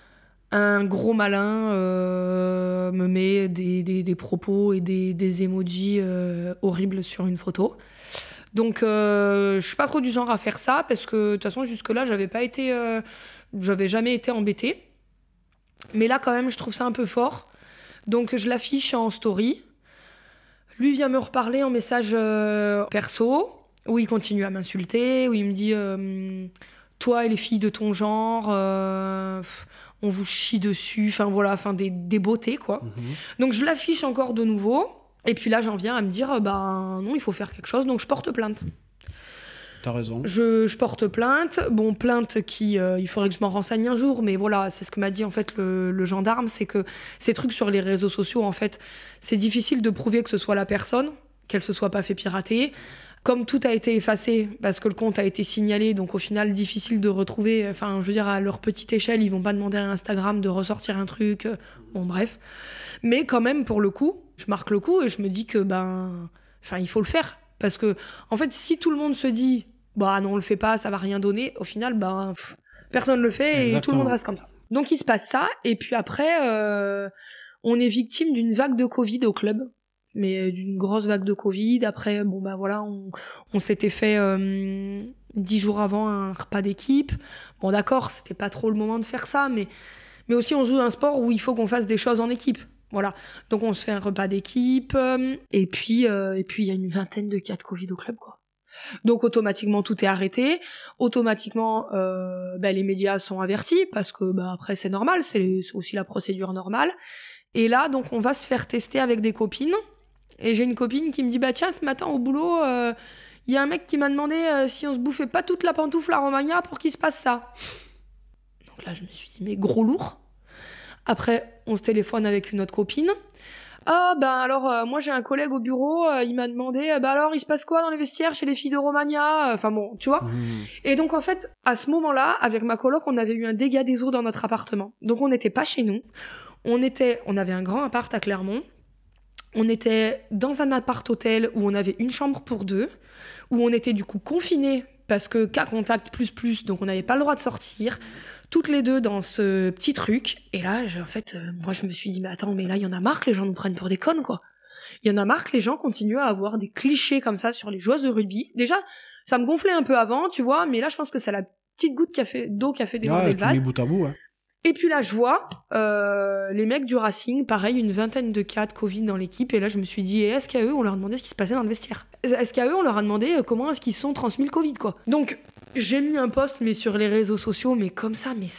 Speaker 1: un gros malin euh, me met des, des, des propos et des, des emojis euh, horribles sur une photo. Donc, euh, je suis pas trop du genre à faire ça parce que de toute façon, jusque-là, j'avais pas été, euh, j'avais jamais été embêtée. Mais là, quand même, je trouve ça un peu fort. Donc, je l'affiche en story. Lui vient me reparler en message euh, perso, où il continue à m'insulter, où il me dit euh, toi et les filles de ton genre, euh, on vous chie dessus, enfin voilà, enfin des, des beautés quoi.
Speaker 2: Mmh.
Speaker 1: Donc je l'affiche encore de nouveau, et puis là j'en viens à me dire euh, ben non, il faut faire quelque chose, donc je porte plainte.
Speaker 2: T'as raison.
Speaker 1: Je, je porte plainte. Bon, plainte qui... Euh, il faudrait que je m'en renseigne un jour, mais voilà, c'est ce que m'a dit en fait le, le gendarme, c'est que ces trucs sur les réseaux sociaux, en fait, c'est difficile de prouver que ce soit la personne, qu'elle se soit pas fait pirater. Comme tout a été effacé, parce que le compte a été signalé, donc au final, difficile de retrouver... Enfin, je veux dire, à leur petite échelle, ils vont pas demander à Instagram de ressortir un truc. Bon, bref. Mais quand même, pour le coup, je marque le coup et je me dis que, ben... Enfin, il faut le faire. Parce que, en fait, si tout le monde se dit bah non, on le fait pas, ça va rien donner, au final, bah, pff, personne le fait et
Speaker 2: Exactement.
Speaker 1: tout le monde reste comme ça. Donc il se passe ça, et puis après, euh, on est victime d'une vague de Covid au club, mais d'une grosse vague de Covid. Après, bon bah voilà, on, on s'était fait euh, dix jours avant un repas d'équipe. Bon d'accord, c'était pas trop le moment de faire ça, mais, mais aussi on joue un sport où il faut qu'on fasse des choses en équipe. Voilà, donc on se fait un repas d'équipe, euh, et puis euh, et puis il y a une vingtaine de cas de Covid au club, quoi. Donc automatiquement tout est arrêté, automatiquement euh, bah, les médias sont avertis parce que bah, après c'est normal, c'est, c'est aussi la procédure normale. Et là donc on va se faire tester avec des copines, et j'ai une copine qui me dit bah tiens, ce matin au boulot il euh, y a un mec qui m'a demandé euh, si on se bouffait pas toute la pantoufle à Romagna pour qu'il se passe ça. Donc là je me suis dit mais gros lourd. Après on se téléphone avec une autre copine. Ah ben alors euh, moi j'ai un collègue au bureau, euh, il m'a demandé euh, bah alors il se passe quoi dans les vestiaires chez les filles de Romagna, enfin bon tu vois.
Speaker 2: Mmh.
Speaker 1: Et donc en fait à ce moment-là avec ma coloc on avait eu un dégât des eaux dans notre appartement, donc on n'était pas chez nous, On était, on avait un grand appart à Clermont. On était dans un appart-hôtel où on avait une chambre pour deux, où on était du coup confinés parce que cas contact plus plus, donc on n'avait pas le droit de sortir, toutes les deux dans ce petit truc. Et là, en fait, euh, moi je me suis dit, mais attends, mais là il y en a marre que les gens nous prennent pour des connes, quoi. Il y en a marre que les gens continuent à avoir des clichés comme ça sur les joueuses de rugby. Déjà, ça me gonflait un peu avant, tu vois, mais là je pense que c'est la petite goutte qui a fait, d'eau qui a fait déborder
Speaker 2: Ouais,
Speaker 1: le
Speaker 2: tout
Speaker 1: vase.
Speaker 2: mis bout à bout, ouais.
Speaker 1: Et puis là, je vois euh, les mecs du Racing, pareil, une vingtaine de cas de Covid dans l'équipe. Et là, je me suis dit, est-ce qu'à eux, on leur a demandé ce qui se passait dans le vestiaire ? Est-ce qu'à eux, on leur a demandé euh, comment est-ce qu'ils se sont transmis le Covid, quoi ? Donc, j'ai mis un post, mais sur les réseaux sociaux, mais comme ça, mais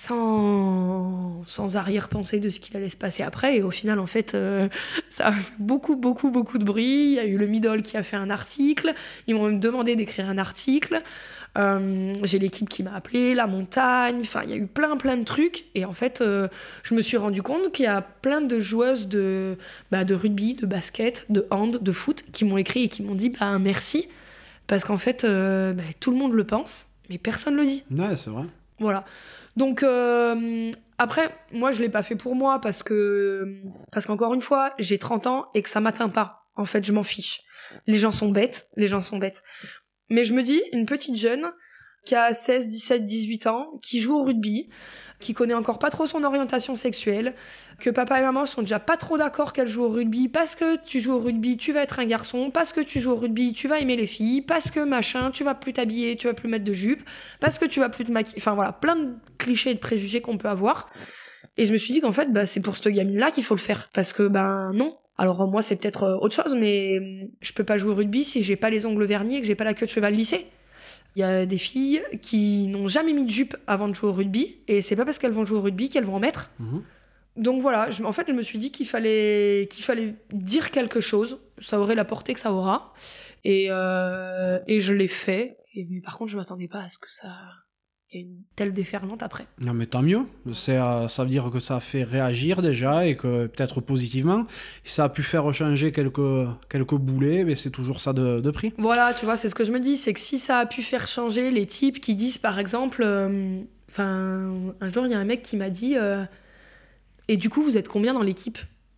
Speaker 1: sans, sans arrière-pensée de ce qu'il allait se passer après. Et au final, en fait, euh, ça a fait beaucoup, beaucoup, beaucoup de bruit. Il y a eu le Middle qui a fait un article. Ils m'ont même demandé d'écrire un article. Euh, j'ai l'équipe qui m'a appelé, la montagne, enfin il y a eu plein plein de trucs et en fait euh, je me suis rendu compte qu'il y a plein de joueuses de, bah, de rugby, de basket, de hand, de foot qui m'ont écrit et qui m'ont dit bah merci parce qu'en fait euh, bah, tout le monde le pense mais personne le dit.
Speaker 2: Ouais, c'est vrai.
Speaker 1: Voilà. Donc euh, après moi je l'ai pas fait pour moi parce que parce qu'encore une fois j'ai trente ans et que ça m'atteint pas. En fait je m'en fiche. Les gens sont bêtes, les gens sont bêtes. Mais je me dis, une petite jeune qui a seize, dix-sept, dix-huit ans, qui joue au rugby, qui connaît encore pas trop son orientation sexuelle, que papa et maman sont déjà pas trop d'accord qu'elle joue au rugby, parce que tu joues au rugby, tu vas être un garçon, parce que tu joues au rugby, tu vas aimer les filles, parce que machin, tu vas plus t'habiller, tu vas plus mettre de jupe, parce que tu vas plus te maquiller. Enfin voilà, plein de clichés et de préjugés qu'on peut avoir. Et je me suis dit qu'en fait, bah, c'est pour cette gamine-là qu'il faut le faire. Parce que, ben non. Alors moi, c'est peut-être euh, autre chose, mais je peux pas jouer au rugby si j'ai pas les ongles vernis et que j'ai pas la queue de cheval lissée. Il y a des filles qui n'ont jamais mis de jupe avant de jouer au rugby, et c'est pas parce qu'elles vont jouer au rugby qu'elles vont en mettre. Mmh. Donc voilà, je, en fait, je me suis dit qu'il fallait, qu'il fallait dire quelque chose, ça aurait la portée que ça aura, et, euh, et je l'ai fait. Et, mais par contre, je m'attendais pas à ce que ça... Il y a une telle déferlante après.
Speaker 2: Non mais tant mieux, c'est, euh, ça veut dire que ça a fait réagir déjà et que peut-être positivement, si ça a pu faire changer quelques, quelques boulets, mais c'est toujours ça de, de prix.
Speaker 1: Voilà, tu vois, c'est ce que je me dis, c'est que si ça a pu faire changer les types qui disent par exemple, enfin euh, un jour il y a un mec qui m'a dit euh, et du coup vous êtes combien dans l'équipe ?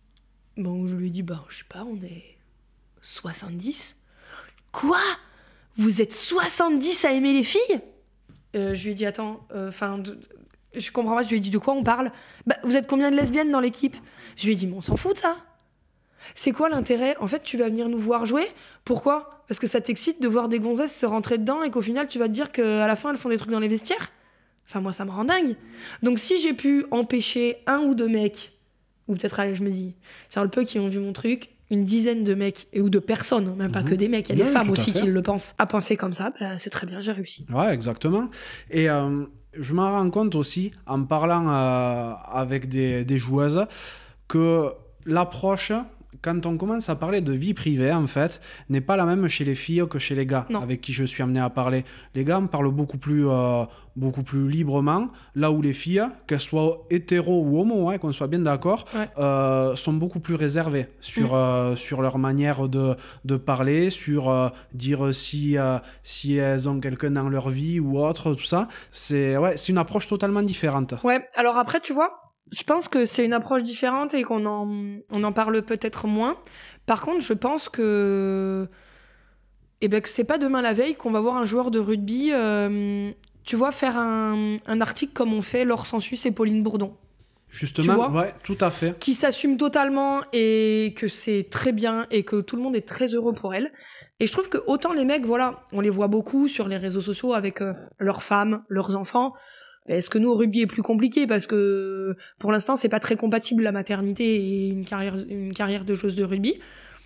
Speaker 1: Bon, je lui ai dit bah je sais pas, on est soixante-dix. Quoi ? Vous êtes soixante-dix à aimer les filles ? Euh, je lui ai dit, attends, enfin, euh, je comprends pas, je lui ai dit de quoi on parle. Bah, vous êtes combien de lesbiennes dans l'équipe ? Je lui ai dit, mais on s'en fout de ça. C'est quoi l'intérêt ? En fait, tu vas venir nous voir jouer ? Pourquoi ? Parce que ça t'excite de voir des gonzesses se rentrer dedans et qu'au final, tu vas te dire qu'à la fin, elles font des trucs dans les vestiaires ? Enfin, moi, ça me rend dingue. Donc, si j'ai pu empêcher un ou deux mecs, ou peut-être, allez, je me dis, sur le peu qui ont vu mon truc, une dizaine de mecs, et, ou de personnes, même pas mmh. que des mecs, il y a des oui, femmes aussi qui le pensent, à penser comme ça, ben, c'est très bien, j'ai réussi.
Speaker 2: Ouais, exactement. Et euh, je m'en rends compte aussi, en parlant euh, avec des, des joueuses, que l'approche, quand on commence à parler de vie privée, en fait, n'est pas la même chez les filles que chez les gars, non. avec qui je suis amené à parler. Les gars, on parle beaucoup plus, euh, beaucoup plus librement, là où les filles, qu'elles soient hétéro ou homo, hein, qu'on soit bien d'accord, ouais. euh, sont beaucoup plus réservées sur, mmh. euh, sur leur manière de, de parler, sur euh, dire si, euh, si elles ont quelqu'un dans leur vie ou autre, tout ça. C'est, ouais, c'est une approche totalement différente.
Speaker 1: Ouais, alors après, tu vois, je pense que c'est une approche différente et qu'on en, on en parle peut-être moins. Par contre, je pense que, eh ben, que c'est pas demain la veille qu'on va voir un joueur de rugby, euh, tu vois, faire un, un article comme on fait Laure Sensus et Pauline Bourdon.
Speaker 2: Justement, vois, ouais, tout à fait.
Speaker 1: Qui s'assume totalement et que c'est très bien et que tout le monde est très heureux pour elle. Et je trouve que autant les mecs, voilà, on les voit beaucoup sur les réseaux sociaux avec euh, leurs femmes, leurs enfants. Est-ce que nous, au rugby est plus compliqué parce que pour l'instant, c'est pas très compatible la maternité et une carrière, une carrière de joueuse de rugby.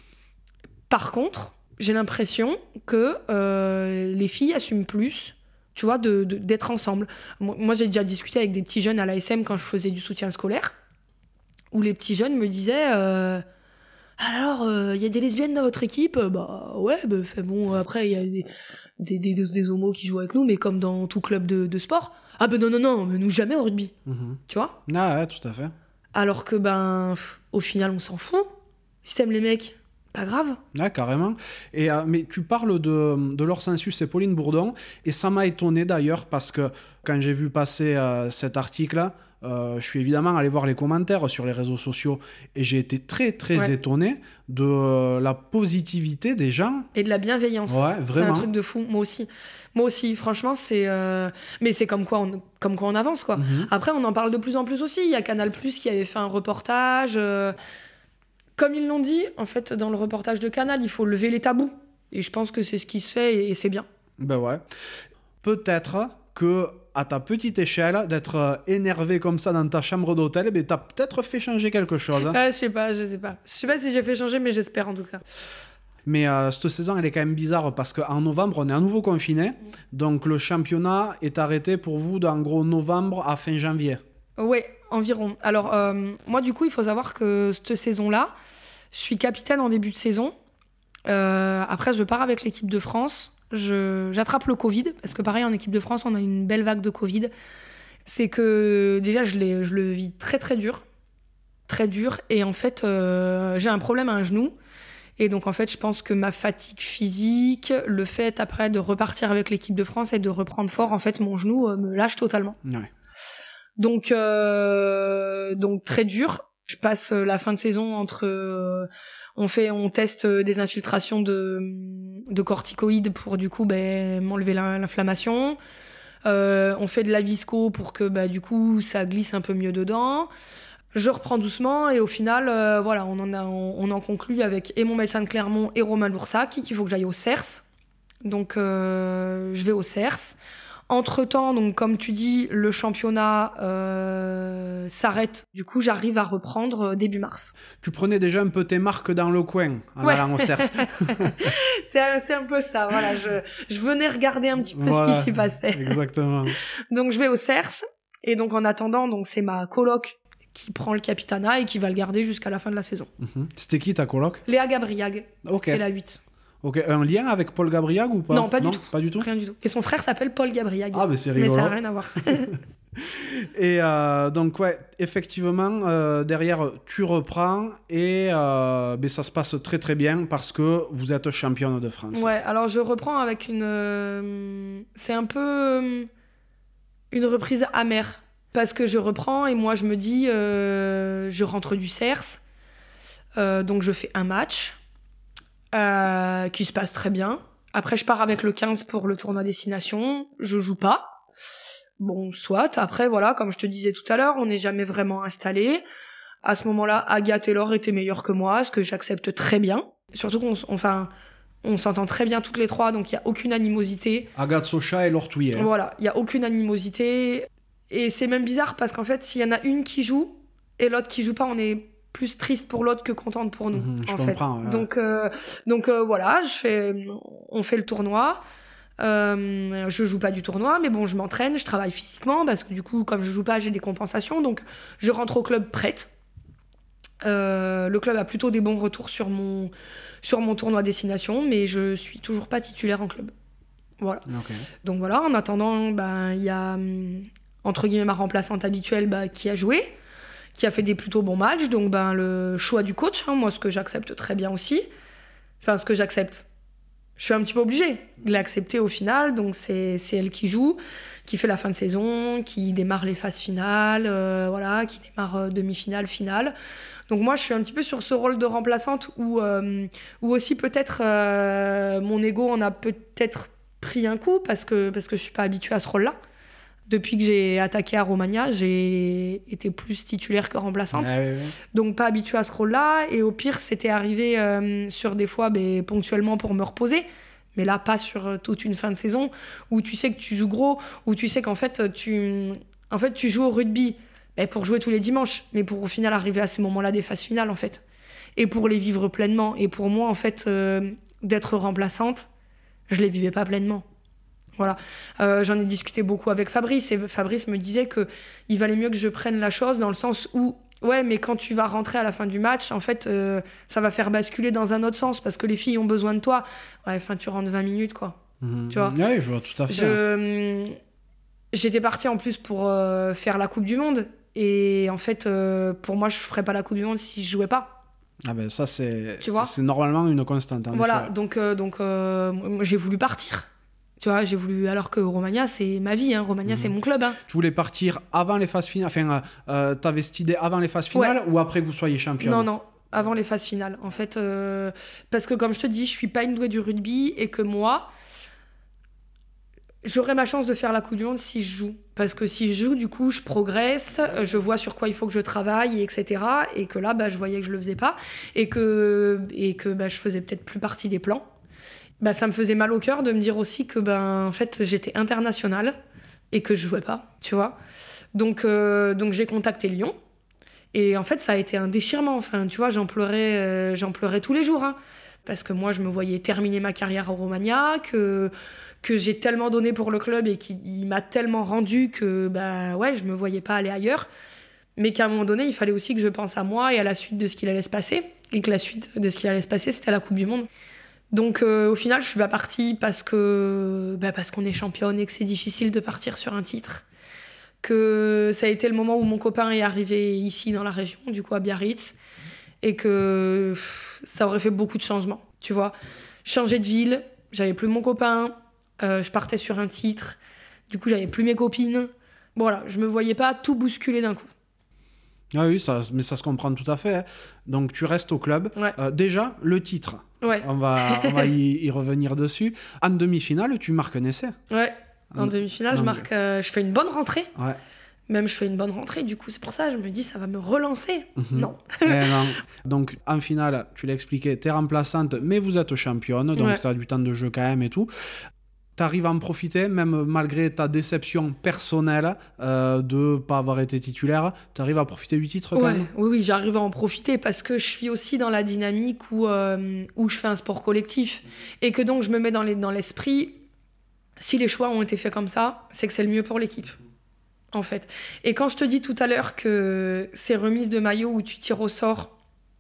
Speaker 1: Par contre, j'ai l'impression que euh, les filles assument plus, tu vois, de, de, d'être ensemble. Moi, j'ai déjà discuté avec des petits jeunes à l'A S M quand je faisais du soutien scolaire, où les petits jeunes me disaient euh, alors, il euh, y a des lesbiennes dans votre équipe ? Bah ouais, bah, fait, bon, après, il y a des, des, des, des homos qui jouent avec nous, mais comme dans tout club de, de sport. Ah ben non, non, non, mais nous jamais au rugby. Mmh. Tu vois ?
Speaker 2: Ah ouais, tout à fait.
Speaker 1: Alors que, ben, pff, au final, on s'en fout. Si t'aimes les mecs, pas grave.
Speaker 2: Ouais, carrément. Et, euh, mais tu parles de, de Laure Sensus et Pauline Bourdon, et ça m'a étonné d'ailleurs, parce que quand j'ai vu passer euh, cet article, euh, je suis évidemment allé voir les commentaires sur les réseaux sociaux et j'ai été très très ouais. étonné de euh, la positivité des gens.
Speaker 1: Et de la bienveillance.
Speaker 2: Ouais, vraiment.
Speaker 1: C'est un truc de fou, moi aussi. Moi aussi, franchement, c'est... Euh... Mais c'est comme quoi, on... comme quoi on avance, quoi. Mm-hmm. Après, on en parle de plus en plus aussi. Il y a Canal+, qui avait fait un reportage. Euh... Comme ils l'ont dit, en fait, dans le reportage de Canal, il faut lever les tabous. Et je pense que c'est ce qui se fait et c'est bien.
Speaker 2: Ben ouais. Peut-être que à ta petite échelle, d'être énervé comme ça dans ta chambre d'hôtel, ben t'as peut-être fait changer quelque chose. Hein.
Speaker 1: Ouais, je sais pas, je sais pas. Je sais pas si j'ai fait changer, mais j'espère en tout cas.
Speaker 2: Mais euh, cette saison, elle est quand même bizarre parce qu'en novembre, on est à nouveau confiné. Donc le championnat est arrêté pour vous d'en gros novembre à fin janvier.
Speaker 1: Ouais, environ. Alors euh, moi, du coup, il faut savoir que cette saison-là, je suis capitaine en début de saison. Euh, après, je pars avec l'équipe de France. Je, j'attrape le Covid, parce que pareil, en équipe de France, on a une belle vague de Covid. C'est que déjà, je, l'ai, je le vis très très dur. Très dur. Et en fait, euh, j'ai un problème à un genou. Et donc, en fait, je pense que ma fatigue physique, le fait après de repartir avec l'équipe de France et de reprendre fort, en fait, mon genou euh, me lâche totalement.
Speaker 2: Ouais.
Speaker 1: Donc, euh, donc, très dur. Je passe la fin de saison entre... Euh, on fait, on teste des infiltrations de, de corticoïdes pour, du coup, ben, m'enlever l'inflammation. Euh, on fait de la visco pour que, ben, du coup, ça glisse un peu mieux dedans. Je reprends doucement et au final, euh, voilà, on en, a, on, on en conclut avec et mon médecin de Clermont et Romain Loursac qu'il faut que j'aille au C E R S. Donc, euh, je vais au C E R S. Entre-temps, donc, comme tu dis, le championnat euh, s'arrête. Du coup, j'arrive à reprendre début mars.
Speaker 2: Tu prenais déjà un peu tes marques dans le coin en ouais. allant au C E R S.
Speaker 1: c'est, un, c'est un peu ça, voilà. Je, je venais regarder un petit peu voilà, ce qui s'y passait.
Speaker 2: Exactement.
Speaker 1: Donc, je vais au C E R S. Et donc, en attendant, donc, c'est ma coloc qui prend le capitanat et qui va le garder jusqu'à la fin de la saison.
Speaker 2: Mm-hmm. C'était qui ta coloc ?
Speaker 1: Léa Gabriag. Okay. C'est la huit.
Speaker 2: Ok, un lien avec Paul Gabriag ou pas ?
Speaker 1: Non, pas du
Speaker 2: non,
Speaker 1: tout.
Speaker 2: Pas du tout.
Speaker 1: Rien du tout. Et son frère s'appelle Paul Gabriag.
Speaker 2: Ah, mais c'est rigolo.
Speaker 1: Mais ça n'a rien à voir.
Speaker 2: Et euh, donc, ouais, effectivement, euh, derrière, tu reprends et euh, ben, ça se passe très très bien parce que vous êtes championne de France.
Speaker 1: Ouais, alors je reprends avec une... Euh, c'est un peu euh, une reprise amère parce que je reprends et moi je me dis, euh, je rentre du C E R S, euh, donc je fais un match. Euh, qui se passe très bien. Après, je pars avec le quinze pour le tournoi destination. Je joue pas. Bon, soit. Après, voilà, comme je te disais tout à l'heure, on n'est jamais vraiment installé. À ce moment-là, Agathe et Laure étaient meilleures que moi, ce que j'accepte très bien. Surtout qu'on enfin, on s'entend très bien toutes les trois, donc il n'y a aucune animosité.
Speaker 2: Agathe Socha et Laure Touillet.
Speaker 1: Voilà, il n'y a aucune animosité. Et c'est même bizarre parce qu'en fait, s'il y en a une qui joue et l'autre qui joue pas, on est plus triste pour l'autre que contente pour nous,
Speaker 2: mmh,
Speaker 1: en
Speaker 2: je
Speaker 1: fait.
Speaker 2: comprends, ouais.
Speaker 1: Donc, euh, donc euh, voilà, je fais, on fait le tournoi. Euh, je joue pas du tournoi, mais bon, je m'entraîne, je travaille physiquement parce que du coup, comme je joue pas, j'ai des compensations. Donc, je rentre au club prête. Euh, le club a plutôt des bons retours sur mon, sur mon tournoi destination, mais je suis toujours pas titulaire en club. Voilà.
Speaker 2: Okay.
Speaker 1: Donc voilà, en attendant, ben, y a entre guillemets ma remplaçante habituelle ben, qui a joué, qui a fait des plutôt bons matchs, donc ben, le choix du coach, hein, moi ce que j'accepte très bien aussi, enfin ce que j'accepte, je suis un petit peu obligée de l'accepter au final, donc c'est, c'est elle qui joue, qui fait la fin de saison, qui démarre les phases finales, euh, voilà, qui démarre euh, demi-finale, finale. Donc moi je suis un petit peu sur ce rôle de remplaçante où, euh, où aussi peut-être euh, mon ego en a peut-être pris un coup parce que, parce que je suis pas habituée à ce rôle-là. Depuis que j'ai attaqué à Romagna, j'ai été plus titulaire que remplaçante. Ah, oui, oui. Donc pas habituée à ce rôle-là. Et au pire, c'était arrivé euh, sur des fois ben, ponctuellement pour me reposer. Mais là, pas sur toute une fin de saison où tu sais que tu joues gros, où tu sais qu'en fait, tu, en fait, tu joues au rugby ben, pour jouer tous les dimanches, mais pour au final arriver à ces moments-là des phases finales, en fait. Et pour les vivre pleinement. Et pour moi, en fait, euh, d'être remplaçante, je les vivais pas pleinement. Voilà, euh, j'en ai discuté beaucoup avec Fabrice et Fabrice me disait qu'il valait mieux que je prenne la chose dans le sens où, ouais, mais quand tu vas rentrer à la fin du match, en fait, euh, ça va faire basculer dans un autre sens parce que les filles ont besoin de toi. Ouais, enfin, tu rentres vingt minutes, quoi.
Speaker 2: Mmh.
Speaker 1: Tu vois ?
Speaker 2: Oui, je vois tout à fait.
Speaker 1: Je, j'étais partie en plus pour euh, faire la Coupe du Monde et en fait, euh, pour moi, je ferais pas la Coupe du Monde si je jouais pas.
Speaker 2: Ah ben ça, c'est,
Speaker 1: tu vois ?
Speaker 2: c'est normalement une constante.
Speaker 1: Voilà,
Speaker 2: effet.
Speaker 1: donc, euh, donc euh, j'ai voulu partir. Tu vois, j'ai voulu... Alors que Romagna, c'est ma vie. Hein. Romagna, mmh. c'est mon club. Hein.
Speaker 2: Tu voulais partir avant les phases finales. Enfin, euh, t'avais cette idée avant les phases finales ouais. ou après que vous soyez championne?
Speaker 1: Non, non. Avant les phases finales. En fait, euh... parce que comme je te dis, je suis pas une douée du rugby et que moi, j'aurais ma chance de faire la Coupe du Monde si je joue. Parce que si je joue, du coup, je progresse, je vois sur quoi il faut que je travaille, et cetera. Et que là, bah, je voyais que je le faisais pas. Et que, et que bah, je faisais peut-être plus partie des plans. Bah, ça me faisait mal au cœur de me dire aussi que ben, en fait, j'étais internationale et que je jouais pas, tu vois. Donc, euh, donc j'ai contacté Lyon. Et en fait, ça a été un déchirement. Enfin, tu vois, j'en pleurais, euh, j'en pleurais tous les jours. Hein. Parce que moi, je me voyais terminer ma carrière au Romagna, que... que j'ai tellement donné pour le club et qu'il m'a tellement rendu que bah ouais, je me voyais pas aller ailleurs, mais qu'à un moment donné il fallait aussi que je pense à moi et à la suite de ce qu'il allait se passer, et que la suite de ce qu'il allait se passer c'était la Coupe du Monde. Donc euh, au final je suis pas partie parce que bah, parce qu'on est championne et que c'est difficile de partir sur un titre, que ça a été le moment où mon copain est arrivé ici dans la région, du coup à Biarritz, et que pff, ça aurait fait beaucoup de changements, tu vois, changer de ville, j'avais plus mon copain. Euh, je partais sur un titre, du coup j'avais plus mes copines. Bon, voilà, je me voyais pas tout bousculer d'un coup.
Speaker 2: Ah oui, ça, mais ça se comprend tout à fait. Hein. Donc tu restes au club.
Speaker 1: Ouais.
Speaker 2: Euh, déjà, le titre,
Speaker 1: ouais.
Speaker 2: on va, on va y, y revenir dessus. En demi-finale, tu marques un essai.
Speaker 1: Ouais, en, en demi-finale, non, je, marque, euh, je fais une bonne rentrée.
Speaker 2: Ouais.
Speaker 1: Même je fais une bonne rentrée, du coup c'est pour ça, je me dis ça va me relancer. Mm-hmm. Non.
Speaker 2: non. Donc en finale, tu l'as expliqué, t'es remplaçante, mais vous êtes championne, donc ouais. t'as du temps de jeu quand même et tout. T'arrives à en profiter, même malgré ta déception personnelle euh, de ne pas avoir été titulaire, t'arrives à profiter du titre quand
Speaker 1: ouais,
Speaker 2: même?
Speaker 1: Oui, oui, j'arrive à en profiter parce que je suis aussi dans la dynamique où, euh, où je fais un sport collectif et que donc je me mets dans, les, dans l'esprit, si les choix ont été faits comme ça, c'est que c'est le mieux pour l'équipe, en fait. Et quand je te dis tout à l'heure que ces remises de maillot où tu tires au sort,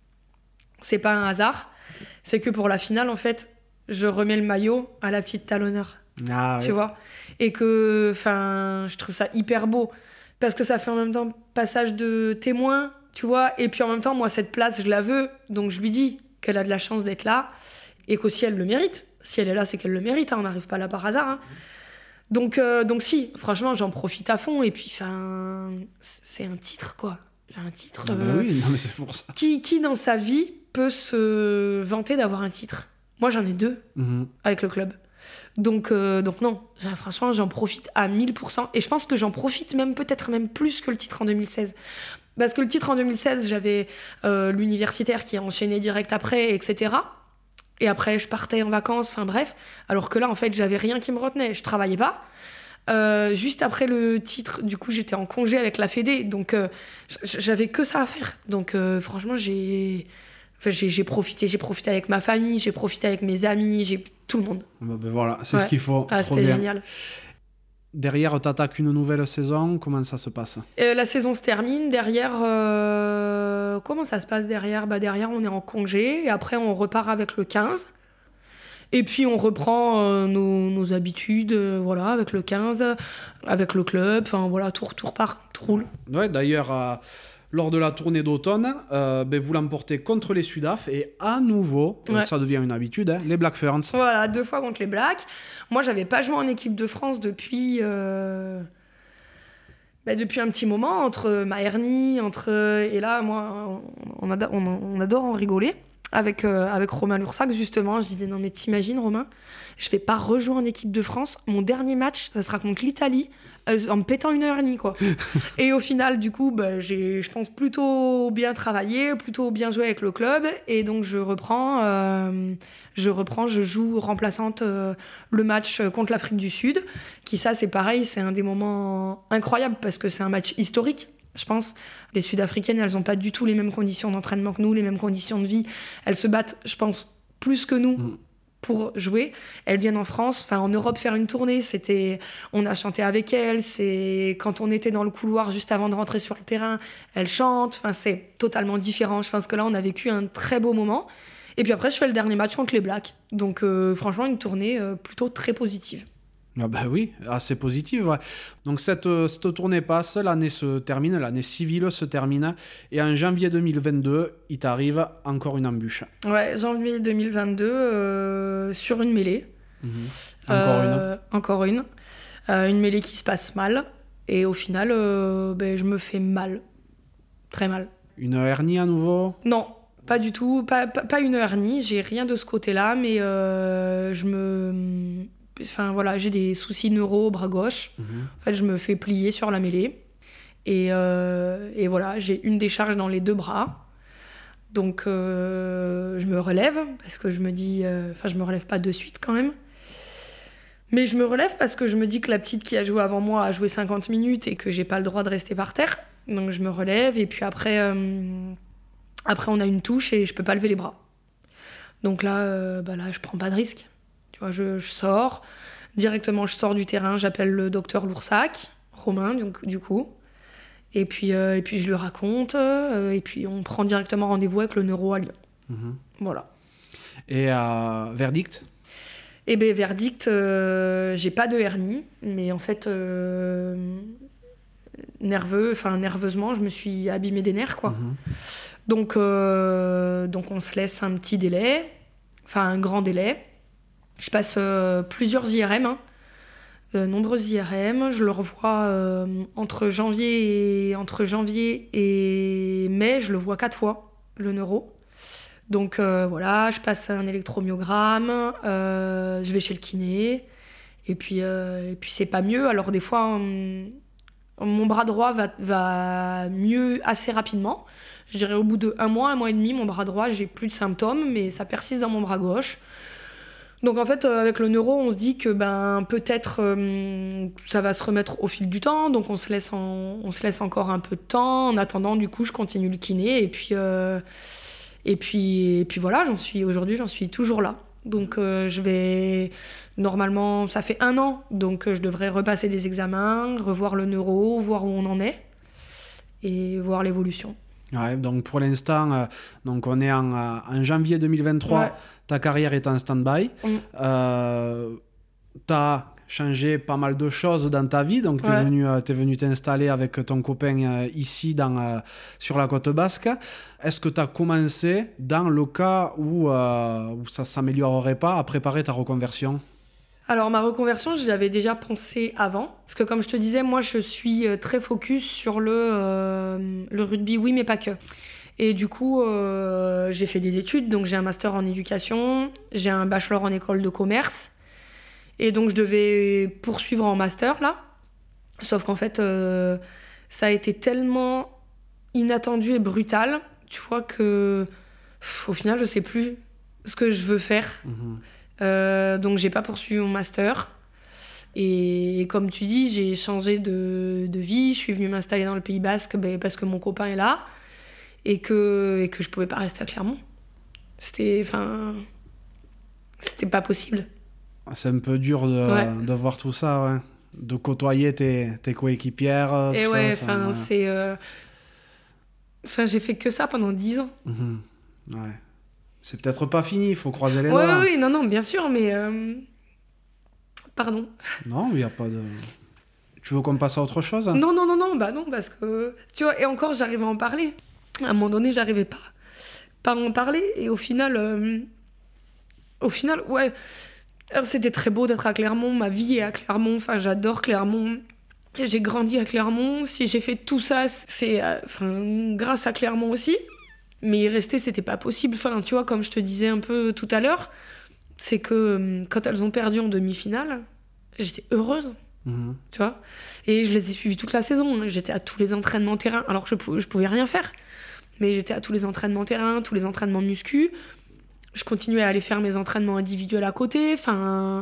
Speaker 1: c'est pas un hasard, c'est que pour la finale, en fait, je remets le maillot à la petite talonneur.
Speaker 2: Ah,
Speaker 1: tu
Speaker 2: ouais.
Speaker 1: vois, et que enfin je trouve ça hyper beau parce que ça fait en même temps passage de témoin, tu vois, et puis en même temps moi cette place je la veux, donc je lui dis qu'elle a de la chance d'être là et qu'aussi elle le mérite. Si elle est là c'est qu'elle le mérite, hein, on n'arrive pas là par hasard, hein. donc euh, donc si franchement j'en profite à fond et puis enfin c'est un titre quoi, j'ai un titre
Speaker 2: ah bah
Speaker 1: euh,
Speaker 2: oui, non mais c'est pour ça.
Speaker 1: Qui, qui dans sa vie peut se vanter d'avoir un titre? Moi j'en ai deux mmh. avec le club. Donc, euh, donc non, franchement, j'en profite à mille pour cent. Et je pense que j'en profite même peut-être même plus que le titre en deux mille seize. Parce que le titre en deux mille seize, j'avais euh, l'universitaire qui a enchaîné direct après, et cetera. Et après, je partais en vacances, enfin bref. Alors que là, en fait, j'avais rien qui me retenait. Je travaillais pas. Euh, juste après le titre, du coup, j'étais en congé avec la Fédé. Donc, euh, j'avais que ça à faire. Donc, euh, franchement, j'ai... Enfin, j'ai, j'ai profité, j'ai profité avec ma famille, j'ai profité avec mes amis, j'ai tout le monde.
Speaker 2: Bah, bah voilà, c'est ouais. ce qu'il faut.
Speaker 1: Ah,
Speaker 2: trop
Speaker 1: c'était
Speaker 2: bien.
Speaker 1: génial.
Speaker 2: Derrière, t'attaques une nouvelle saison. Comment ça se passe?
Speaker 1: euh, La saison se termine. Derrière, euh... comment ça se passe derrière? Bah derrière, on est en congé et après, on repart avec le quinze. Et puis, on reprend euh, nos, nos habitudes, euh, voilà, avec le quinze, avec le club. Enfin, voilà, tout, tout repart, tout roule.
Speaker 2: Ouais, d'ailleurs. Euh... Lors de la tournée d'automne, euh, ben vous l'emportez contre les Sudaf et à nouveau, ouais. ça devient une habitude, hein, les Black Ferns.
Speaker 1: Voilà, deux fois contre les Blacks. Moi, j'avais pas joué en équipe de France depuis, euh... ben, depuis un petit moment, entre ma hernie, entre... et là, moi, on adore, on, on adore en rigoler. Avec, euh, avec Romain Lursac, justement, je disais, non mais t'imagines, Romain, je vais pas rejouer en équipe de France. Mon dernier match, ça sera contre l'Italie, euh, en me pétant une hernie, quoi. Et au final, du coup, bah, j'ai, je pense, plutôt bien travaillé, plutôt bien joué avec le club. Et donc, je reprends, euh, je reprends, je joue remplaçante euh, le match contre l'Afrique du Sud, qui, ça, c'est pareil, c'est un des moments incroyables parce que c'est un match historique. Je pense, les Sud-Africaines, elles n'ont pas du tout les mêmes conditions d'entraînement que nous, les mêmes conditions de vie. Elles se battent, je pense, plus que nous mmh. pour jouer. Elles viennent en France, enfin en Europe, faire une tournée. C'était, on a chanté avec elles. C'est quand on était dans le couloir juste avant de rentrer sur le terrain, elles chantent. Enfin, c'est totalement différent. Je pense que là, on a vécu un très beau moment. Et puis après, je fais le dernier match contre les Blacks. Donc, euh, franchement, une tournée euh, plutôt très positive.
Speaker 2: Ah bah oui, assez positive. Ouais. Donc cette, cette tournée passe, l'année se termine, l'année civile se termine, et en janvier deux mille vingt-deux, il t'arrive encore une embûche.
Speaker 1: Ouais, janvier deux mille vingt-deux, euh, sur une mêlée.
Speaker 2: Mmh. Encore
Speaker 1: euh, une. Encore une. Euh, une mêlée qui se passe mal. Et au final, euh, ben, je me fais mal. Très mal.
Speaker 2: Une hernie à nouveau?
Speaker 1: Non, pas du tout. Pas, pas, pas une hernie. J'ai rien de ce côté-là, mais euh, je me... Enfin, voilà, j'ai des soucis neuro au bras gauche. Mmh. En fait, je me fais plier sur la mêlée. Et, euh, et voilà, j'ai une décharge dans les deux bras. Donc, euh, je me relève, parce que je me dis... Euh, enfin, je me relève pas de suite, quand même. Mais je me relève parce que je me dis que la petite qui a joué avant moi a joué cinquante minutes et que j'ai pas le droit de rester par terre. Donc je me relève et puis après, euh, après on a une touche et je peux pas lever les bras. Donc là, euh, bah là je prends pas de risque. Tu vois, je, je sors. Directement, je sors du terrain, j'appelle le docteur Loursac, Romain, donc, du coup. Et puis, euh, et puis je lui raconte. Euh, et puis on prend directement rendez-vous avec le neuro à Lyon. Mmh. Voilà.
Speaker 2: Et euh, verdict ?
Speaker 1: Eh bien, verdict, euh, j'ai pas de hernie, mais en fait, euh, nerveux, enfin nerveusement, je me suis abîmé des nerfs, quoi. Mmh. Donc, euh, donc, on se laisse un petit délai, enfin un grand délai. Je passe euh, plusieurs I R M, hein, euh, nombreuses I R M. Je le revois euh, entre janvier et entre janvier et mai, je le vois quatre fois, le neuro. Donc euh, voilà, je passe un électromyogramme, euh, je vais chez le kiné, et puis, euh, et puis c'est pas mieux. Alors des fois, hum, mon bras droit va, va mieux assez rapidement. Je dirais au bout de un mois, un mois et demi, mon bras droit, j'ai plus de symptômes, mais ça persiste dans mon bras gauche. Donc en fait, euh, avec le neuro, on se dit que ben, peut-être euh, ça va se remettre au fil du temps, donc on se, laisse en, on se laisse encore un peu de temps. En attendant, du coup, je continue le kiné, et puis... Euh, Et puis, et puis voilà, j'en suis, aujourd'hui, j'en suis toujours là. Donc euh, je vais, normalement, ça fait un an, donc euh, je devrais repasser des examens, revoir le neuro, voir où on en est et voir l'évolution.
Speaker 2: Ouais, donc pour l'instant, euh, donc on est en, euh, en janvier deux mille vingt-trois, ouais. Ta carrière est en stand-by. Mm. Euh, t'as changé pas mal de choses dans ta vie, donc tu es ouais. venu, euh, t'es venu t'installer avec ton copain euh, ici dans, euh, sur la côte basque. Est-ce que tu as commencé, dans le cas où, euh, où ça ne s'améliorerait pas, à préparer ta reconversion ?
Speaker 1: Alors ma reconversion, je l'avais déjà pensé avant, parce que comme je te disais, moi je suis très focus sur le, euh, le rugby, oui mais pas que. Et du coup, euh, j'ai fait des études, donc j'ai un master en éducation, j'ai un bachelor en école de commerce, et donc je devais poursuivre en master là. Sauf qu'en fait, euh, ça a été tellement inattendu et brutal, tu vois, que pff, au final, je sais plus ce que je veux faire. Mmh. Euh, donc j'ai pas poursuivi mon master. Et, et comme tu dis, j'ai changé de, de vie. Je suis venue m'installer dans le Pays Basque ben, parce que mon copain est là et que, et que je pouvais pas rester à Clermont. C'était, enfin, c'était pas possible.
Speaker 2: C'est un peu dur de, ouais. de voir tout ça, ouais. De côtoyer tes, tes coéquipières.
Speaker 1: Et
Speaker 2: tout
Speaker 1: ouais,
Speaker 2: ça,
Speaker 1: enfin,
Speaker 2: ouais.
Speaker 1: c'est. Euh... Enfin, j'ai fait que ça pendant dix ans.
Speaker 2: Mmh. Ouais. C'est peut-être pas fini, il faut croiser les
Speaker 1: ouais,
Speaker 2: doigts.
Speaker 1: Oui, oui, non, non, bien sûr, mais... Euh... Pardon.
Speaker 2: Non, il n'y a pas de... Tu veux qu'on passe à autre chose ?
Speaker 1: Non, non, non, non, bah non, parce que... Tu vois, et encore, j'arrivais à en parler. À un moment donné, j'arrivais pas, pas à en parler, et au final... Euh... Au final, ouais... Alors, c'était très beau d'être à Clermont, ma vie est à Clermont, enfin, j'adore Clermont. J'ai grandi à Clermont, si j'ai fait tout ça, c'est euh, enfin, grâce à Clermont aussi. Mais y rester, c'était pas possible. Enfin, tu vois, comme je te disais un peu tout à l'heure, c'est que euh, quand elles ont perdu en demi-finale, j'étais heureuse, mmh. tu vois. Et je les ai suivies toute la saison. J'étais à tous les entraînements terrain, alors que je, pou- je pouvais rien faire. Mais j'étais à tous les entraînements terrain, tous les entraînements muscu. Je continuais à aller faire mes entraînements individuels à côté. Enfin,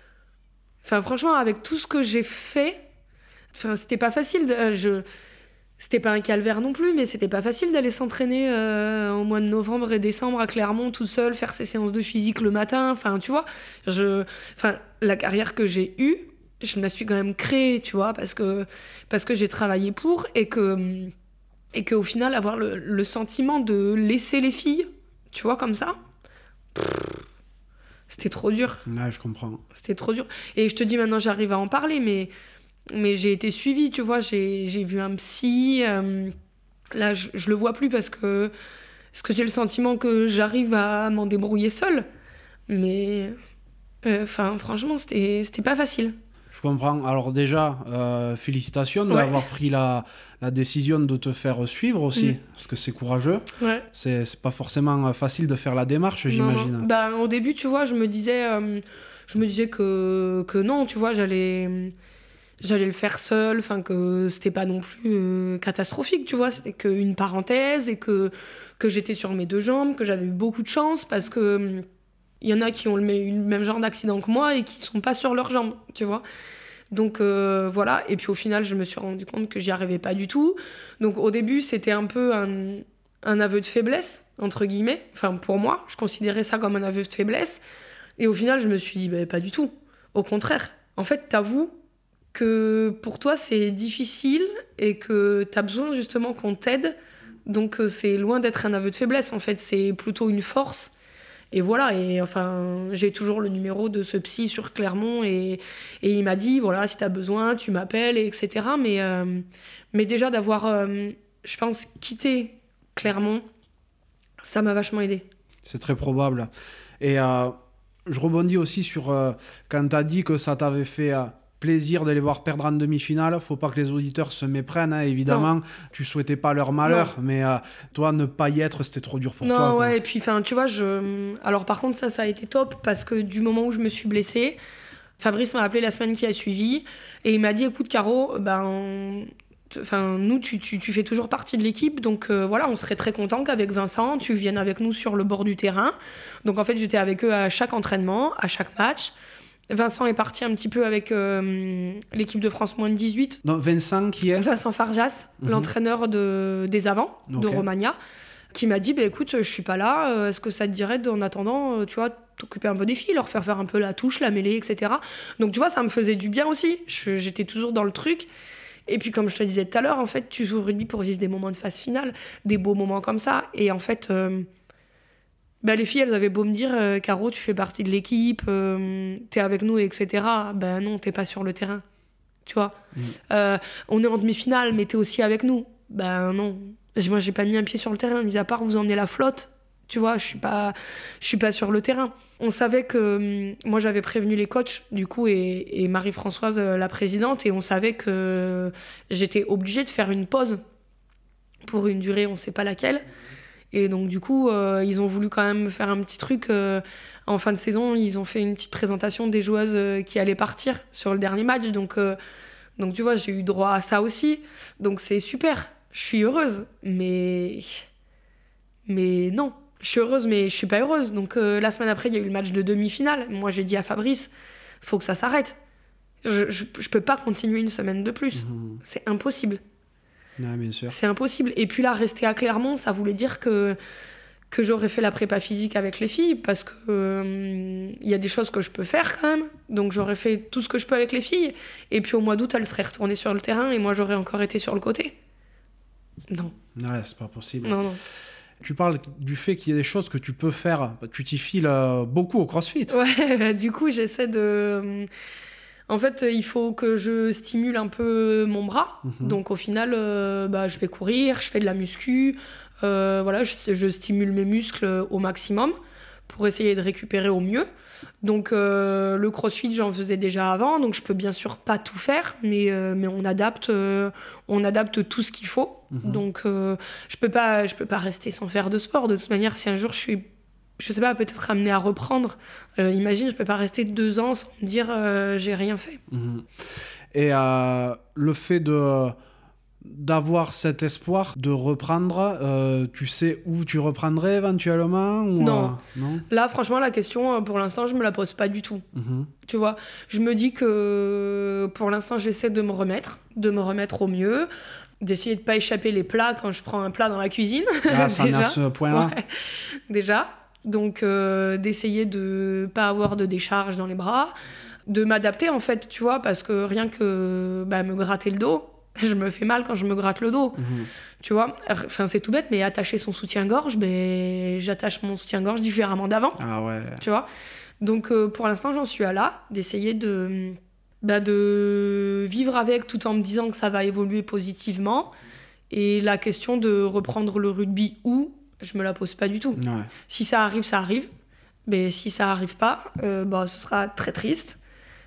Speaker 1: enfin franchement, avec tout ce que j'ai fait... Enfin, c'était pas facile. De, euh, je... C'était pas un calvaire non plus, mais c'était pas facile d'aller s'entraîner euh, au mois de novembre et décembre à Clermont toute seule, faire ses séances de physique le matin. Enfin, tu vois, je... enfin, la carrière que j'ai eue, je me la suis quand même créée, tu vois, parce que, parce que j'ai travaillé pour et que, et qu'au final, avoir le, le sentiment de laisser les filles, tu vois, comme ça, pff, c'était trop dur.
Speaker 2: Ouais, je comprends.
Speaker 1: C'était trop dur. Et je te dis, maintenant, j'arrive à en parler, mais... Mais j'ai été suivie, tu vois, j'ai, j'ai vu un psy. Euh, là, je, je le vois plus parce que, parce que j'ai le sentiment que j'arrive à m'en débrouiller seule. Mais, Enfin, euh, franchement, c'était, c'était pas facile.
Speaker 2: Je comprends. Alors déjà, euh, félicitations
Speaker 1: Ouais.
Speaker 2: d'avoir pris la, la décision de te faire suivre aussi,
Speaker 1: Mm.
Speaker 2: parce que c'est courageux.
Speaker 1: Ouais.
Speaker 2: C'est, c'est pas forcément facile de faire la démarche,
Speaker 1: Non,
Speaker 2: j'imagine.
Speaker 1: non. Bah, au début, tu vois, je me disais, euh, je me disais que, que non, tu vois, j'allais, j'allais le faire seule, enfin que c'était pas non plus euh, catastrophique, tu vois, c'était qu'une parenthèse et que, que j'étais sur mes deux jambes, que j'avais eu beaucoup de chance parce que il y en a qui ont le, eu le même genre d'accident que moi et qui sont pas sur leurs jambes, tu vois. Donc euh, voilà, et puis au final, je me suis rendu compte que j'y arrivais pas du tout. Donc au début, c'était un peu un, un aveu de faiblesse, entre guillemets. Enfin, pour moi, je considérais ça comme un aveu de faiblesse. Et au final, je me suis dit, bah, pas du tout. Au contraire. En fait, t'avoues que pour toi, c'est difficile et que t'as besoin justement qu'on t'aide. Donc euh, c'est loin d'être un aveu de faiblesse. En fait, c'est plutôt une force. Et voilà, et enfin, j'ai toujours le numéro de ce psy sur Clermont et, et il m'a dit, voilà, si t'as besoin, tu m'appelles, et cetera. Mais, euh, mais déjà d'avoir, euh, je pense, quitté Clermont, ça m'a vachement aidé.
Speaker 2: C'est très probable. Et euh, je rebondis aussi sur euh, quand t'as dit que ça t'avait fait euh, plaisir de les voir perdre en demi-finale. Faut pas que les auditeurs se méprennent, hein, évidemment.
Speaker 1: Non.
Speaker 2: Tu souhaitais pas leur malheur,
Speaker 1: Non.
Speaker 2: mais euh, toi, ne pas y être, c'était trop dur pour
Speaker 1: non,
Speaker 2: toi.
Speaker 1: Non,
Speaker 2: quoi.
Speaker 1: ouais, et puis, enfin, tu vois, je... Alors, par contre, ça, ça a été top, parce que du moment où je me suis blessée, Fabrice m'a appelé la semaine qui a suivi, et il m'a dit, écoute, Caro, ben... Enfin, nous, tu, tu, tu fais toujours partie de l'équipe, donc euh, voilà, on serait très content qu'avec Vincent, tu viennes avec nous sur le bord du terrain. Donc en fait, j'étais avec eux à chaque entraînement, à chaque match. Vincent est parti un petit peu avec euh, l'équipe de France moins de dix-huit.
Speaker 2: Donc Vincent qui est
Speaker 1: Vincent Farjas,
Speaker 2: Mhm.
Speaker 1: l'entraîneur de, des avants de
Speaker 2: Ok.
Speaker 1: Romagna, qui m'a dit, bah, écoute, je suis pas là, euh, est-ce que ça te dirait, de, en attendant, euh, tu vois, t'occuper un peu des filles, leur faire faire un peu la touche, la mêlée, et cetera. Donc tu vois, ça me faisait du bien aussi. Je- j'étais toujours dans le truc. Et puis, comme je te disais tout à l'heure, en fait, tu joues au rugby pour vivre des moments de phase finale, des beaux moments comme ça. Et en fait, euh, bah, les filles, elles avaient beau me dire, euh, Caro, tu fais partie de l'équipe, euh, t'es avec nous, et cetera. Ben non, t'es pas sur le terrain. Tu vois,
Speaker 2: Mhm.
Speaker 1: Euh, on est en demi-finale, mais t'es aussi avec nous. Ben non. Moi, j'ai pas mis un pied sur le terrain, mis à part vous emmenez la flotte. Tu vois, je suis pas, je suis pas sur le terrain. On savait que hum, moi j'avais prévenu les coachs du coup et, et Marie-Françoise euh, la présidente et on savait que j'étais obligée de faire une pause pour une durée, on sait pas laquelle. Et donc du coup euh, ils ont voulu quand même faire un petit truc euh, en fin de saison. Ils ont fait une petite présentation des joueuses euh, qui allaient partir sur le dernier match. Donc euh, donc tu vois, j'ai eu droit à ça aussi. Donc c'est super. Je suis heureuse, mais mais non. Je suis heureuse, mais je suis pas heureuse. Donc euh, la semaine après, il y a eu le match de demi-finale. Moi, j'ai dit à Fabrice, faut que ça s'arrête. Je, je, je peux pas continuer une semaine de plus.
Speaker 2: Mhm.
Speaker 1: C'est impossible.
Speaker 2: Ouais, bien sûr.
Speaker 1: C'est impossible. Et puis là, rester à Clermont, ça voulait dire que, que j'aurais fait la prépa physique avec les filles, parce que euh, il y a des choses que je peux faire quand même. Donc j'aurais fait tout ce que je peux avec les filles. Et puis au mois d'août, elles seraient retournées sur le terrain et moi, j'aurais encore été sur le côté. Non,
Speaker 2: Ouais, c'est pas possible.
Speaker 1: non, non.
Speaker 2: Tu parles du fait qu'il y ait des choses que tu peux faire. Tu t'y files euh, beaucoup au CrossFit.
Speaker 1: Ouais, du coup, j'essaie de... En fait, il faut que je stimule un peu mon bras.
Speaker 2: Mhm.
Speaker 1: Donc, au final, euh, bah, je vais courir, je fais de la muscu. Euh, voilà, je, je stimule mes muscles au maximum pour essayer de récupérer au mieux. Donc, euh, le crossfit, j'en faisais déjà avant. Donc, je peux bien sûr pas tout faire, mais, euh, mais on, adapte, euh, on adapte tout ce qu'il faut.
Speaker 2: Mhm.
Speaker 1: Donc, euh, je peux pas, je peux pas rester sans faire de sport. De toute manière, si un jour je suis, je sais pas, peut-être amenée à reprendre, euh, imagine, je peux pas rester deux ans sans me dire euh, j'ai rien fait.
Speaker 2: Mhm. Et euh, le fait de d'avoir cet espoir de reprendre, euh, tu sais où tu reprendrais éventuellement ou,
Speaker 1: Non.
Speaker 2: euh, non
Speaker 1: Là, franchement, la question, euh, pour l'instant, je me la pose pas du tout.
Speaker 2: Mhm.
Speaker 1: Tu vois, je me dis que pour l'instant, j'essaie de me remettre, de me remettre au mieux, d'essayer de pas échapper les plats quand je prends un plat dans la cuisine.
Speaker 2: Ah, ça en est à
Speaker 1: déjà.
Speaker 2: ce point-là.
Speaker 1: Ouais, déjà. Donc, euh, d'essayer de pas avoir de décharge dans les bras, de m'adapter en fait, tu vois, parce que rien que bah, me gratter le dos, je me fais mal quand je me gratte le dos.
Speaker 2: Mhm.
Speaker 1: Tu vois, enfin, c'est tout bête, mais attacher son soutien-gorge, ben, j'attache mon soutien-gorge différemment d'avant.
Speaker 2: Ah ouais.
Speaker 1: Tu vois. Donc, euh, pour l'instant, j'en suis à là, d'essayer de, bah, de vivre avec tout en me disant que ça va évoluer positivement. Et la question de reprendre le rugby où, je me la pose pas du tout.
Speaker 2: Ouais.
Speaker 1: Si ça arrive, ça arrive. Mais si ça arrive pas, euh, bah, ce sera très triste.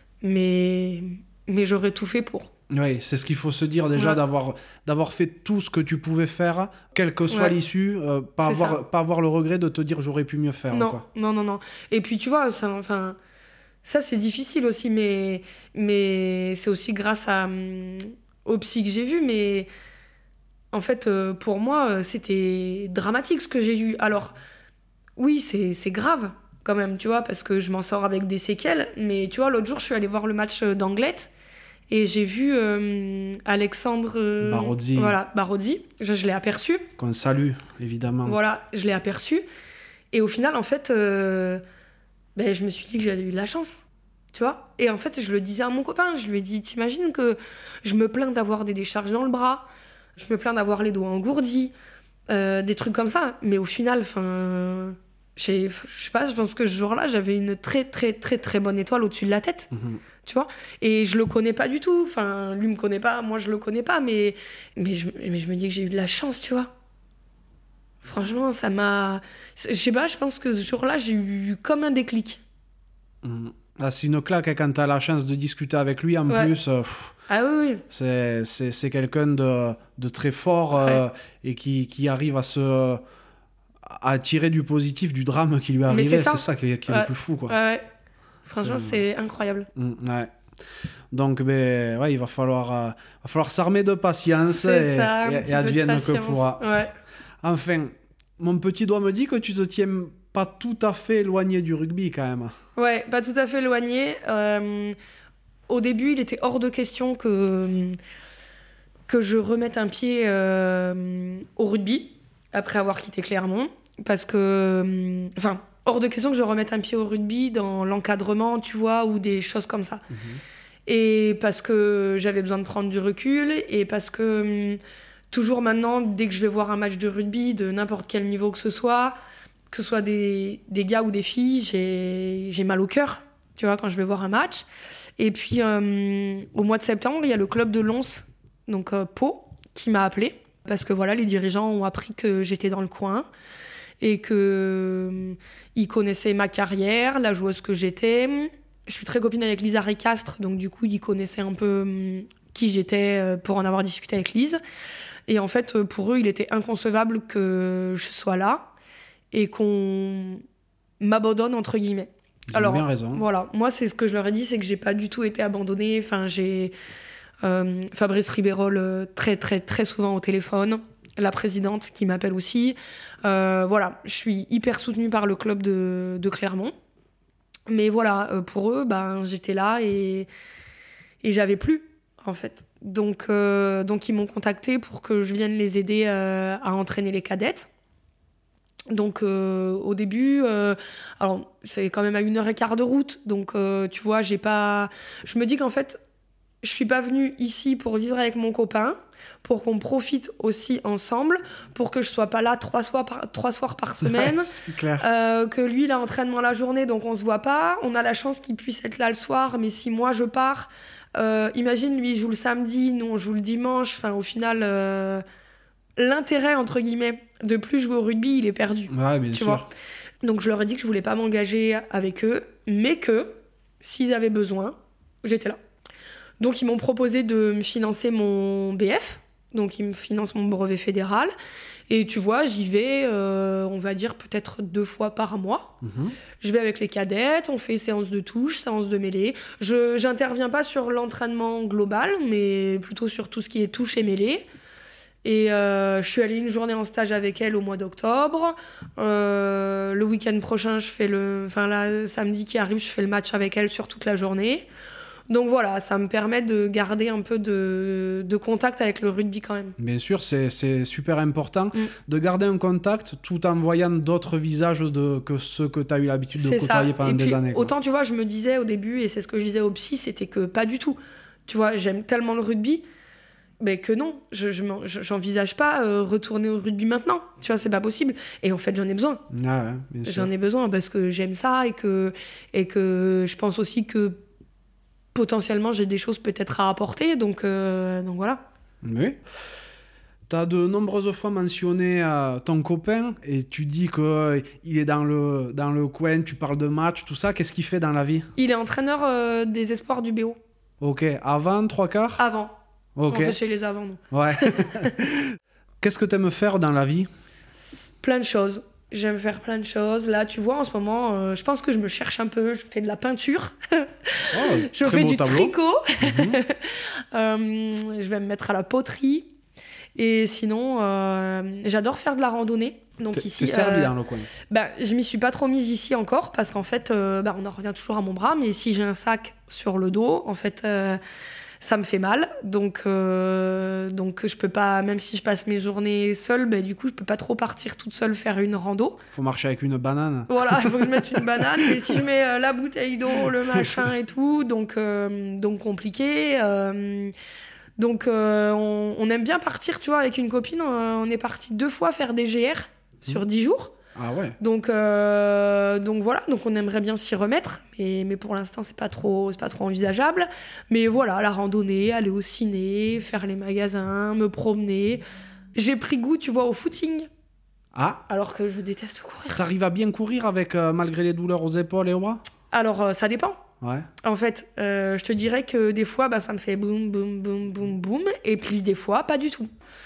Speaker 1: Mais, mais j'aurais tout fait pour.
Speaker 2: Oui, c'est ce qu'il faut se dire déjà, ouais. d'avoir, d'avoir fait tout ce que tu pouvais faire, quelle que soit ouais. l'issue, euh, pas, avoir, pas avoir le regret de te dire j'aurais pu mieux faire.
Speaker 1: Non,
Speaker 2: quoi.
Speaker 1: non, non, non. Et puis tu vois, ça, enfin, ça c'est difficile aussi, mais, mais c'est aussi grâce à, um, au psy que j'ai vu. Mais en fait, euh, pour moi, c'était dramatique ce que j'ai eu. Alors, oui, c'est, c'est grave quand même, tu vois, parce que je m'en sors avec des séquelles. Mais tu vois, l'autre jour, je suis allée voir le match d'Anglet. Et j'ai vu euh, Alexandre euh,
Speaker 2: Barozzi.
Speaker 1: Voilà, Barozzi. Je, je l'ai aperçu.
Speaker 2: Qu'on salue, évidemment.
Speaker 1: Voilà, je l'ai aperçu. Et au final, en fait, euh, ben, je me suis dit que j'avais eu de la chance. Tu vois ? Et en fait, je le disais à mon copain. Je lui ai dit, t'imagines que je me plains d'avoir des décharges dans le bras. Je me plains d'avoir les doigts engourdis. Euh, des trucs comme ça. Mais au final, enfin... Je sais pas, je pense que ce jour-là, j'avais une très, très, très, très bonne étoile au-dessus de la tête. Mmh. Tu vois ? Et je le connais pas du tout. Enfin, lui me connaît pas, moi je le connais pas, mais, mais, je, mais je me dis que j'ai eu de la chance, tu vois. Franchement, ça m'a... Je sais pas, je pense que ce jour-là, j'ai eu comme un déclic.
Speaker 2: Mmh. Ah, c'est une claque quand t'as la chance de discuter avec lui en ouais. plus. Euh, pff,
Speaker 1: ah oui, oui.
Speaker 2: C'est, c'est, c'est quelqu'un de, de très fort euh, ouais. et qui, qui arrive à se... à tirer du positif du drame qui lui est arrivé.
Speaker 1: C'est ça,
Speaker 2: c'est ça qui est, qui est
Speaker 1: ouais.
Speaker 2: le plus fou, quoi.
Speaker 1: Ouais, ouais. Franchement, c'est, c'est incroyable.
Speaker 2: Mmh, ouais. Donc, ben, ouais, il va falloir, euh, va falloir s'armer de patience
Speaker 1: c'est
Speaker 2: et,
Speaker 1: ça,
Speaker 2: et, et advienne que pourra.
Speaker 1: Ouais.
Speaker 2: Enfin, mon petit doigt me dit que tu te tiens pas tout à fait éloigné du rugby, quand même.
Speaker 1: Ouais, pas tout à fait éloigné. Euh, au début, il était hors de question que, que je remette un pied euh, au rugby, après avoir quitté Clermont. Parce que... Enfin... hors de question que je remette un pied au rugby dans l'encadrement, tu vois, ou des choses comme ça. Mmh. Et parce que j'avais besoin de prendre du recul, et parce que hum, toujours maintenant, dès que je vais voir un match de rugby, de n'importe quel niveau que ce soit, que ce soit des, des gars ou des filles, j'ai, j'ai mal au cœur, tu vois, quand je vais voir un match. Et puis, hum, au mois de septembre, il y a le club de Lons, donc euh, Pau, qui m'a appelé, parce que voilà, les dirigeants ont appris que j'étais dans le coin, et qu'ils euh, connaissaient ma carrière, la joueuse que j'étais. Je suis très copine avec Lisa Ricastre, donc du coup, ils connaissaient un peu euh, qui j'étais euh, pour en avoir discuté avec Lise. Et en fait, euh, pour eux, il était inconcevable que je sois là et qu'on m'abandonne, entre guillemets.
Speaker 2: Ils ont bien raison.
Speaker 1: Voilà, moi, c'est ce que je leur ai dit, c'est que j'ai pas du tout été abandonnée. Enfin, j'ai euh, Fabrice Ribérol euh, très, très, très souvent au téléphone. La présidente qui m'appelle aussi. Euh, voilà, je suis hyper soutenue par le club de, de Clermont. Mais voilà, euh, pour eux, ben, j'étais là et, et j'avais plus, en fait. Donc, euh, donc ils m'ont contactée pour que je vienne les aider euh, à entraîner les cadettes. Donc euh, au début, euh, alors c'est quand même à une heure et quart de route. Donc euh, tu vois, j'ai pas... Je me dis qu'en fait, je suis pas venue ici pour vivre avec mon copain, pour qu'on profite aussi ensemble, pour que je sois pas là trois soirs par, trois soirs par semaine,
Speaker 2: ouais, c'est clair.
Speaker 1: Euh, que lui il a entraînement la journée donc on se voit pas, on a la chance qu'il puisse être là le soir, mais si moi je pars, euh, imagine lui il joue le samedi, nous on joue le dimanche, enfin au final euh, l'intérêt entre guillemets de plus jouer au rugby il est perdu.
Speaker 2: Ouais, bien
Speaker 1: tu
Speaker 2: sûr.
Speaker 1: vois. Donc je leur ai dit que je voulais pas m'engager avec eux, mais que s'ils avaient besoin, j'étais là. Donc, ils m'ont proposé de me financer mon B F. Donc, ils me financent mon brevet fédéral. Et tu vois, j'y vais, euh, on va dire, peut-être deux fois par mois. Mmh. Je vais avec les cadettes, on fait séance de touche, séance de mêlée. Je n'interviens pas sur l'entraînement global, mais plutôt sur tout ce qui est touche et mêlée. Et euh, je suis allée une journée en stage avec elle au mois d'octobre. Euh, le week-end prochain, je fais le... Enfin, là, samedi qui arrive, je fais le match avec elle sur toute la journée. Donc voilà, ça me permet de garder un peu de, de contact avec le rugby quand même.
Speaker 2: Bien sûr, c'est, c'est super important mm. de garder un contact tout en voyant d'autres visages de, que ceux que tu as eu l'habitude
Speaker 1: c'est
Speaker 2: de côtoyer pendant
Speaker 1: et
Speaker 2: des
Speaker 1: puis,
Speaker 2: années. Quoi.
Speaker 1: Autant, tu vois, je me disais au début, et c'est ce que je disais au psy, c'était que pas du tout. Tu vois, j'aime tellement le rugby, mais que non, je, je, j'envisage pas euh, retourner au rugby maintenant. Tu vois, c'est pas possible. Et en fait, j'en ai besoin.
Speaker 2: Ah ouais, bien sûr.
Speaker 1: J'en ai besoin parce que j'aime ça et que, et que je pense aussi que potentiellement, j'ai des choses peut-être à apporter, donc, euh, donc voilà.
Speaker 2: Oui. T'as de nombreuses fois mentionné euh, ton copain et tu dis qu'il euh, est dans le, dans le coin, tu parles de match, tout ça. Qu'est-ce qu'il fait dans la vie?
Speaker 1: Il est entraîneur euh, des espoirs du B O.
Speaker 2: Ok, avant, trois quarts?
Speaker 1: Avant.
Speaker 2: Ok.
Speaker 1: En fait, chez les avant, non.
Speaker 2: Ouais. Qu'est-ce que t'aimes faire dans la vie?
Speaker 1: Plein de choses. J'aime faire plein de choses. Là, tu vois, en ce moment, euh, je pense que je me cherche un peu. Je fais de la peinture.
Speaker 2: Oh,
Speaker 1: je
Speaker 2: très
Speaker 1: fais
Speaker 2: beau
Speaker 1: du
Speaker 2: tableau.
Speaker 1: tricot.
Speaker 2: Mhm.
Speaker 1: euh, je vais me mettre à la poterie. Et sinon, euh, j'adore faire de la randonnée. Donc
Speaker 2: T'es-
Speaker 1: ici,
Speaker 2: T'es servi
Speaker 1: euh,
Speaker 2: dans le coin.
Speaker 1: bah, je m'y suis pas trop mise ici encore parce qu'en fait, euh, bah, on en revient toujours à mon bras. Mais si j'ai un sac sur le dos, en fait, euh, ça me fait mal. Donc, euh, donc je peux pas, même si je passe mes journées seule, bah, du coup, je peux pas trop partir toute seule faire une rando.
Speaker 2: Faut marcher avec une banane.
Speaker 1: Voilà, il faut que je mette une banane. Et si je mets euh, la bouteille d'eau, le machin et tout, donc, euh, donc compliqué. Euh, donc euh, on, on aime bien partir, tu vois, avec une copine. euh, on est parti deux fois faire des G R sur dix jours.
Speaker 2: Ah ouais.
Speaker 1: Donc, euh, donc voilà, donc on aimerait bien s'y remettre, mais, mais pour l'instant c'est pas trop, c'est pas trop envisageable. Mais voilà, la randonnée, aller au ciné, faire les magasins, me promener. J'ai pris goût, tu vois, au footing,
Speaker 2: Ah,
Speaker 1: alors que je déteste courir.
Speaker 2: t'arrives à bien courir avec, euh, malgré les douleurs aux épaules et aux bras?
Speaker 1: Alors euh, ça dépend.
Speaker 2: Ouais.
Speaker 1: En fait, euh, je te dirais que des fois, bah, ça me fait boum, boum, boum, boum, boum, et puis des fois, pas du tout.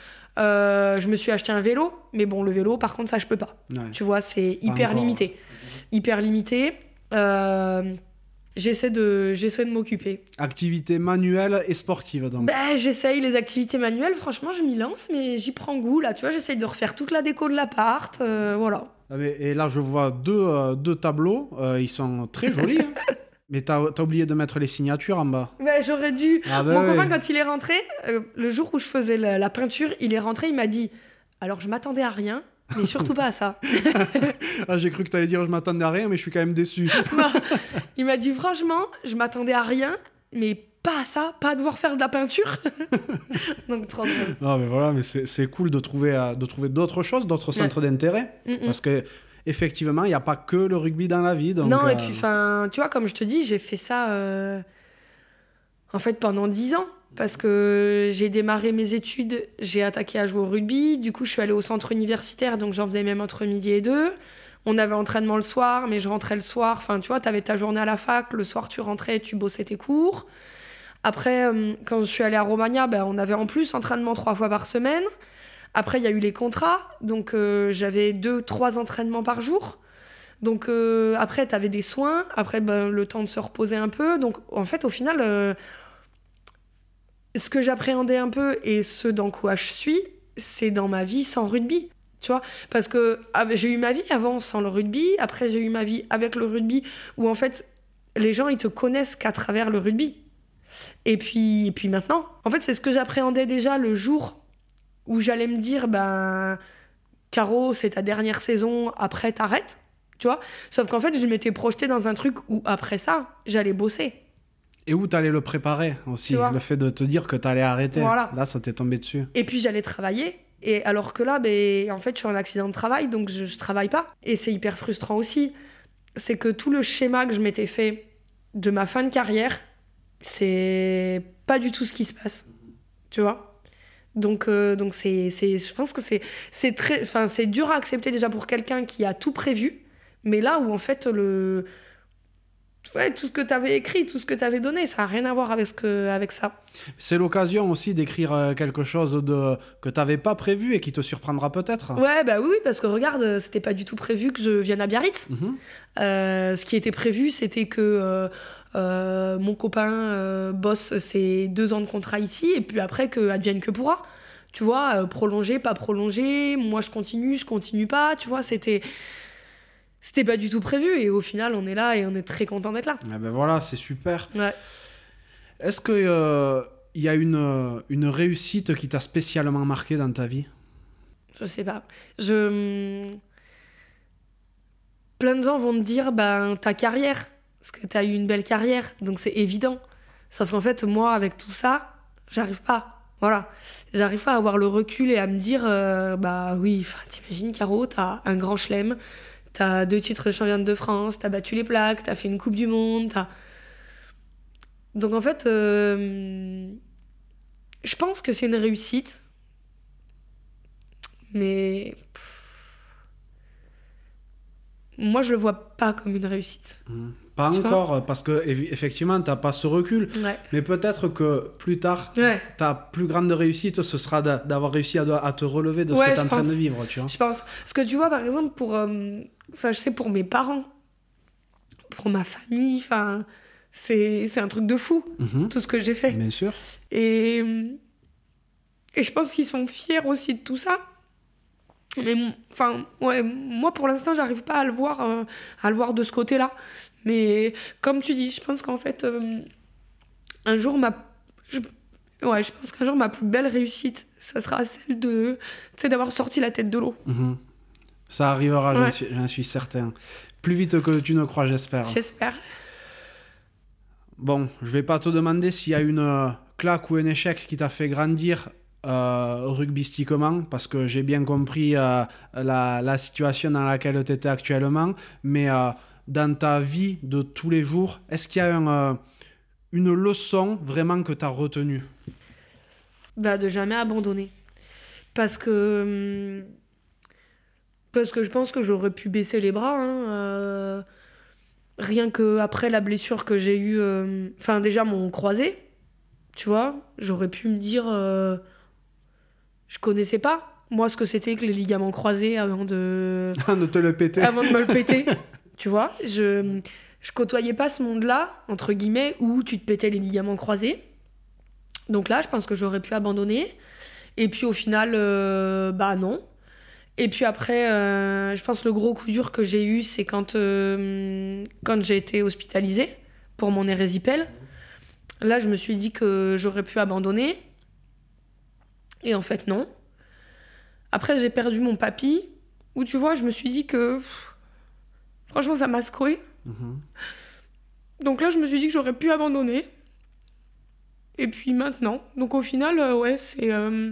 Speaker 1: Euh, je me suis acheté un vélo, mais bon, le vélo, par contre, ça, je peux pas.
Speaker 2: Ouais.
Speaker 1: Tu vois, c'est hyper
Speaker 2: encore.
Speaker 1: limité. Hyper limité. Euh, j'essaie de, j'essaie de m'occuper.
Speaker 2: Activité manuelle et sportive, donc.
Speaker 1: Ben, j'essaye les activités manuelles, franchement, je m'y lance, mais j'y prends goût, là. Tu vois, j'essaye de refaire toute la déco de l'appart, euh, voilà.
Speaker 2: Ah, mais- Et là, je vois deux, euh, deux tableaux. euh, ils sont très jolis. hein. Mais t'as t'as oublié de mettre les signatures en bas.
Speaker 1: Ben, j'aurais dû...
Speaker 2: Ah ben
Speaker 1: Mon
Speaker 2: ouais.
Speaker 1: copain, quand il est rentré, euh, le jour où je faisais la, la peinture, il est rentré, il m'a dit « Alors, je m'attendais à rien, mais surtout pas à ça. »
Speaker 2: Ah, j'ai cru que t'allais dire je m'attendais à rien, mais je suis quand même déçu.
Speaker 1: Non. Il m'a dit « Franchement, je m'attendais à rien, mais pas à ça, pas à devoir faire de la peinture. » Donc, trop drôle.
Speaker 2: Ah, mais voilà, mais c'est c'est cool de trouver, euh, de trouver d'autres choses, d'autres centres d'intérêt.
Speaker 1: Mm, mm.
Speaker 2: Parce que effectivement, il n'y a pas que le rugby dans la vie. Donc,
Speaker 1: non, et
Speaker 2: euh,
Speaker 1: puis, enfin, tu vois, comme je te dis, j'ai fait ça euh, en fait pendant dix ans. Parce que j'ai démarré mes études, j'ai attaqué à jouer au rugby. Du coup, je suis allée au centre universitaire, donc j'en faisais même entre midi et deux. On avait entraînement le soir, mais je rentrais le soir. Enfin, tu vois, t'avais ta journée à la fac. Le soir, tu rentrais, tu bossais tes cours. Après, euh, quand je suis allée à Romagna, ben, on avait en plus entraînement trois fois par semaine. Après, il y a eu les contrats. Donc, euh, j'avais deux, trois entraînements par jour. Donc, euh, après, t'avais des soins. Après, ben, le temps de se reposer un peu. Donc, en fait, au final, euh, ce que j'appréhendais un peu et ce dans quoi je suis, c'est dans ma vie sans rugby. Tu vois, parce que ah, j'ai eu ma vie avant sans le rugby. Après, j'ai eu ma vie avec le rugby où, en fait, les gens, ils te connaissent qu'à travers le rugby. Et puis, et puis maintenant, en fait, c'est ce que j'appréhendais déjà le jour où j'allais me dire, ben, Caro, c'est ta dernière saison, après t'arrêtes, tu vois. Sauf qu'en fait, je m'étais projetée dans un truc où après ça, j'allais bosser.
Speaker 2: Et où t'allais le préparer aussi.
Speaker 1: Tu vois.
Speaker 2: Le fait de te dire que t'allais arrêter.
Speaker 1: Voilà.
Speaker 2: Là, ça t'est tombé dessus.
Speaker 1: Et puis j'allais travailler. Et alors que là, ben, en fait, je suis en accident de travail, donc je, je travaille pas. Et c'est hyper frustrant aussi. C'est que tout le schéma que je m'étais fait de ma fin de carrière, c'est pas du tout ce qui se passe. Tu vois. Donc, euh, donc c'est, c'est, je pense que c'est, c'est, très, enfin, c'est dur à accepter déjà pour quelqu'un qui a tout prévu. Mais là où en fait, le... ouais, tout ce que tu avais écrit, tout ce que tu avais donné, ça n'a rien à voir avec, ce que, avec ça.
Speaker 2: C'est l'occasion aussi d'écrire euh, quelque chose de... que t'avais pas prévu et qui te surprendra peut-être.
Speaker 1: Ouais, bah oui, parce que regarde, c'était pas du tout prévu que je vienne à Biarritz.
Speaker 2: Mhm.
Speaker 1: Euh, ce qui était prévu, c'était que euh, euh, mon copain euh, bosse ses deux ans de contrat ici, et puis après, que advienne que pourra. Tu vois, euh, prolonger, pas prolonger, moi je continue, je continue pas, tu vois, c'était... C'était pas du tout prévu, et au final, on est là et on est très content d'être là.
Speaker 2: Eh ben voilà, c'est super.
Speaker 1: Ouais.
Speaker 2: Est-ce qu'il euh, y a une, une réussite qui t'a spécialement marqué dans ta vie?
Speaker 1: Je sais pas. Je... Plein de gens vont me dire, ben, ta carrière, parce que t'as eu une belle carrière, donc c'est évident. Sauf qu'en fait, moi, avec tout ça, j'arrive pas. Voilà. J'arrive pas à avoir le recul et à me dire, euh, bah oui, t'imagines, Caro, t'as un grand chelem, t'as deux titres de championne de France, t'as battu les plaques, t'as fait une Coupe du Monde, t'as... Donc en fait, euh, je pense que c'est une réussite, Mais moi, je le vois pas comme une réussite.
Speaker 2: Mmh. Pas
Speaker 1: tu
Speaker 2: encore,
Speaker 1: vois
Speaker 2: parce que effectivement, t'as pas ce recul.
Speaker 1: Ouais.
Speaker 2: Mais peut-être que plus tard,
Speaker 1: Ouais.
Speaker 2: ta plus grande réussite, ce sera d'a- d'avoir réussi à, à te relever de ce
Speaker 1: Ouais,
Speaker 2: que t'es
Speaker 1: je
Speaker 2: en train
Speaker 1: pense.
Speaker 2: de vivre, tu vois.
Speaker 1: Je pense. Parce que tu vois, par exemple, pour, euh, enfin, je sais, pour mes parents, pour ma famille, enfin, c'est, c'est un truc de fou,
Speaker 2: Mhm.
Speaker 1: tout ce que j'ai fait.
Speaker 2: Bien sûr.
Speaker 1: Et, et je pense qu'ils sont fiers aussi de tout ça. Mais enfin, ouais, moi pour l'instant, j'arrive pas à le voir, euh, à le voir de ce côté-là. Mais comme tu dis, je pense qu'en fait, euh, un jour, ma, je, ouais, je pense qu'un jour ma plus belle réussite, ça sera celle de, tu sais, d'avoir sorti la tête de l'eau.
Speaker 2: Mhm. Ça arrivera,
Speaker 1: Ouais.
Speaker 2: j'en suis, j'en suis certain. Plus vite que tu ne crois, j'espère.
Speaker 1: J'espère.
Speaker 2: Bon, je vais pas te demander s'il y a une euh, claque ou un échec qui t'a fait grandir euh, rugbystiquement, parce que j'ai bien compris euh, la, la situation dans laquelle tu étais actuellement, mais euh, dans ta vie de tous les jours, est-ce qu'il y a un, euh, une leçon vraiment que tu as retenue?
Speaker 1: Bah, de jamais abandonner. Parce que... hum, Parce que je pense que j'aurais pu baisser les bras. Hein, euh, rien qu'après la blessure que j'ai eue... euh, Enfin, déjà, mon croisé, tu vois, j'aurais pu me dire... euh, Je connaissais pas, moi, ce que c'était que les ligaments croisés avant de...
Speaker 2: De te le péter.
Speaker 1: avant de me le péter. Tu vois, je... je côtoyais pas ce monde-là, entre guillemets, où tu te pétais les ligaments croisés. Donc là, je pense que j'aurais pu abandonner. Et puis au final, euh, bah non. Et puis après, euh, je pense que le gros coup dur que j'ai eu, c'est quand, euh, quand j'ai été hospitalisée pour mon érésipèle. Là, je me suis dit que j'aurais pu abandonner. Et en fait, non. Après, j'ai perdu mon papy, où tu vois, je me suis dit que... pff, franchement, ça m'a secoué.
Speaker 2: Mhm.
Speaker 1: Donc là, je me suis dit que j'aurais pu abandonner. Et puis maintenant. Donc au final, euh, ouais, c'est... Euh...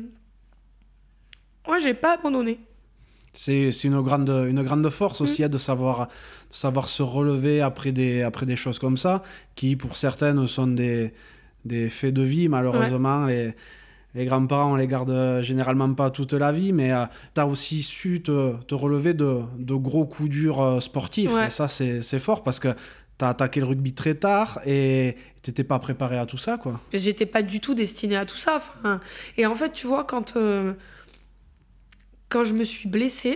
Speaker 1: Ouais, j'ai pas abandonné.
Speaker 2: C'est, c'est une, grande, une grande force aussi
Speaker 1: Mm.
Speaker 2: hein, de, savoir, de savoir se relever après des, après des choses comme ça, qui pour certaines sont des, des faits de vie, malheureusement. Ouais. Les, les grands-parents, on les garde généralement pas toute la vie, mais euh, tu as aussi su te, te relever de, de gros coups durs euh, sportifs.
Speaker 1: Ouais.
Speaker 2: Et ça, c'est, c'est fort parce que tu as attaqué le rugby très tard et tu n'étais pas préparé à tout ça, quoi.
Speaker 1: J'étais pas du tout destinée à tout ça. Enfin, et en fait, tu vois, quand... Euh... Quand je me suis blessée,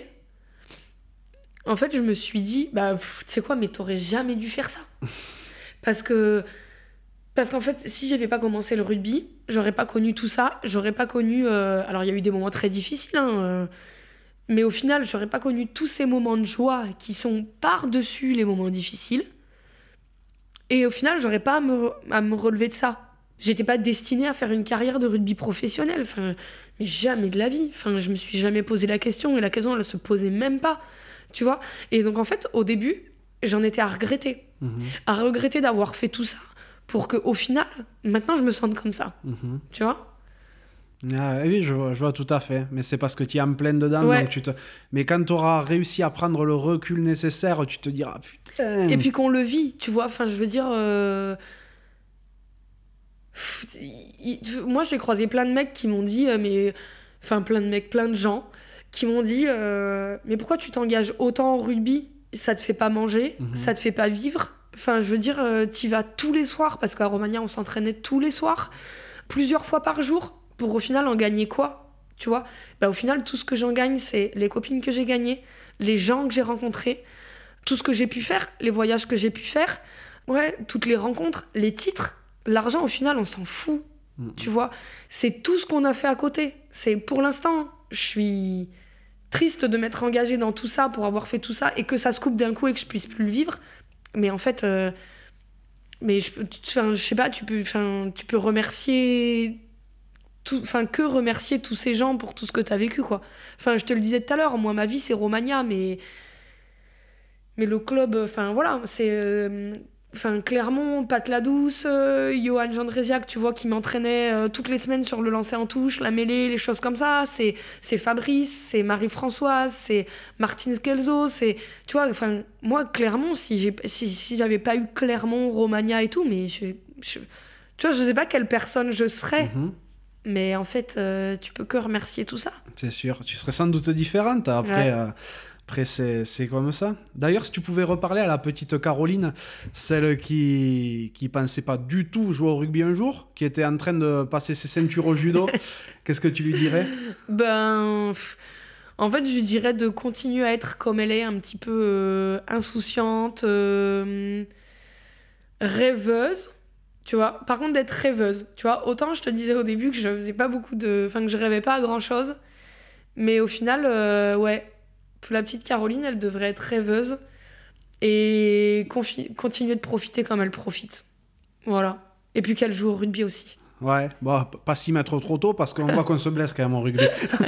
Speaker 1: en fait, je me suis dit, bah, tu sais quoi, mais t'aurais jamais dû faire ça. Parce que, parce qu'en fait, si j'avais pas commencé le rugby, j'aurais pas connu tout ça. J'aurais pas connu. Euh, alors, il y a eu des moments très difficiles, hein, euh, mais au final, j'aurais pas connu tous ces moments de joie qui sont par-dessus les moments difficiles. Et au final, j'aurais pas à me, à me relever de ça. J'étais pas destinée à faire une carrière de rugby professionnel. Enfin, mais jamais de la vie. Enfin, je me suis jamais posé la question et la question, elle se posait même pas. Tu vois ? Et donc, en fait, au début, j'en étais à regretter.
Speaker 2: Mmh.
Speaker 1: À regretter d'avoir fait tout ça pour qu'au final, maintenant, je me sente comme ça.
Speaker 2: Mmh.
Speaker 1: Tu vois ?
Speaker 2: Ah, oui, je vois, je vois tout à fait. Mais c'est parce que tu es en plein dedans.
Speaker 1: Ouais.
Speaker 2: Donc tu te... Mais quand tu auras réussi à prendre le recul nécessaire, tu te diras putain.
Speaker 1: Et puis qu'on le vit, tu vois ? Enfin, je veux dire... Euh... Moi, j'ai croisé plein de mecs qui m'ont dit, euh, mais... Enfin, plein de mecs, plein de gens qui m'ont dit, euh, mais pourquoi tu t'engages autant en rugby ? Ça te fait pas manger,
Speaker 2: Mhm.
Speaker 1: ça te fait pas vivre. Enfin, je veux dire, euh, t'y vas tous les soirs, parce qu'à Romagna, on s'entraînait tous les soirs, plusieurs fois par jour, pour au final en gagner quoi ? Tu vois ? Bah, au final, tout ce que j'en gagne, c'est les copines que j'ai gagnées, les gens que j'ai rencontrés, tout ce que j'ai pu faire, les voyages que j'ai pu faire, ouais, toutes les rencontres, les titres. L'argent, au final, on s'en fout.
Speaker 2: Mhm.
Speaker 1: Tu vois ? C'est tout ce qu'on a fait à côté. C'est pour l'instant, je suis triste de m'être engagée dans tout ça pour avoir fait tout ça et que ça se coupe d'un coup et que je puisse plus le vivre. Mais en fait, euh, mais je, je sais pas, tu peux, tu peux remercier, enfin que remercier tous ces gens pour tout ce que t'as vécu, quoi. Enfin, je te le disais tout à l'heure, moi ma vie c'est Romagna, mais mais le club, enfin voilà, c'est euh, Enfin, Clermont, Pat Ladouce, euh, Johan Jandréziac, tu vois, qui m'entraînait euh, toutes les semaines sur le lancer en touche, la mêlée, les choses comme ça. C'est, c'est Fabrice, c'est Marie-Françoise, c'est Martine Skelzo, c'est... Tu vois, enfin, moi, Clermont, si, j'ai, si, si j'avais pas eu Clermont, Romagna et tout, mais je, je, tu vois, je sais pas quelle personne je serais.
Speaker 2: Mmh.
Speaker 1: Mais en fait, euh, tu peux que remercier tout ça.
Speaker 2: C'est sûr. Tu serais sans doute différente après...
Speaker 1: Ouais.
Speaker 2: Euh... Après, c'est, c'est comme ça. D'ailleurs, si tu pouvais reparler à la petite Caroline, celle qui qui pensait pas du tout jouer au rugby un jour, qui était en train de passer ses ceintures au judo, qu'est-ce que tu lui dirais ?
Speaker 1: Ben, pff, en fait, je lui dirais de continuer à être comme elle est, un petit peu euh, insouciante, euh, rêveuse, tu vois. Par contre, d'être rêveuse, tu vois. Autant je te disais au début que je faisais pas beaucoup de... Enfin, que je rêvais pas à grand-chose. Mais au final, euh, ouais, la petite Caroline, elle devrait être rêveuse et confi- continuer de profiter comme elle profite. Voilà. Et puis qu'elle joue au rugby aussi.
Speaker 2: Ouais, bon, pas s'y mettre trop tôt parce qu'on voit qu'on se blesse quand même au rugby.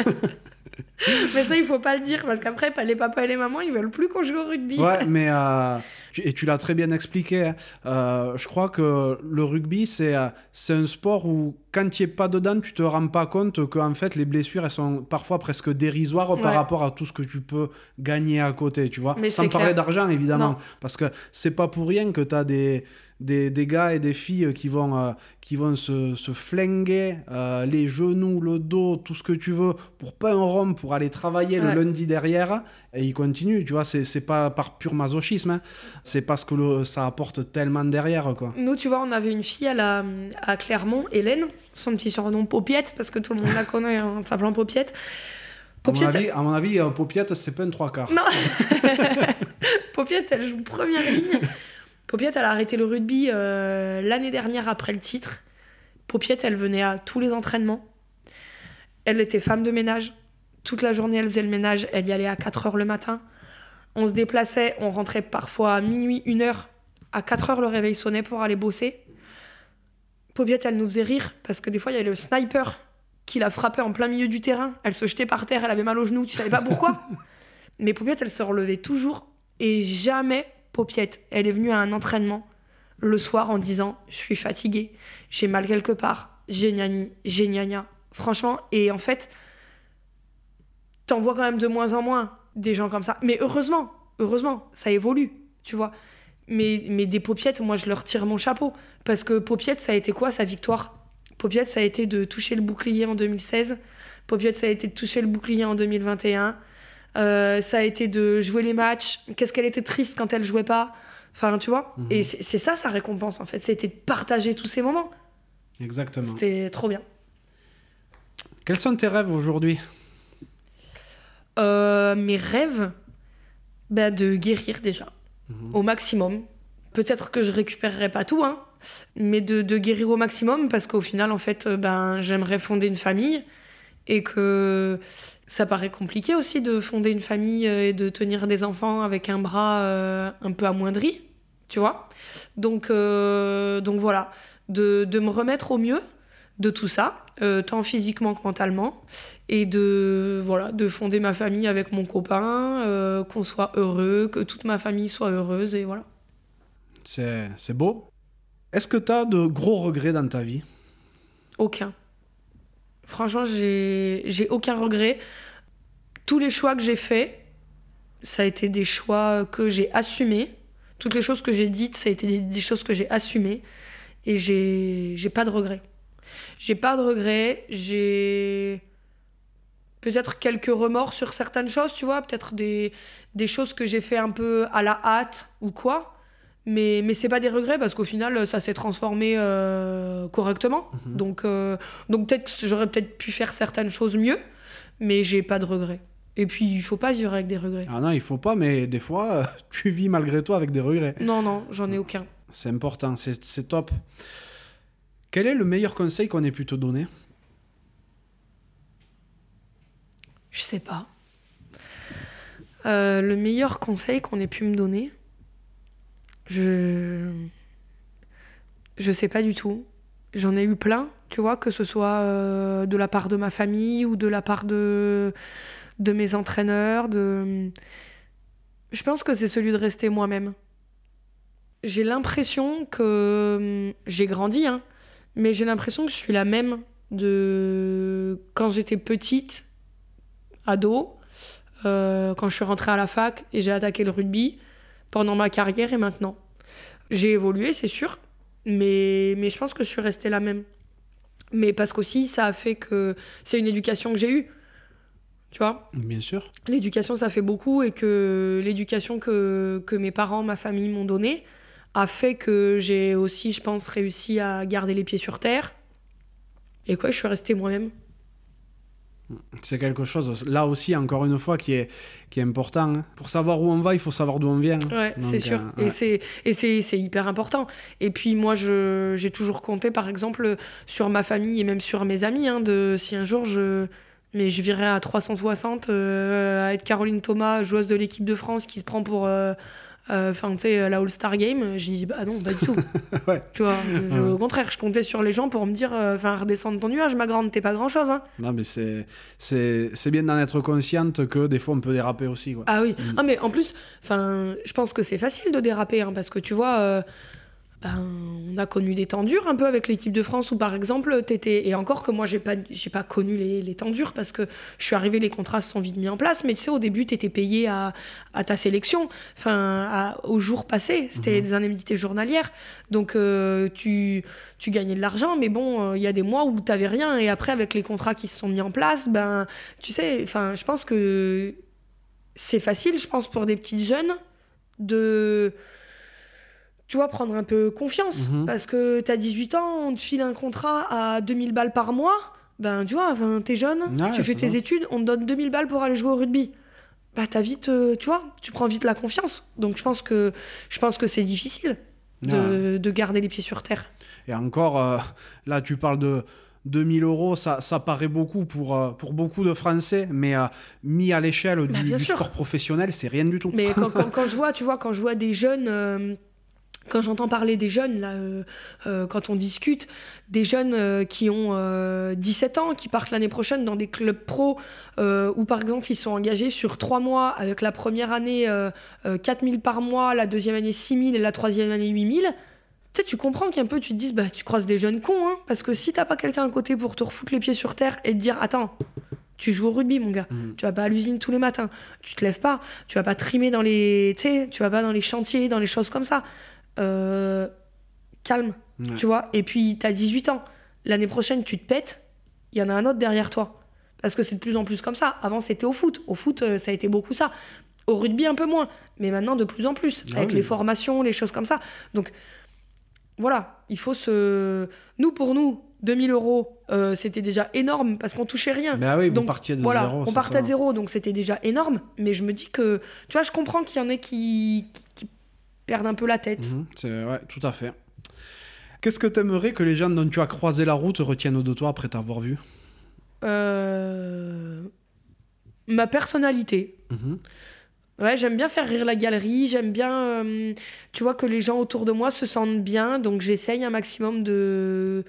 Speaker 1: Mais ça, il faut pas le dire parce qu'après, les papas et les mamans, ils veulent plus qu'on joue au rugby.
Speaker 2: Ouais, mais euh, tu- et tu l'as très bien expliqué. Hein. Euh, je crois que le rugby, c'est euh, c'est un sport où quand tu es pas dedans, tu te rends pas compte qu'en fait les blessures, elles sont parfois presque dérisoires
Speaker 1: Ouais.
Speaker 2: par rapport à tout ce que tu peux gagner à côté, tu vois.
Speaker 1: Mais
Speaker 2: Sans
Speaker 1: c'est
Speaker 2: parler
Speaker 1: clair.
Speaker 2: d'argent, évidemment,
Speaker 1: Non.
Speaker 2: parce que c'est pas pour rien que tu as des Des, des gars et des filles qui vont, euh, qui vont se, se flinguer euh, les genoux, le dos, tout ce que tu veux, pour pas un rond, pour aller travailler
Speaker 1: Ouais.
Speaker 2: le lundi derrière, et ils continuent, tu vois, c'est, c'est pas par pur masochisme, hein. C'est parce que le, ça apporte tellement derrière, quoi.
Speaker 1: Nous, tu vois, on avait une fille à, la, à Clermont, Hélène, son petit surnom Paupiette, parce que tout le monde la connaît en s'appelant Paupiette.
Speaker 2: À mon
Speaker 1: Paupiette,
Speaker 2: avis, à mon avis euh, Paupiette, c'est pas un trois quarts.
Speaker 1: Non Paupiette, elle joue première ligne. Paupiette, elle a arrêté le rugby euh, l'année dernière après le titre. Paupiette, elle venait à tous les entraînements. Elle était femme de ménage. Toute la journée, elle faisait le ménage. Elle y allait à quatre heures le matin. On se déplaçait, on rentrait parfois à minuit, une heure. À quatre heures, le réveil sonnait pour aller bosser. Paupiette, elle nous faisait rire parce que des fois, il y avait le sniper qui la frappait en plein milieu du terrain. Elle se jetait par terre, elle avait mal aux genoux, tu savais pas pourquoi. Mais Paupiette, elle se relevait toujours et jamais Paupiette, elle est venue à un entraînement le soir en disant « Je suis fatiguée, j'ai mal quelque part, j'ai gnani, j'ai gnagna ». Franchement, et en fait, t'en vois quand même de moins en moins des gens comme ça. Mais heureusement, heureusement, ça évolue, tu vois. Mais, mais des Paupiettes, moi, je leur tire mon chapeau. Parce que Paupiette, ça a été quoi, sa victoire ? Paupiette, ça a été de toucher le bouclier en deux mille seize. Paupiette, ça a été de toucher le bouclier en deux mille vingt et un. Euh, ça a été de jouer les matchs. Qu'est-ce qu'elle était triste quand elle jouait pas. Enfin, tu vois.
Speaker 2: Mhm.
Speaker 1: Et c'est, c'est ça, sa récompense, en fait. C'était de partager tous ces moments.
Speaker 2: Exactement.
Speaker 1: C'était trop bien.
Speaker 2: Quels sont tes rêves aujourd'hui ?
Speaker 1: Euh, mes rêves, bah, de guérir déjà,
Speaker 2: Mhm.
Speaker 1: au maximum. Peut-être que je récupérerai pas tout, hein, mais de, de guérir au maximum parce qu'au final, en fait, euh, ben, j'aimerais fonder une famille et que ça paraît compliqué aussi de fonder une famille euh, et de tenir des enfants avec un bras euh, un peu amoindri, tu vois. Donc, euh, donc voilà, de, de me remettre au mieux de tout ça, euh, tant physiquement que mentalement, et de, voilà, de fonder ma famille avec mon copain, euh, qu'on soit heureux, que toute ma famille soit heureuse, et voilà.
Speaker 2: C'est, c'est beau. Est-ce que tu as de gros regrets dans ta vie ?
Speaker 1: Aucun. Franchement, j'ai, j'ai aucun regret. Tous les choix que j'ai faits, ça a été des choix que j'ai assumés. Toutes les choses que j'ai dites, ça a été des, des choses que j'ai assumées. Et j'ai, j'ai pas de regrets. J'ai pas de regrets. J'ai peut-être quelques remords sur certaines choses, tu vois. Peut-être des, des choses que j'ai fait un peu à la hâte ou quoi. Mais, mais c'est pas des regrets parce qu'au final, ça s'est transformé euh, correctement.
Speaker 2: Mhm.
Speaker 1: Donc, euh, donc peut-être que j'aurais peut-être pu faire certaines choses mieux, mais j'ai pas de regrets. Et puis, il faut pas vivre avec des regrets.
Speaker 2: Ah non, il faut pas, mais des fois, euh, tu vis malgré toi avec des regrets.
Speaker 1: Non, non, j'en ai aucun.
Speaker 2: C'est important, c'est, c'est top. Quel est le meilleur conseil qu'on ait pu te donner ?
Speaker 1: Je sais pas. Euh, le meilleur conseil qu'on ait pu me donner, je... Je sais pas du tout. J'en ai eu plein, tu vois, que ce soit euh, de la part de ma famille ou de la part de, de mes entraîneurs. De... Je pense que c'est celui de rester moi-même. J'ai l'impression que j'ai grandi, hein, mais j'ai l'impression que je suis la même de quand j'étais petite, ado, euh, quand je suis rentrée à la fac et j'ai attaqué le rugby, pendant ma carrière et maintenant. J'ai évolué, c'est sûr, mais, mais je pense que je suis restée la même. Mais parce qu'aussi, ça a fait que c'est une éducation que j'ai eue. Tu vois ?
Speaker 2: Bien sûr.
Speaker 1: L'éducation, ça fait beaucoup, et que l'éducation que, que mes parents, ma famille m'ont donnée a fait que j'ai aussi, je pense, réussi à garder les pieds sur terre. Et quoi, je suis restée moi-même.
Speaker 2: C'est quelque chose, là aussi, encore une fois, qui est, qui est important. Hein. Pour savoir où on va, il faut savoir d'où on vient.
Speaker 1: Ouais,
Speaker 2: Donc,
Speaker 1: c'est sûr.
Speaker 2: euh,
Speaker 1: et
Speaker 2: ouais.
Speaker 1: c'est, et c'est, c'est hyper important. Et puis moi, je, j'ai toujours compté, par exemple, sur ma famille et même sur mes amis, hein, de si un jour je... Mais je virais à trois cent soixante, euh, à être Caroline Thomas, joueuse de l'équipe de France, qui se prend pour... euh, Enfin, tu sais, la All-Star Game, j'ai dit, bah non, pas du tout.
Speaker 2: Ouais.
Speaker 1: Tu vois, je- je-
Speaker 2: Ouais.
Speaker 1: au contraire, je comptais sur les gens pour me dire, enfin, redescendre ton nuage, ma grande, t'es pas grand-chose, hein.
Speaker 2: Non, mais c'est, c'est, c'est bien d'en être consciente que des fois, on peut déraper aussi. Quoi.
Speaker 1: Ah oui.
Speaker 2: Mm.
Speaker 1: Ah, mais en plus, enfin, je pense que c'est facile de déraper, hein, parce que tu vois, euh, ben, on a connu des temps durs un peu avec l'équipe de France, où par exemple, t'étais... Et encore que moi, j'ai pas, j'ai pas connu les, les temps durs, parce que je suis arrivée, les contrats se sont vite mis en place, mais tu sais, au début, t'étais payé à, à ta sélection, enfin, à- au jour passé, c'était
Speaker 2: Mhm.
Speaker 1: des indemnités journalières, donc euh, tu, tu gagnais de l'argent, mais bon, il y a des mois où t'avais rien, et après, avec les contrats qui se sont mis en place, ben, tu sais, enfin, je pense que c'est facile, je pense, pour des petites jeunes, de... tu vois, prendre un peu confiance.
Speaker 2: Mhm.
Speaker 1: Parce que t'as dix-huit ans, on te file un contrat à deux mille balles par mois. Ben, tu vois, enfin, t'es jeune,
Speaker 2: Ouais,
Speaker 1: tu fais
Speaker 2: c'est
Speaker 1: tes
Speaker 2: ça.
Speaker 1: études, on te donne deux mille balles pour aller jouer au rugby. Bah, t'as vite, euh, tu vois, tu prends vite la confiance. Donc, je pense que, je pense que c'est difficile de, de garder les pieds sur terre.
Speaker 2: Et encore, euh, là, tu parles de deux mille euros, ça, ça paraît beaucoup pour, euh, pour beaucoup de Français, mais euh, mis à l'échelle
Speaker 1: Bah,
Speaker 2: du,
Speaker 1: bien
Speaker 2: du
Speaker 1: sûr.
Speaker 2: sport professionnel, c'est rien du tout.
Speaker 1: Mais quand, quand, quand je vois, tu vois, quand je vois des jeunes... euh, quand j'entends parler des jeunes, là, euh, euh, quand on discute, des jeunes euh, qui ont euh, dix-sept ans, qui partent l'année prochaine dans des clubs pro, euh, où par exemple ils sont engagés sur trois mois, avec la première année euh, euh, quatre mille par mois, la deuxième année six mille et la troisième année huit mille. Tu sais, tu comprends qu'un peu tu te dises, bah, tu croises des jeunes cons, hein, parce que si t'as pas quelqu'un à côté pour te refoutre les pieds sur terre et te dire, attends, tu joues au rugby, mon gars.
Speaker 2: Mhm.
Speaker 1: Tu vas pas à l'usine tous les matins. Tu te lèves pas. Tu vas pas trimer dans les, tu sais, tu vas pas dans les chantiers, dans les choses comme ça. Euh, calme,
Speaker 2: Ouais.
Speaker 1: tu vois. Et puis, t'as dix-huit ans. L'année prochaine, tu te pètes, il y en a un autre derrière toi. Parce que c'est de plus en plus comme ça. Avant, c'était au foot. Au foot, euh, ça a été beaucoup ça. Au rugby, un peu moins. Mais maintenant, de plus en plus.
Speaker 2: Ah
Speaker 1: avec
Speaker 2: oui.
Speaker 1: les formations, les choses comme ça. Donc, voilà. Il faut se... Nous, pour nous, deux mille euros, euh, c'était déjà énorme parce qu'on touchait rien.
Speaker 2: Ben oui, vous
Speaker 1: Donc,
Speaker 2: partiez de
Speaker 1: voilà,
Speaker 2: zéro.
Speaker 1: on
Speaker 2: c'est
Speaker 1: partait
Speaker 2: ça.
Speaker 1: de zéro, donc c'était déjà énorme. Mais je me dis que, tu vois, je comprends qu'il y en ait qui, qui, qui perdent un peu la tête.
Speaker 2: Mhm, c'est, ouais, tout à fait. Qu'est-ce que tu aimerais que les gens dont tu as croisé la route retiennent de toi après t'avoir vu?
Speaker 1: Euh, Ma personnalité.
Speaker 2: Mhm.
Speaker 1: Ouais, j'aime bien faire rire la galerie, j'aime bien, euh, tu vois, que les gens autour de moi se sentent bien, donc j'essaye un maximum de,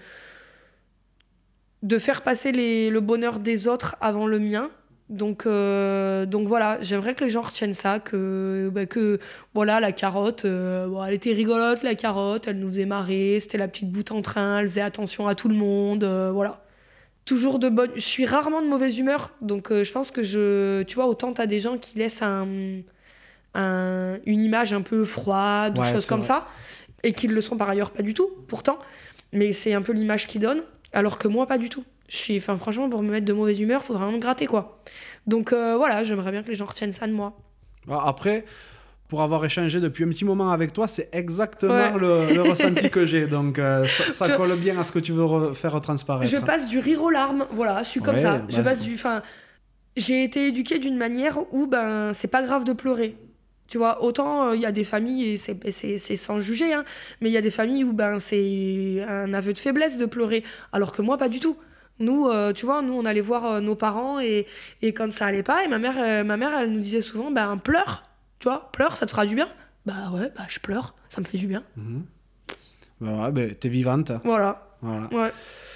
Speaker 1: de faire passer les, le bonheur des autres avant le mien. Donc, euh, donc voilà, j'aimerais que les gens retiennent ça, que, bah, que voilà, la carotte, euh, bon, elle était rigolote, la carotte, elle nous faisait marrer, c'était la petite boute en train, elle faisait attention à tout le monde, euh, voilà. Toujours de bonne... Je suis rarement de mauvaise humeur, donc euh, je pense que je... Tu vois, autant t'as des gens qui laissent un, un- une image un peu froide ou
Speaker 2: Ouais,
Speaker 1: choses
Speaker 2: c'est
Speaker 1: comme
Speaker 2: vrai.
Speaker 1: ça, et qui ne le sont par ailleurs pas du tout, pourtant, mais c'est un peu l'image qu'ils donnent, alors que moi, pas du tout. Je suis... Enfin, franchement, pour me mettre de mauvaise humeur, faut vraiment me gratter, quoi. Donc euh, voilà, j'aimerais bien que les gens retiennent ça de moi.
Speaker 2: Ah, Après, pour avoir échangé depuis un petit moment avec toi, c'est exactement
Speaker 1: Ouais.
Speaker 2: le, le ressenti que j'ai. Donc, euh, ça, ça
Speaker 1: Tu-
Speaker 2: colle bien à ce que tu veux re- faire transparaître.
Speaker 1: Je passe du rire aux larmes, voilà, je suis comme
Speaker 2: Ouais,
Speaker 1: ça.
Speaker 2: bah,
Speaker 1: Je passe
Speaker 2: c'est-
Speaker 1: du... Enfin, j'ai été éduquée d'une manière où, ben, c'est pas grave de pleurer. Tu vois, autant il y a des familles, et c'est, c'est, c'est sans juger, hein, mais il y a des familles où ben, c'est un aveu de faiblesse de pleurer, alors que moi, pas du tout. Nous, euh, tu vois, nous, on allait voir euh, nos parents et, et quand ça allait pas, et ma mère, euh, ma mère, elle nous disait souvent, ben, pleure, tu vois, pleure, ça te fera du bien. Bah ouais, bah je pleure, ça me fait du bien.
Speaker 2: Mhm. Bah ouais, bah, t'es vivante.
Speaker 1: Voilà,
Speaker 2: Voilà.
Speaker 1: ouais.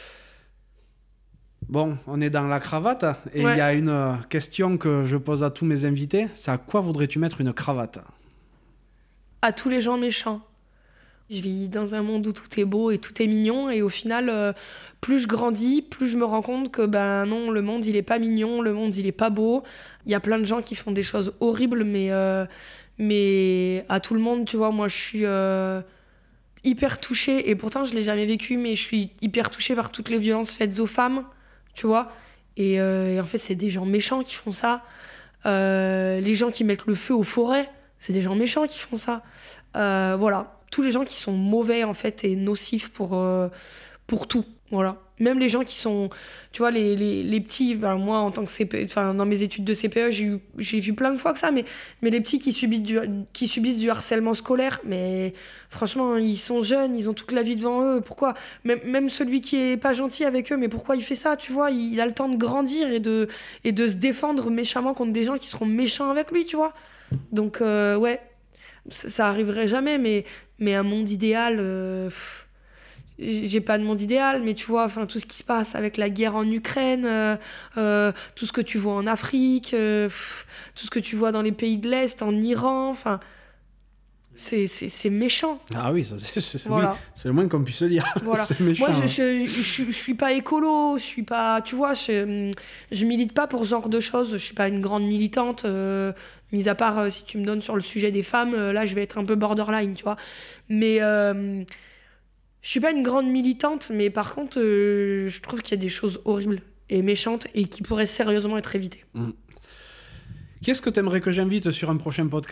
Speaker 2: Bon, on est dans la cravate et il
Speaker 1: Ouais.
Speaker 2: y a une euh, question que je pose à tous mes invités. C'est à quoi voudrais-tu mettre une cravate?
Speaker 1: À tous les gens méchants. Je vis dans un monde où tout est beau et tout est mignon, et au final, euh, plus je grandis, plus je me rends compte que ben non, le monde il est pas mignon, le monde il est pas beau. Il y a plein de gens qui font des choses horribles, mais, euh, mais à tout le monde, tu vois, moi je suis... euh, hyper touchée, et pourtant je l'ai jamais vécu, mais je suis hyper touchée par toutes les violences faites aux femmes, tu vois. Et, euh, et en fait, c'est des gens méchants qui font ça. Euh, les gens qui mettent le feu aux forêts, c'est des gens méchants qui font ça. Euh, voilà, tous les gens qui sont mauvais en fait et nocifs pour, euh, pour tout. Voilà. Même les gens qui sont, tu vois, les, les, les petits, ben moi en tant que C P E, enfin dans mes études de C P E, j'ai, eu, j'ai vu plein de fois que ça, mais, mais les petits qui subissent, du, qui subissent du harcèlement scolaire, mais franchement, ils sont jeunes, ils ont toute la vie devant eux, pourquoi même, même celui qui est pas gentil avec eux, mais pourquoi il fait ça, tu vois, il, il a le temps de grandir et de, et de se défendre méchamment contre des gens qui seront méchants avec lui, tu vois. Donc, euh, ouais, ça, ça arriverait jamais, mais, mais un monde idéal... Euh, pff, j'ai pas de monde idéal, mais tu vois, enfin tout ce qui se passe avec la guerre en Ukraine, euh, euh, tout ce que tu vois en Afrique, euh, pff, tout ce que tu vois dans les pays de l'Est, en Iran, enfin, c'est, c'est, c'est méchant.
Speaker 2: Ah oui, ça, c'est, c'est,
Speaker 1: voilà.
Speaker 2: oui, c'est le moins qu'on puisse dire.
Speaker 1: Voilà.
Speaker 2: C'est méchant.
Speaker 1: Moi, je, je, je, je, je suis pas écolo, je suis pas, tu vois, je, je milite pas pour ce genre de choses, je suis pas une grande militante. Euh, mis à part euh, si tu me donnes sur le sujet des femmes, euh, là, je vais être un peu borderline, tu vois. Mais euh, je suis pas une grande militante, mais par contre, euh, je trouve qu'il y a des choses horribles et méchantes et qui pourraient sérieusement être évitées.
Speaker 2: Mmh. Qu'est-ce que tu aimerais que j'invite sur un prochain podcast ?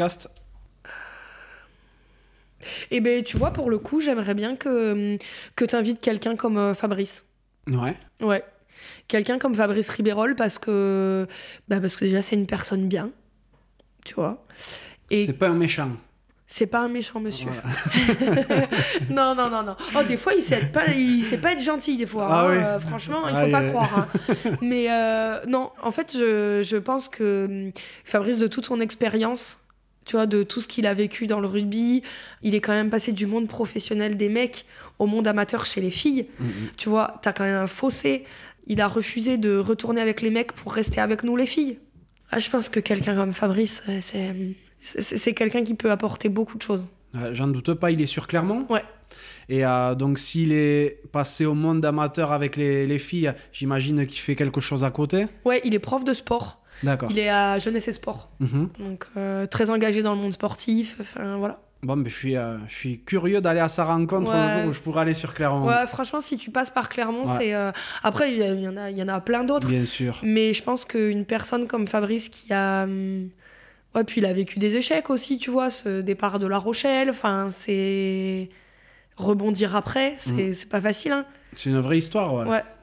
Speaker 1: Eh ben, tu vois, pour le coup, j'aimerais bien que, que tu invites quelqu'un comme euh, Fabrice.
Speaker 2: Ouais.
Speaker 1: Ouais. Quelqu'un comme Fabrice Ribeyrolles, parce que, bah parce que déjà, c'est une personne bien, tu vois. Et
Speaker 2: c'est pas un méchant.
Speaker 1: C'est pas un méchant monsieur.
Speaker 2: Voilà.
Speaker 1: non, non, non, non. Oh, des fois, il sait pas, il sait pas être gentil, des fois.
Speaker 2: Ah
Speaker 1: hein.
Speaker 2: oui.
Speaker 1: euh, franchement, il faut
Speaker 2: ah,
Speaker 1: pas
Speaker 2: yeah.
Speaker 1: croire. Hein. Mais euh, non, en fait, je, je pense que Fabrice, de toute son expérience, tu vois, de tout ce qu'il a vécu dans le rugby, il est quand même passé du monde professionnel des mecs au monde amateur chez les filles. Mm-hmm. Tu vois, t'as quand même un fossé. Il a refusé de retourner avec les mecs pour rester avec nous, les filles. Ah, je pense que quelqu'un comme Fabrice, c'est... C'est, c'est quelqu'un qui peut apporter beaucoup de choses.
Speaker 2: Euh, j'en doute pas, il est sur Clermont.
Speaker 1: Ouais.
Speaker 2: Et euh, donc, s'il est passé au monde amateur avec les, les filles, j'imagine qu'il fait quelque chose à côté.
Speaker 1: Ouais, il est prof de sport.
Speaker 2: D'accord.
Speaker 1: Il est à Jeunesse et Sport.
Speaker 2: Mmh.
Speaker 1: Donc, euh, très engagé dans le monde sportif. Enfin, voilà.
Speaker 2: Bon, mais je suis, euh, je suis curieux d'aller à sa rencontre
Speaker 1: ouais.
Speaker 2: un jour où je pourrais aller sur Clermont.
Speaker 1: Ouais, franchement, si tu passes par Clermont, ouais. c'est... Euh... Après, il y, y, en a, il y en a plein d'autres.
Speaker 2: Bien sûr.
Speaker 1: Mais je pense qu'une personne comme Fabrice qui a... Hum... Ouais, puis il a vécu des échecs aussi, tu vois, ce départ de La Rochelle, enfin, c'est... Rebondir après, c'est, mmh. c'est pas facile, hein.
Speaker 2: C'est une vraie histoire, ouais.
Speaker 1: Ouais.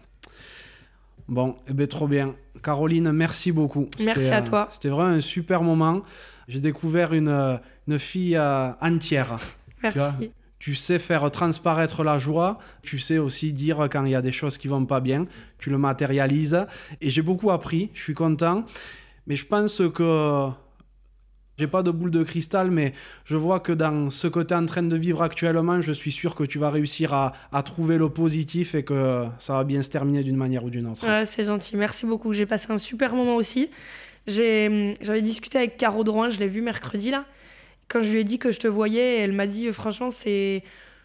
Speaker 2: Bon, eh ben, trop bien. Caroline, merci beaucoup.
Speaker 1: Merci
Speaker 2: c'était,
Speaker 1: à toi.
Speaker 2: Euh, c'était vraiment un super moment. J'ai découvert une, une fille euh, entière.
Speaker 1: Merci.
Speaker 2: Tu, tu sais faire transparaître la joie. Tu sais aussi dire quand il y a des choses qui vont pas bien. Tu le matérialises. Et j'ai beaucoup appris. Je suis content. Mais je pense que... J'ai pas de boule de cristal, mais je vois que dans ce que tu es en train de vivre actuellement, je suis sûr que tu vas réussir à, à trouver le positif et que ça va bien se terminer d'une manière ou d'une autre.
Speaker 1: Ouais, c'est gentil, merci beaucoup. J'ai passé un super moment aussi. J'ai, j'avais discuté avec Caro Drouin, je l'ai vue mercredi là. Quand je lui ai dit que je te voyais, elle m'a dit franchement, c'est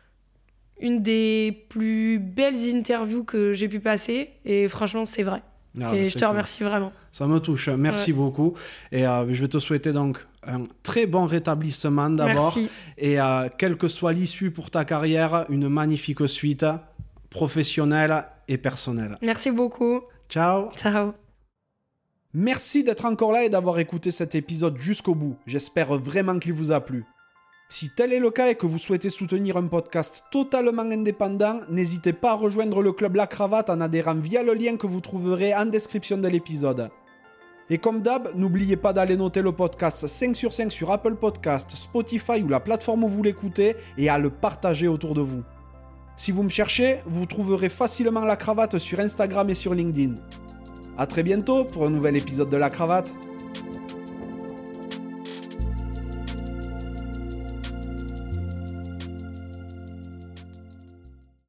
Speaker 1: une des plus belles interviews que j'ai pu passer. Et franchement, c'est vrai. Ah, et je te cool. remercie vraiment.
Speaker 2: Ça me touche, merci ouais. beaucoup. Et euh, je vais te souhaiter donc un très bon rétablissement d'abord.
Speaker 1: Merci.
Speaker 2: Et euh, quelle que soit l'issue pour ta carrière, une magnifique suite professionnelle et personnelle.
Speaker 1: Merci beaucoup.
Speaker 2: Ciao.
Speaker 1: Ciao.
Speaker 2: Merci d'être encore là et d'avoir écouté cet épisode jusqu'au bout. J'espère vraiment qu'il vous a plu. Si tel est le cas et que vous souhaitez soutenir un podcast totalement indépendant, n'hésitez pas à rejoindre le Club La Cravate en adhérant via le lien que vous trouverez en description de l'épisode. Et comme d'hab, n'oubliez pas d'aller noter le podcast cinq sur cinq sur Apple Podcasts, Spotify ou la plateforme où vous l'écoutez et à le partager autour de vous. Si vous me cherchez, vous trouverez facilement La Cravate sur Instagram et sur LinkedIn. À très bientôt pour un nouvel épisode de La Cravate.